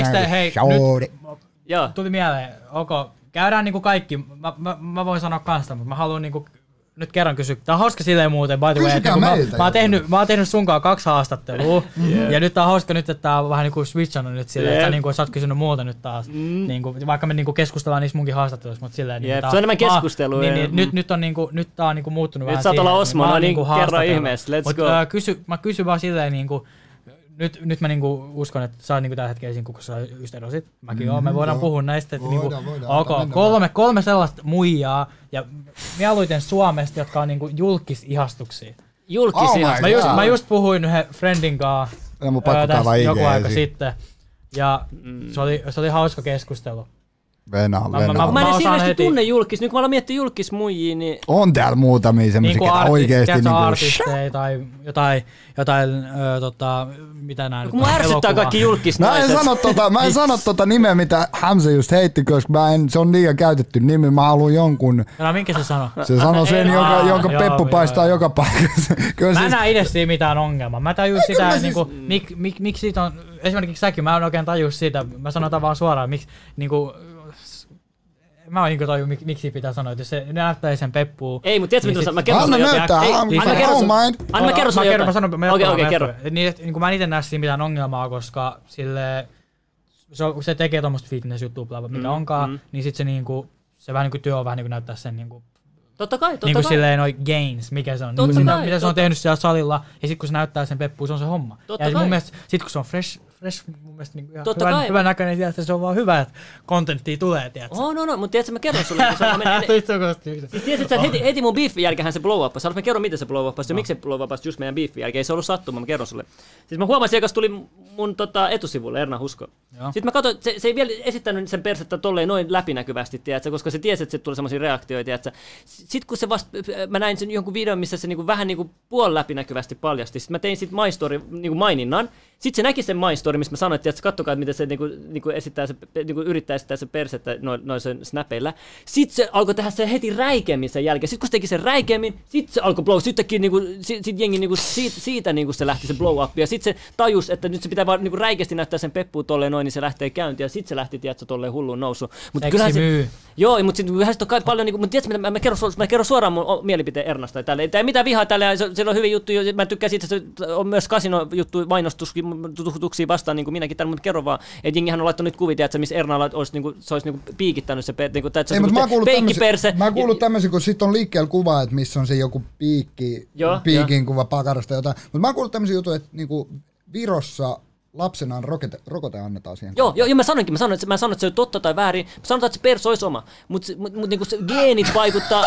Speaker 4: burger, nyt tuli mieleen, ok, käydään niinku kaikki, mä, mä, mä voin sanoa kanssa, mutta mä haluan niinku nyt kerran kysyä. Tää on hauska silleen muuten, by the way, että mä, mä, oon tehnyt, mä oon tehnyt sunkaan kaksi haastattelua, yeah. ja nyt tää on hauska nyt, että tää on vähän niinku switchannut nyt silleen, yeah. että niinku, sä oot kysynyt muuta nyt taas. Mm. Niinku, vaikka me niinku keskustellaan niissä munkin haastatteluissa, mutta silleen...
Speaker 1: Yeah,
Speaker 4: niinku,
Speaker 1: se on enemmän keskustelua.
Speaker 4: Niin, niin, mm. nyt, nyt, on niinku, nyt tää on niinku muuttunut
Speaker 1: nyt
Speaker 4: vähän
Speaker 1: siihen. Nyt saat olla Osmo, no niin,
Speaker 4: niinku
Speaker 1: kerro ihmeessä, let's
Speaker 4: Mut,
Speaker 1: go.
Speaker 4: Äh, kysy, mä kysyn vaan silleen niinku... Nyt, nyt mä niinku uskon, että sä oot niinku tällä hetkellä siinä kukossa just erosit. Mäkin mm, oon, me voidaan joo. puhua näistä. Että voidaan, niinku, voidaan, okay, kolme, kolme sellaista muijaa ja mieluiten Suomesta, jotka on niinku julkisihastuksia.
Speaker 1: Julkisihastuksia?
Speaker 4: Mä just, mä just puhuin yhden friendin kanssa tästä joku aika sitten. Ja mm. se, oli, se oli hauska keskustelu.
Speaker 3: Venä,
Speaker 1: mä, venä. Mä, mä, mä en edes hirveästi tunne julkis. Nyt kun mä aloin miettiä julkismuijia, niin...
Speaker 3: On täällä muutamia semmosia, ketä arti, oikeesti niinku...
Speaker 4: artisteja tai jotain, jotain ö, tota, mitä nää
Speaker 1: no, nyt on, ärsyttää kaikki julkisnaiset.
Speaker 3: Mä en sano tota, mä en sano tota nimeä, mitä Hamza just heitti, koska mä en, se on liian käytetty nimi. Mä haluan jonkun...
Speaker 4: No minkä se sanoo?
Speaker 3: Se sanoo sen, ei, jonka, jonka joo, Peppu joo, paistaa joo. joka paikassa.
Speaker 4: Mä siis... näen itse siinä mitään ongelmaa. Mä tajun sitä, siis... niinku, mik, mik, miksi siitä on... Esimerkiksi säkin, mä en oikein tajua siitä. Mä sanotaan vaan suoraan, miksi... Niinku, mä oon niinku taju, mik, miksi pitää sanoa, että jos se näyttää sen Peppuun...
Speaker 1: Ei, mutta tiedätkö, mitä mä kerron
Speaker 3: sulle jotain. Anna näyttää, anna kerron sulle jotain.
Speaker 1: Anna kerron sulle jotain.
Speaker 4: Mä sanon, mä
Speaker 1: okei, okei, kerro.
Speaker 4: Niin, mä en ite näe siinä mitään ongelmaa, koska sille... Se, se tekee tommoista fitness-juttua, mikä mm, onkaan, mm. niin sit se niinku... Se vähän niinku työ on vähän niinku näyttää sen niinku...
Speaker 1: Totta kai, totta
Speaker 4: niinku
Speaker 1: kai.
Speaker 4: silleen noi gains, mikä se on.
Speaker 1: Totta
Speaker 4: niin,
Speaker 1: kai,
Speaker 4: mitä, mitä se on tehnyt siellä salilla, ja sit kun se näyttää sen Peppuun, se on se homma.
Speaker 1: Totta
Speaker 4: ja
Speaker 1: kai.
Speaker 4: mun mielestä, sit kun se on fresh, fresh mun mielestä niinku ihan
Speaker 1: Totta
Speaker 4: hyvän,
Speaker 1: kai.
Speaker 4: hyvän näköinen, tiedätkö, se on vaan hyvä, että contenttia tulee, tiedätkö.
Speaker 1: Oh, no, no, mutta tiedätkö, mä kerron sulle, kun se on mennyt... Siis tiedätkö, että heti, heti mun beefin jälkeen se blow uppasi. Haluaisin mä kerron, miten se blow uppasi ja miksi se blow uppasi just meidän beefin jälkeen. Ei se ollut sattuma, mä kerron sulle. Siis mä huomasin, joka tuli mun tota, etusivulle, Erna Husko. Joo. Sitten mä katsoin, se, se ei vielä esittänyt sen persettä tolleen noin läpinäkyvästi, tiedätkö, koska se tiesi, että se tuli semmosia reaktioita, tiedätkö. Sitten kun se vasta, mä näin sen jonkun videon, missä se niinku vähän niinku puol läpinäkyvästi paljasti. Sitten mä tein sit My Story niinku maininnan. Sitten se näki sen My Story story, missä mä sanoin, että katsokaa, miten se niinku, niinku esittää se, niinku yrittää esittää se persettä noin no sen snappeilla. Sitten se alkoi tehdä se heti räikeämmin sen jälkeen. Sitten kun se teki sen räikeämmin, sitten se alkoi blow. Sittenkin niinku, sit, sit jengi niinku, siitä, siitä niinku se lähti se blow up. Ja sitten se tajus, että nyt se pitää vaan niinku räikeästi näyttää sen peppuun tolleen noin, niin se lähtee käyntiin. Ja sitten se lähti, tiedätkö, tolleen hulluun nousuun. Mut kyllähän se,
Speaker 4: myy.
Speaker 1: joo, mutta sitten kyllähän sit on paljon, niinku, mutta tiedätkö, mä, mä, kerron, mä kerron suoraan mun mielipiteen Ernasta. Täällä ei mitään vihaa täällä, se on hyvin juttu. Mä tykkään siitä, että on myös kasino-juttu, mainostuksia vastaan, niin kuin minäkin täällä, mutta kerron vaan, että jengihän on laittanut nyt kuvia, että missä Ernalla olisi, niin kuin, se olisi niin kuin piikittänyt se, niin kuin, että se on peikkiperse.
Speaker 3: Mä oon kuullut tämmöisiä, kun sit on liikkeellä kuva, että missä on se joku piikki, joo, piikin jo. Kuva pakarasta jotain. Mutta mä oon kuullut tämmöisiä juttuja, että niin kuin Virossa lapsenaan rokote, rokote annetaan siihen.
Speaker 1: Joo, joo, mä sanoinkin, mä sanoin, että, mä sanoin, että se on totta tai väärin. Mä sanoin, että se perso olisi oma, mutta mut, mut, niin se geenit vaikuttaa.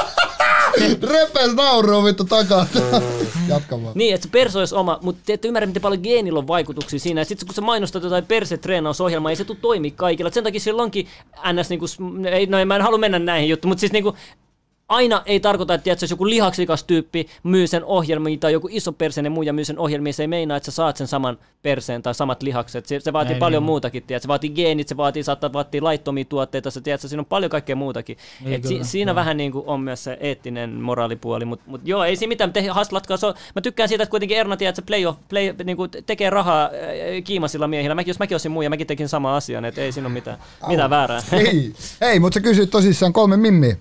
Speaker 3: Repes nauruu vittu takaa. Jatka vaan.
Speaker 1: Niin, että se perso olisi oma, mutta te ette ymmärrä, miten paljon geenillä on vaikutuksia siinä. Ja sitten kun sä mainostat jotain persetreenausohjelmaa, ei se tule toimia kaikilla. Et sen takia sillä onkin ns. Niinku, ei, no mä en halua mennä näihin juttuihin, mutta siis niinku, aina ei tarkoita, että jos joku lihaksikas tyyppi myy sen ohjelmiin tai joku iso perseinen muija myy sen ohjelmiin, se ei meinaa, että sä saat sen saman perseen tai samat lihakset. Se, se vaatii ei, paljon niin. muutakin, tiedät. Se vaatii geenit, se vaatii, saattaa vaatii laittomia tuotteita, se, tiedät, siinä on paljon kaikkea muutakin. Ei, Et si, siinä joo. vähän niin kuin on myös se eettinen moraalipuoli, mutta mut joo, ei siinä mitään, te, haslatkaa. So, mä tykkään siitä, että kuitenkin Erna tiedät, että se play off, play, niin kuin tekee rahaa kiimasilla miehillä. Mäkin, jos mäkin olisin muija, mäkin tekin sama asian, että ei siinä ole mitään, mitään väärää.
Speaker 3: Ei, ei mutta sä kysyt tosissaan kolme mimmiä.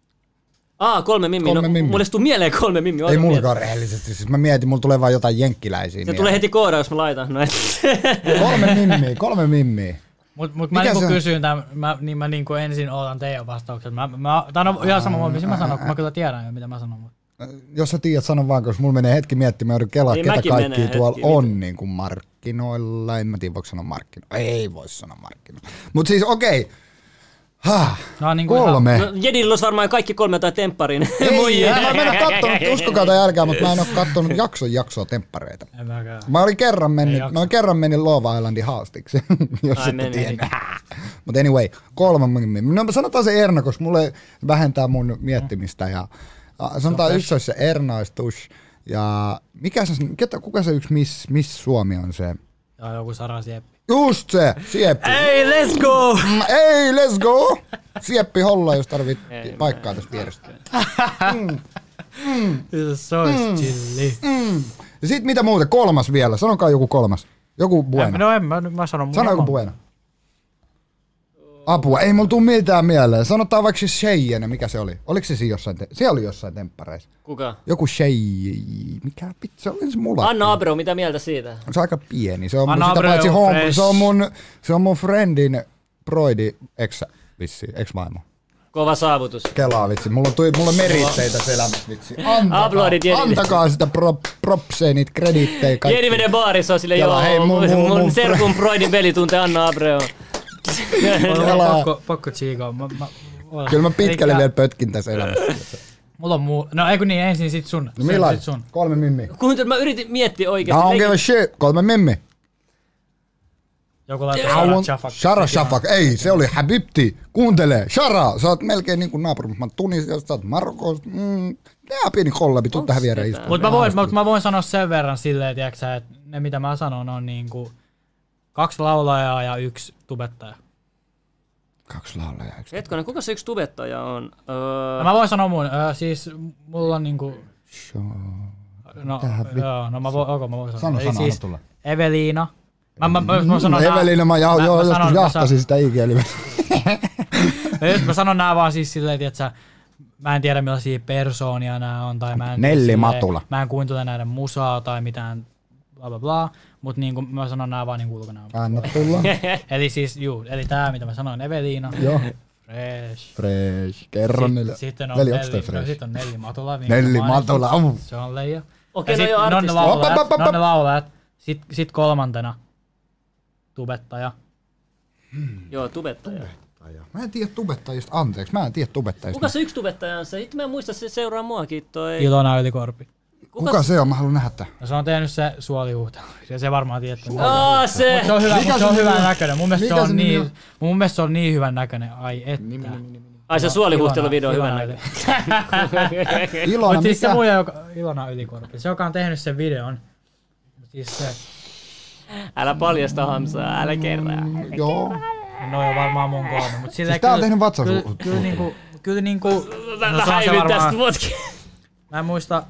Speaker 1: Aa, kolme mimmiä. No, mulle tuu mieleen kolme mimmiä.
Speaker 3: Ei mullakaan rehellisesti. Siis mä mietin, mulla tulee vaan jotain jenkkiläisiä. Se mieleen.
Speaker 1: Tulee heti kooda, jos mä laitan. No,
Speaker 3: kolme mimmiä, kolme mimmiä.
Speaker 4: Mut, mut mä niinku kysyn tämän, mä, niin mä niinku ensin ootan teidän vastaukset. Mä, mä, tää on ihan sama, mitä mä sanon, kun mä kyllä tiedän jo, mitä mä sanon. Mut.
Speaker 3: Jos sä tiedät, sano vaan, koska mulla menee hetki miettimään, mä joudun kelaa, ketä kaikkia tuolla hetki, on mitä? Niin kuin markkinoilla. En mä tiedä, voiko sanoa markkinoilla. Ei voi sanoa markkinoilla. Mut siis okei. Okay. Hah, no, niin kolme.
Speaker 1: No, Jedillä olisi varmaan kaikki kolme jotain tempparin.
Speaker 3: Ei, mä en ole kattonut, uskokaa tai älkää, mutta mä en ole kattonut jakson jaksoa temppareita. Mä olin kerran mennyt, mä olin kerran mennyt Love Islandin haastiksi, jos Ai, ette tiedä. Mutta anyway, kolme. No sanotaan se Erna, koska mulle vähentää mun miettimistä. Ja, sanotaan yksi olisi se Ernaistus. Ja mikä se, ketä, kuka se yksi Miss, Miss Suomi on se?
Speaker 4: Joo, joku Sara Sieppi.
Speaker 3: Just se, Sieppi.
Speaker 4: Ei, let's go!
Speaker 3: Ei, let's go! Sieppi holla, jos tarvit ei, paikkaa tästä vierestä. Mm.
Speaker 4: Mm. Se olisi chilli.
Speaker 3: Mm. Ja sit mitä muuta? Kolmas vielä. Sanokaa joku kolmas. Joku Bueno.
Speaker 4: No en mä, mä sanon.
Speaker 3: Sano joku Bueno. Apua, ei mulla tuu mitään mieleen. Sanotaan vaikka se Cheyenne, mikä se oli? Oliko se siinä jossain, te- se oli jossain temppareissa?
Speaker 1: Kuka?
Speaker 3: Joku Cheyenne, mikä pitää, oli se mulla.
Speaker 1: Anna Abreu, mitä mieltä siitä?
Speaker 3: Se on aika pieni, se on, Anna sitä paitsi home, se on mun, se on mun friendin broidi eksä vissiin, ex-vaimo.
Speaker 1: Kova saavutus.
Speaker 3: Kelaa vitsi, mulla tuli, mulla on meritteitä selämässä vitsi. Antakaa, antakaa sitä prop, propseja, niitä krediittejä kaikki.
Speaker 1: Jedi menee baarissa on silleen, joo, hei, mun, mun, mun, mun serkun broidin veli tuntee Anna Abreu.
Speaker 4: Pakko, pakko tsiikaa. Mä, mä,
Speaker 3: Kyllä mä pitkälle vielä pötkin tässä elämässä.
Speaker 4: Mulla on muu... No ei kun niin, ensin sit sun.
Speaker 3: No millainen? Sun. Kolme mimmiä.
Speaker 1: Kuuntel, mä yritin miettiä oikeesti.
Speaker 3: I don't give a shit. Kolme mimmiä.
Speaker 4: Joku laittaa Shara Shafak.
Speaker 3: Shara Shafak. Ei, se oli Habibti. Kuuntele. Shara, sä oot melkein niinku naapuri. Mä oon Tunisiasta, sä oot Marokosta. Mm, tää pieni kollabi, tuu tähän viereen istumaan.
Speaker 4: Mut mä voin, mä, mä voin sanoa sen verran silleen, tiiäksä, että ne mitä mä sanon on niinku kaksi laulajaa ja yksi tubettaja.
Speaker 3: Kaksi laulajaa ja yksi.
Speaker 1: Hetkonen, kuka se yksi tubettaja on? Öö...
Speaker 4: No mä voin sanoa mun, öö, siis mulla on niinku...
Speaker 3: Show.
Speaker 4: No, joo, no mä voin, okay, mä voin sanoa.
Speaker 3: Sano,
Speaker 4: Eli
Speaker 3: sano,
Speaker 4: siis
Speaker 3: tulla.
Speaker 4: Evelina. Mä, mä, mä, mä sanon
Speaker 3: Evelina, mä, ja, mä, joo, mä joskus sanon, jahtasin sitä I G-livestä.
Speaker 4: Mä sanon nää vaan siis silleen, että mä en tiedä millaisia persoonia nää on, tai mä en,
Speaker 3: Nelli
Speaker 4: silleen,
Speaker 3: Matula.
Speaker 4: Mä en kuuntele näiden musaa tai mitään bla bla bla, mut niinku mä sanon nää vaan niinku ulkona.
Speaker 3: Anna tulla.
Speaker 4: Eli siis juu, eli tää mitä mä sanoin, Evelina.
Speaker 3: Joo.
Speaker 4: Fresh.
Speaker 3: Fresh. Kerro niille.
Speaker 4: Sitten on,
Speaker 3: Veli,
Speaker 4: Nelli, no, sit on Nelli Matula.
Speaker 3: Nelli Matula. Uh.
Speaker 4: Se on leija.
Speaker 1: Okei, okay, no joo, artisti.
Speaker 4: Ne laulajat, no ne laulajat. Sit, sit kolmantena tubettaja.
Speaker 1: Hmm. Joo, tubettaja.
Speaker 3: tubettaja. Mä en tiedä tubettajista, anteeksi, mä en tiedä tubettajista.
Speaker 1: Kuka se yksi tubettaja on se? Itse mä en muista, se seuraa muakin toi.
Speaker 4: Ilona Ylikorpi.
Speaker 3: Kuka, Kuka se on? Mä haluan nähdä tää.
Speaker 4: No se on tehnyt se suolihuhtelu. Ja se varmaan tiedät.
Speaker 1: Aa, se!
Speaker 4: Mut se on hyvä, mut se on hyvän näköinen. Mun mielestä se on niin, on? mun mielestä se on niin hyvän näköinen. Ai että. Nimi, nimi, nimi.
Speaker 1: Ai se suolihuhteluvideo on hyvän näköinen.
Speaker 3: Ilona,
Speaker 4: mut siis
Speaker 3: mikä?
Speaker 4: Se muija, joka, Ilona Ylikorpi. Se joka on tehnyt sen videon. Siis se.
Speaker 1: Älä paljasta Hamsaa, älä kerää.
Speaker 3: Joo.
Speaker 4: No on varmaan mun kolme, mut silleen
Speaker 3: Siis tää on tehnyt vatsa
Speaker 4: kyllä,
Speaker 3: suuhun.
Speaker 4: kyllä niinku, kyllä niinku, no
Speaker 1: Mä
Speaker 4: se on se
Speaker 1: häivyn tästä
Speaker 4: varmaan,
Speaker 1: vodkia.
Speaker 4: mä en muista,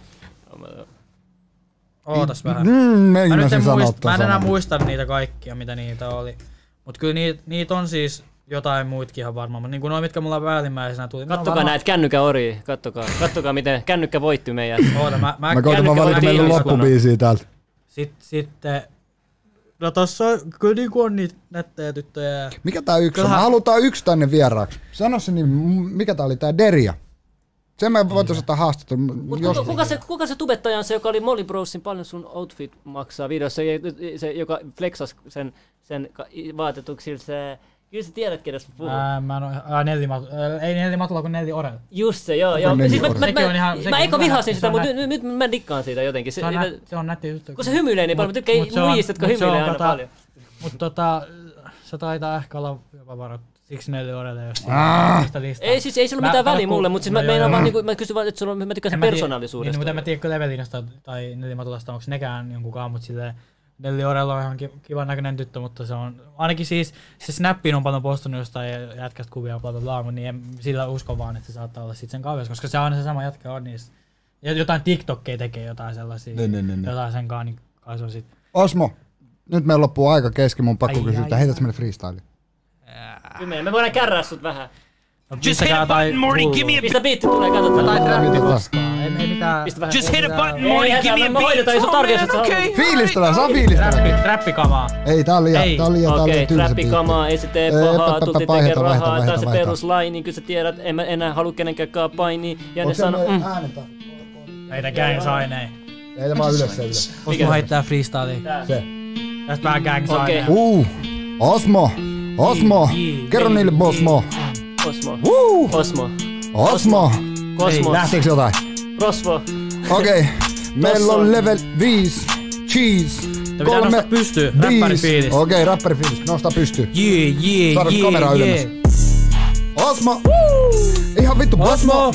Speaker 4: ootas vähän.
Speaker 3: Mm,
Speaker 4: Mä nyt en,
Speaker 3: meinasin sanoa
Speaker 4: muista, mä en enää
Speaker 3: sanan.
Speaker 4: muista niitä kaikkia, mitä niitä oli. Mut kyllä niitä, niitä on siis jotain muitkin ihan varmaan, mutta niinku noin mitkä mulla päällimmäisenä tuli.
Speaker 1: Kattokaa varmaan... näitä kännykäoria, kattokaa. Kattokaa miten kännykkä voitti meidän.
Speaker 4: Oota, mä, mä,
Speaker 3: Mä koitan vaan valita meille loppubiisiä täältä.
Speaker 4: Sitten, sitten, no tossa on, kyllä niinku on niitä nättejä tyttöjä.
Speaker 3: Mikä tää yksi on?
Speaker 4: Kyllähän-
Speaker 3: Me halutaan yksi tänne vieraaksi. Sano se niin, mikä tää oli tää Deria? Sen me voitais ottaa haastattelun.
Speaker 1: Mut
Speaker 3: Jos...
Speaker 1: kuka, kuka, se, kuka se tubettaja on se, joka oli Molly Brosin paljon sun outfit maksaa videossa, se, se joka flexas sen, sen ka- vaatetuksilla se... Kyllä sä tiedät, kenestä puhuu.
Speaker 4: Ää, mä en oo, ää, Nelli Mat- ää, ei Nelli Matula kuin Nelli Orel.
Speaker 1: Just se, joo. joo.
Speaker 3: Nelly
Speaker 1: Siis mä,
Speaker 3: Orel?
Speaker 1: mä,
Speaker 4: Sekin on
Speaker 1: mä,
Speaker 4: ihan-
Speaker 1: mä
Speaker 4: sekin
Speaker 1: eikö
Speaker 4: on
Speaker 1: vihasin
Speaker 4: nätti,
Speaker 1: sitä,
Speaker 4: se on
Speaker 1: mutta
Speaker 4: nätti.
Speaker 1: nyt, nyt mä dikkaan siitä jotenkin. Se,
Speaker 4: Se on,
Speaker 1: mä-
Speaker 4: nä, se on nätti tyttö.
Speaker 1: kun se hymyilee niin paljon, mä tykkään
Speaker 4: Mut se on-
Speaker 1: muijista, jotka
Speaker 4: mut se on
Speaker 1: hymyilee aina
Speaker 4: tota-
Speaker 1: paljon.
Speaker 4: Mut tota, se taitaa ehkä olla jopa varat. Siksi Nelli Orelle jos
Speaker 3: Ah.
Speaker 4: sitä listaa.
Speaker 1: Ei siis ei sillä
Speaker 4: Mä-
Speaker 1: ole mitään
Speaker 4: kato,
Speaker 1: väliä
Speaker 4: kun-
Speaker 1: mulle, mutta siis
Speaker 4: no
Speaker 1: mä
Speaker 4: joo,
Speaker 1: meinaan
Speaker 4: joo.
Speaker 1: vaan niinku, mä kysyn vaan, että sulla on, mä tykkään sen
Speaker 4: En mä tiedä-
Speaker 1: persoonallisuudesta.
Speaker 4: Niin, mutta en mä tiedä, kun Levelinasta tai Nelli Matulasta, onko nekään jonkunkaan, mutta silleen Nelli Orella on ihan ki- kivan näköinen tyttö, mutta se on, ainakin siis se Snappiin on paljon postannut jostain jätkästä kuvia bla bla bla, mutta niin en, sillä uskon vaan, että se saattaa olla sit sen kaveris, koska se aina se sama jätkä on niissä. Ja jotain TikTokkeja tekee jotain sellaisia,
Speaker 3: Niin, niin, niin, niin.
Speaker 4: jotain sen kanssa, niin kai se on sit.
Speaker 3: Osmo, nyt meillä loppuu aika kesken, mun pakko
Speaker 4: Ai,
Speaker 3: kysyä,
Speaker 4: ai,
Speaker 3: että heitätkö meille freestyle?
Speaker 1: Kyllä, me voidaan kärrää sut vähän.
Speaker 4: No,
Speaker 5: Just hit
Speaker 4: pistäkää
Speaker 5: a button,
Speaker 4: jotain
Speaker 5: Morty,
Speaker 4: hullua.
Speaker 5: give me a
Speaker 1: Mistä biitti tulee, katsotaan.
Speaker 4: Jotain trappi
Speaker 3: Mitä?
Speaker 4: koskaan, ei, ei mitään.
Speaker 1: Pistä vähän.
Speaker 5: Just hit a button,
Speaker 1: Ei,
Speaker 5: Morty,
Speaker 1: ei,
Speaker 5: give me a
Speaker 1: me hoidetaan,
Speaker 5: beat.
Speaker 1: jos on
Speaker 5: Oh
Speaker 1: tarkistus,
Speaker 5: man,
Speaker 1: että sä
Speaker 5: okay.
Speaker 3: Fiilistellä, saa fiilistellä.
Speaker 4: Trappi, trappikamaa.
Speaker 3: Ei, tää on liian,
Speaker 4: Ei.
Speaker 3: tää on liian, tää on
Speaker 1: Okei,
Speaker 3: liian tylsä biitti.
Speaker 1: trappikamaa, ei se tee
Speaker 3: Ei,
Speaker 1: pahaa,
Speaker 3: pä, pä,
Speaker 1: tultiin
Speaker 3: pä,
Speaker 1: tekee
Speaker 3: vaihdetaan,
Speaker 1: rahaa,
Speaker 3: vaihdetaan,
Speaker 1: tää on se
Speaker 3: vaihdetaan.
Speaker 1: peruslain, niin kyllä sä tiedät, en mä enää halua kenenkään painia, ja ne
Speaker 3: Onko se
Speaker 1: sano, mm.
Speaker 3: äänetä?
Speaker 4: Meitä gangsaineja.
Speaker 3: Ei tää vaan ylös se ylös.
Speaker 4: Osmo heittää freestylea.
Speaker 3: Se.
Speaker 4: Tästä vähän gangsaineja.
Speaker 1: Okei.
Speaker 3: Uu, Osmo, Osmo, kerro niille Bosmo.
Speaker 1: Osmo,
Speaker 3: Uu,
Speaker 1: Osmo,
Speaker 3: Osmo.
Speaker 1: Kosmos,
Speaker 3: Lähteekö jotain?
Speaker 1: Rosvo,
Speaker 3: Okei, meillä on level viisi, cheese,
Speaker 4: pitää nostaa pystyyn, räppärifiilis.
Speaker 3: Okei, räppärifiilis, nosta pystyyn.
Speaker 4: Jee, jee,
Speaker 3: Saada
Speaker 4: jee,
Speaker 3: kameraa
Speaker 4: jee.
Speaker 3: ylemmäs. Osmo, ihan vittu Osmo,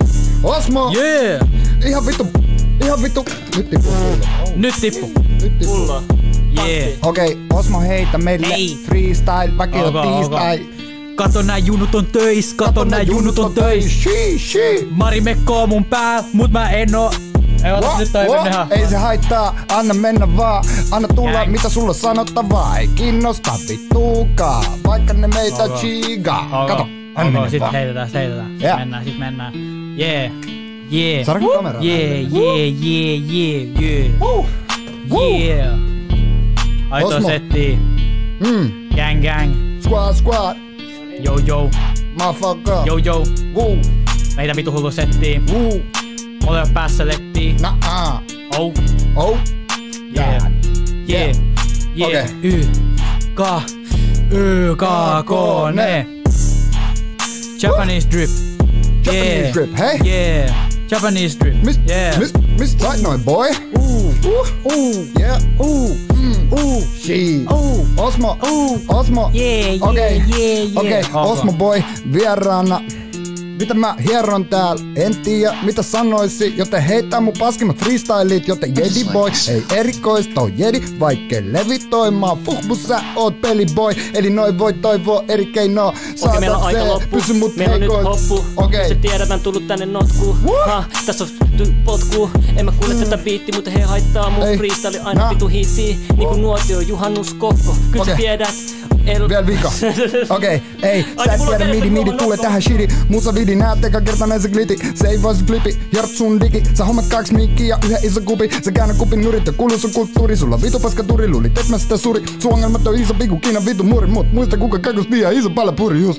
Speaker 3: Osmo,
Speaker 4: Jee!
Speaker 3: ihan vittu, ihan vittu. Nyt tippuu pullo.
Speaker 4: Nyt tippu.
Speaker 3: Nyt tippuu.
Speaker 1: pullo,
Speaker 4: Jee.
Speaker 3: Okei, Osmo heitä meille
Speaker 4: Ei.
Speaker 3: freestyle, väki on
Speaker 4: Ok, ok.
Speaker 3: tiistai.
Speaker 4: Kato nää junnut on töis, kato nää junnut on töis.
Speaker 3: Shii, shii.
Speaker 4: Mari Mekko on mun pää, mut mä en oo. Ei ota
Speaker 3: Wo,
Speaker 4: nyt toi
Speaker 3: wo,
Speaker 4: mennä ihan.
Speaker 3: ei se haittaa, anna mennä vaan. Anna tulla,
Speaker 4: Gang.
Speaker 3: mitä sulla sanottavaa. Ei kiinnosta vittuukaan, vaikka ne meitä
Speaker 4: Ok.
Speaker 3: chiigaa.
Speaker 4: Ok,
Speaker 3: Kato, anna
Speaker 4: ok,
Speaker 3: mennä
Speaker 4: sit
Speaker 3: vaan.
Speaker 4: heitetään, sit heitetään. Sit
Speaker 3: Yeah.
Speaker 4: mennään, sit mennään. Jee. Jee.
Speaker 3: Saadaanko kameraa?
Speaker 4: Jee, jee, jee, jee, jee.
Speaker 3: Uh, uh.
Speaker 4: Jee. Aitoa
Speaker 3: Osmo.
Speaker 4: settiä.
Speaker 3: Mm.
Speaker 4: Gang gang.
Speaker 3: Squad, squad,
Speaker 4: Yo yo.
Speaker 3: motherfucker.
Speaker 4: Yo yo.
Speaker 3: Woo,
Speaker 4: Meitä vitu hullu settiä.
Speaker 3: woo,
Speaker 4: Ole päässä lettiä.
Speaker 3: nah,
Speaker 4: Oh.
Speaker 3: oh,
Speaker 4: Yeah.
Speaker 3: yeah.
Speaker 4: Yeah. Yeah.
Speaker 3: Okei.
Speaker 4: Y. K. Y. K. K. Ne. Japanese drip.
Speaker 3: Japanese
Speaker 4: Yeah.
Speaker 3: drip, hei?
Speaker 4: Yeah. Japanese drip.
Speaker 3: Mist,
Speaker 4: Yeah.
Speaker 3: mist, mist sait noin, boy?
Speaker 4: Ooh.
Speaker 3: Uh,
Speaker 4: Ooh.
Speaker 3: yeah,
Speaker 4: Ooh.
Speaker 3: mm,
Speaker 4: Ooh.
Speaker 3: shit.
Speaker 4: Ooh.
Speaker 3: Osmo,
Speaker 4: Ooh.
Speaker 3: Osmo.
Speaker 4: Yeah, yeah,
Speaker 3: Okei,
Speaker 4: yeah, yeah.
Speaker 3: okei,
Speaker 4: Ok.
Speaker 3: Osmo boy, vieraana. Mitä mä hieron täällä, en tiedä mitä sanoisi, joten heitä mun paskimmat freestylit, joten jedi boy, ei erikoista on jedi, vaikkei levitoimaan, fuhbu sä oot peliboy, eli noin voi toivoa eri keinoa,
Speaker 1: Okei, meillä on aika
Speaker 3: se,
Speaker 1: loppu.
Speaker 3: pysy mut
Speaker 1: Meillä on nyt
Speaker 3: heikoilla.
Speaker 1: hoppu.
Speaker 3: Okei.
Speaker 1: Sä tiedät, mä oon tullut tänne notkuun. Ha, tässä on ty- potku. En mä kuule tätä biitti, mutta he haittaa mun
Speaker 3: Ei.
Speaker 1: freestyle aina
Speaker 3: Nää.
Speaker 1: vitu hitti. Niinku nuotio juhannuskokko. Kyllä sä
Speaker 3: Okei.
Speaker 1: tiedät. El...
Speaker 3: Vielä vika. Okei, ei,
Speaker 1: Ai,
Speaker 3: sä et
Speaker 1: mulla on
Speaker 3: tiedä
Speaker 1: vielä
Speaker 3: midi,
Speaker 1: se
Speaker 3: midi,
Speaker 1: kolme
Speaker 3: tule
Speaker 1: loppu.
Speaker 3: tähän shidi. Musa vidi, näet eka kertainen se gliti. Se ei vois flipi, hjart sun digi. Sä hommat kaks mikkiä ja yhden iso kupi. Sä käännä kupin nurit ja kuulu sun kulttuuri. Sulla vitu paska turi, luulit et mä sitä suri. Sun ongelmat on iso piku, Kiina vitu muri. Mut muista kuka kakus liian iso pala puri just.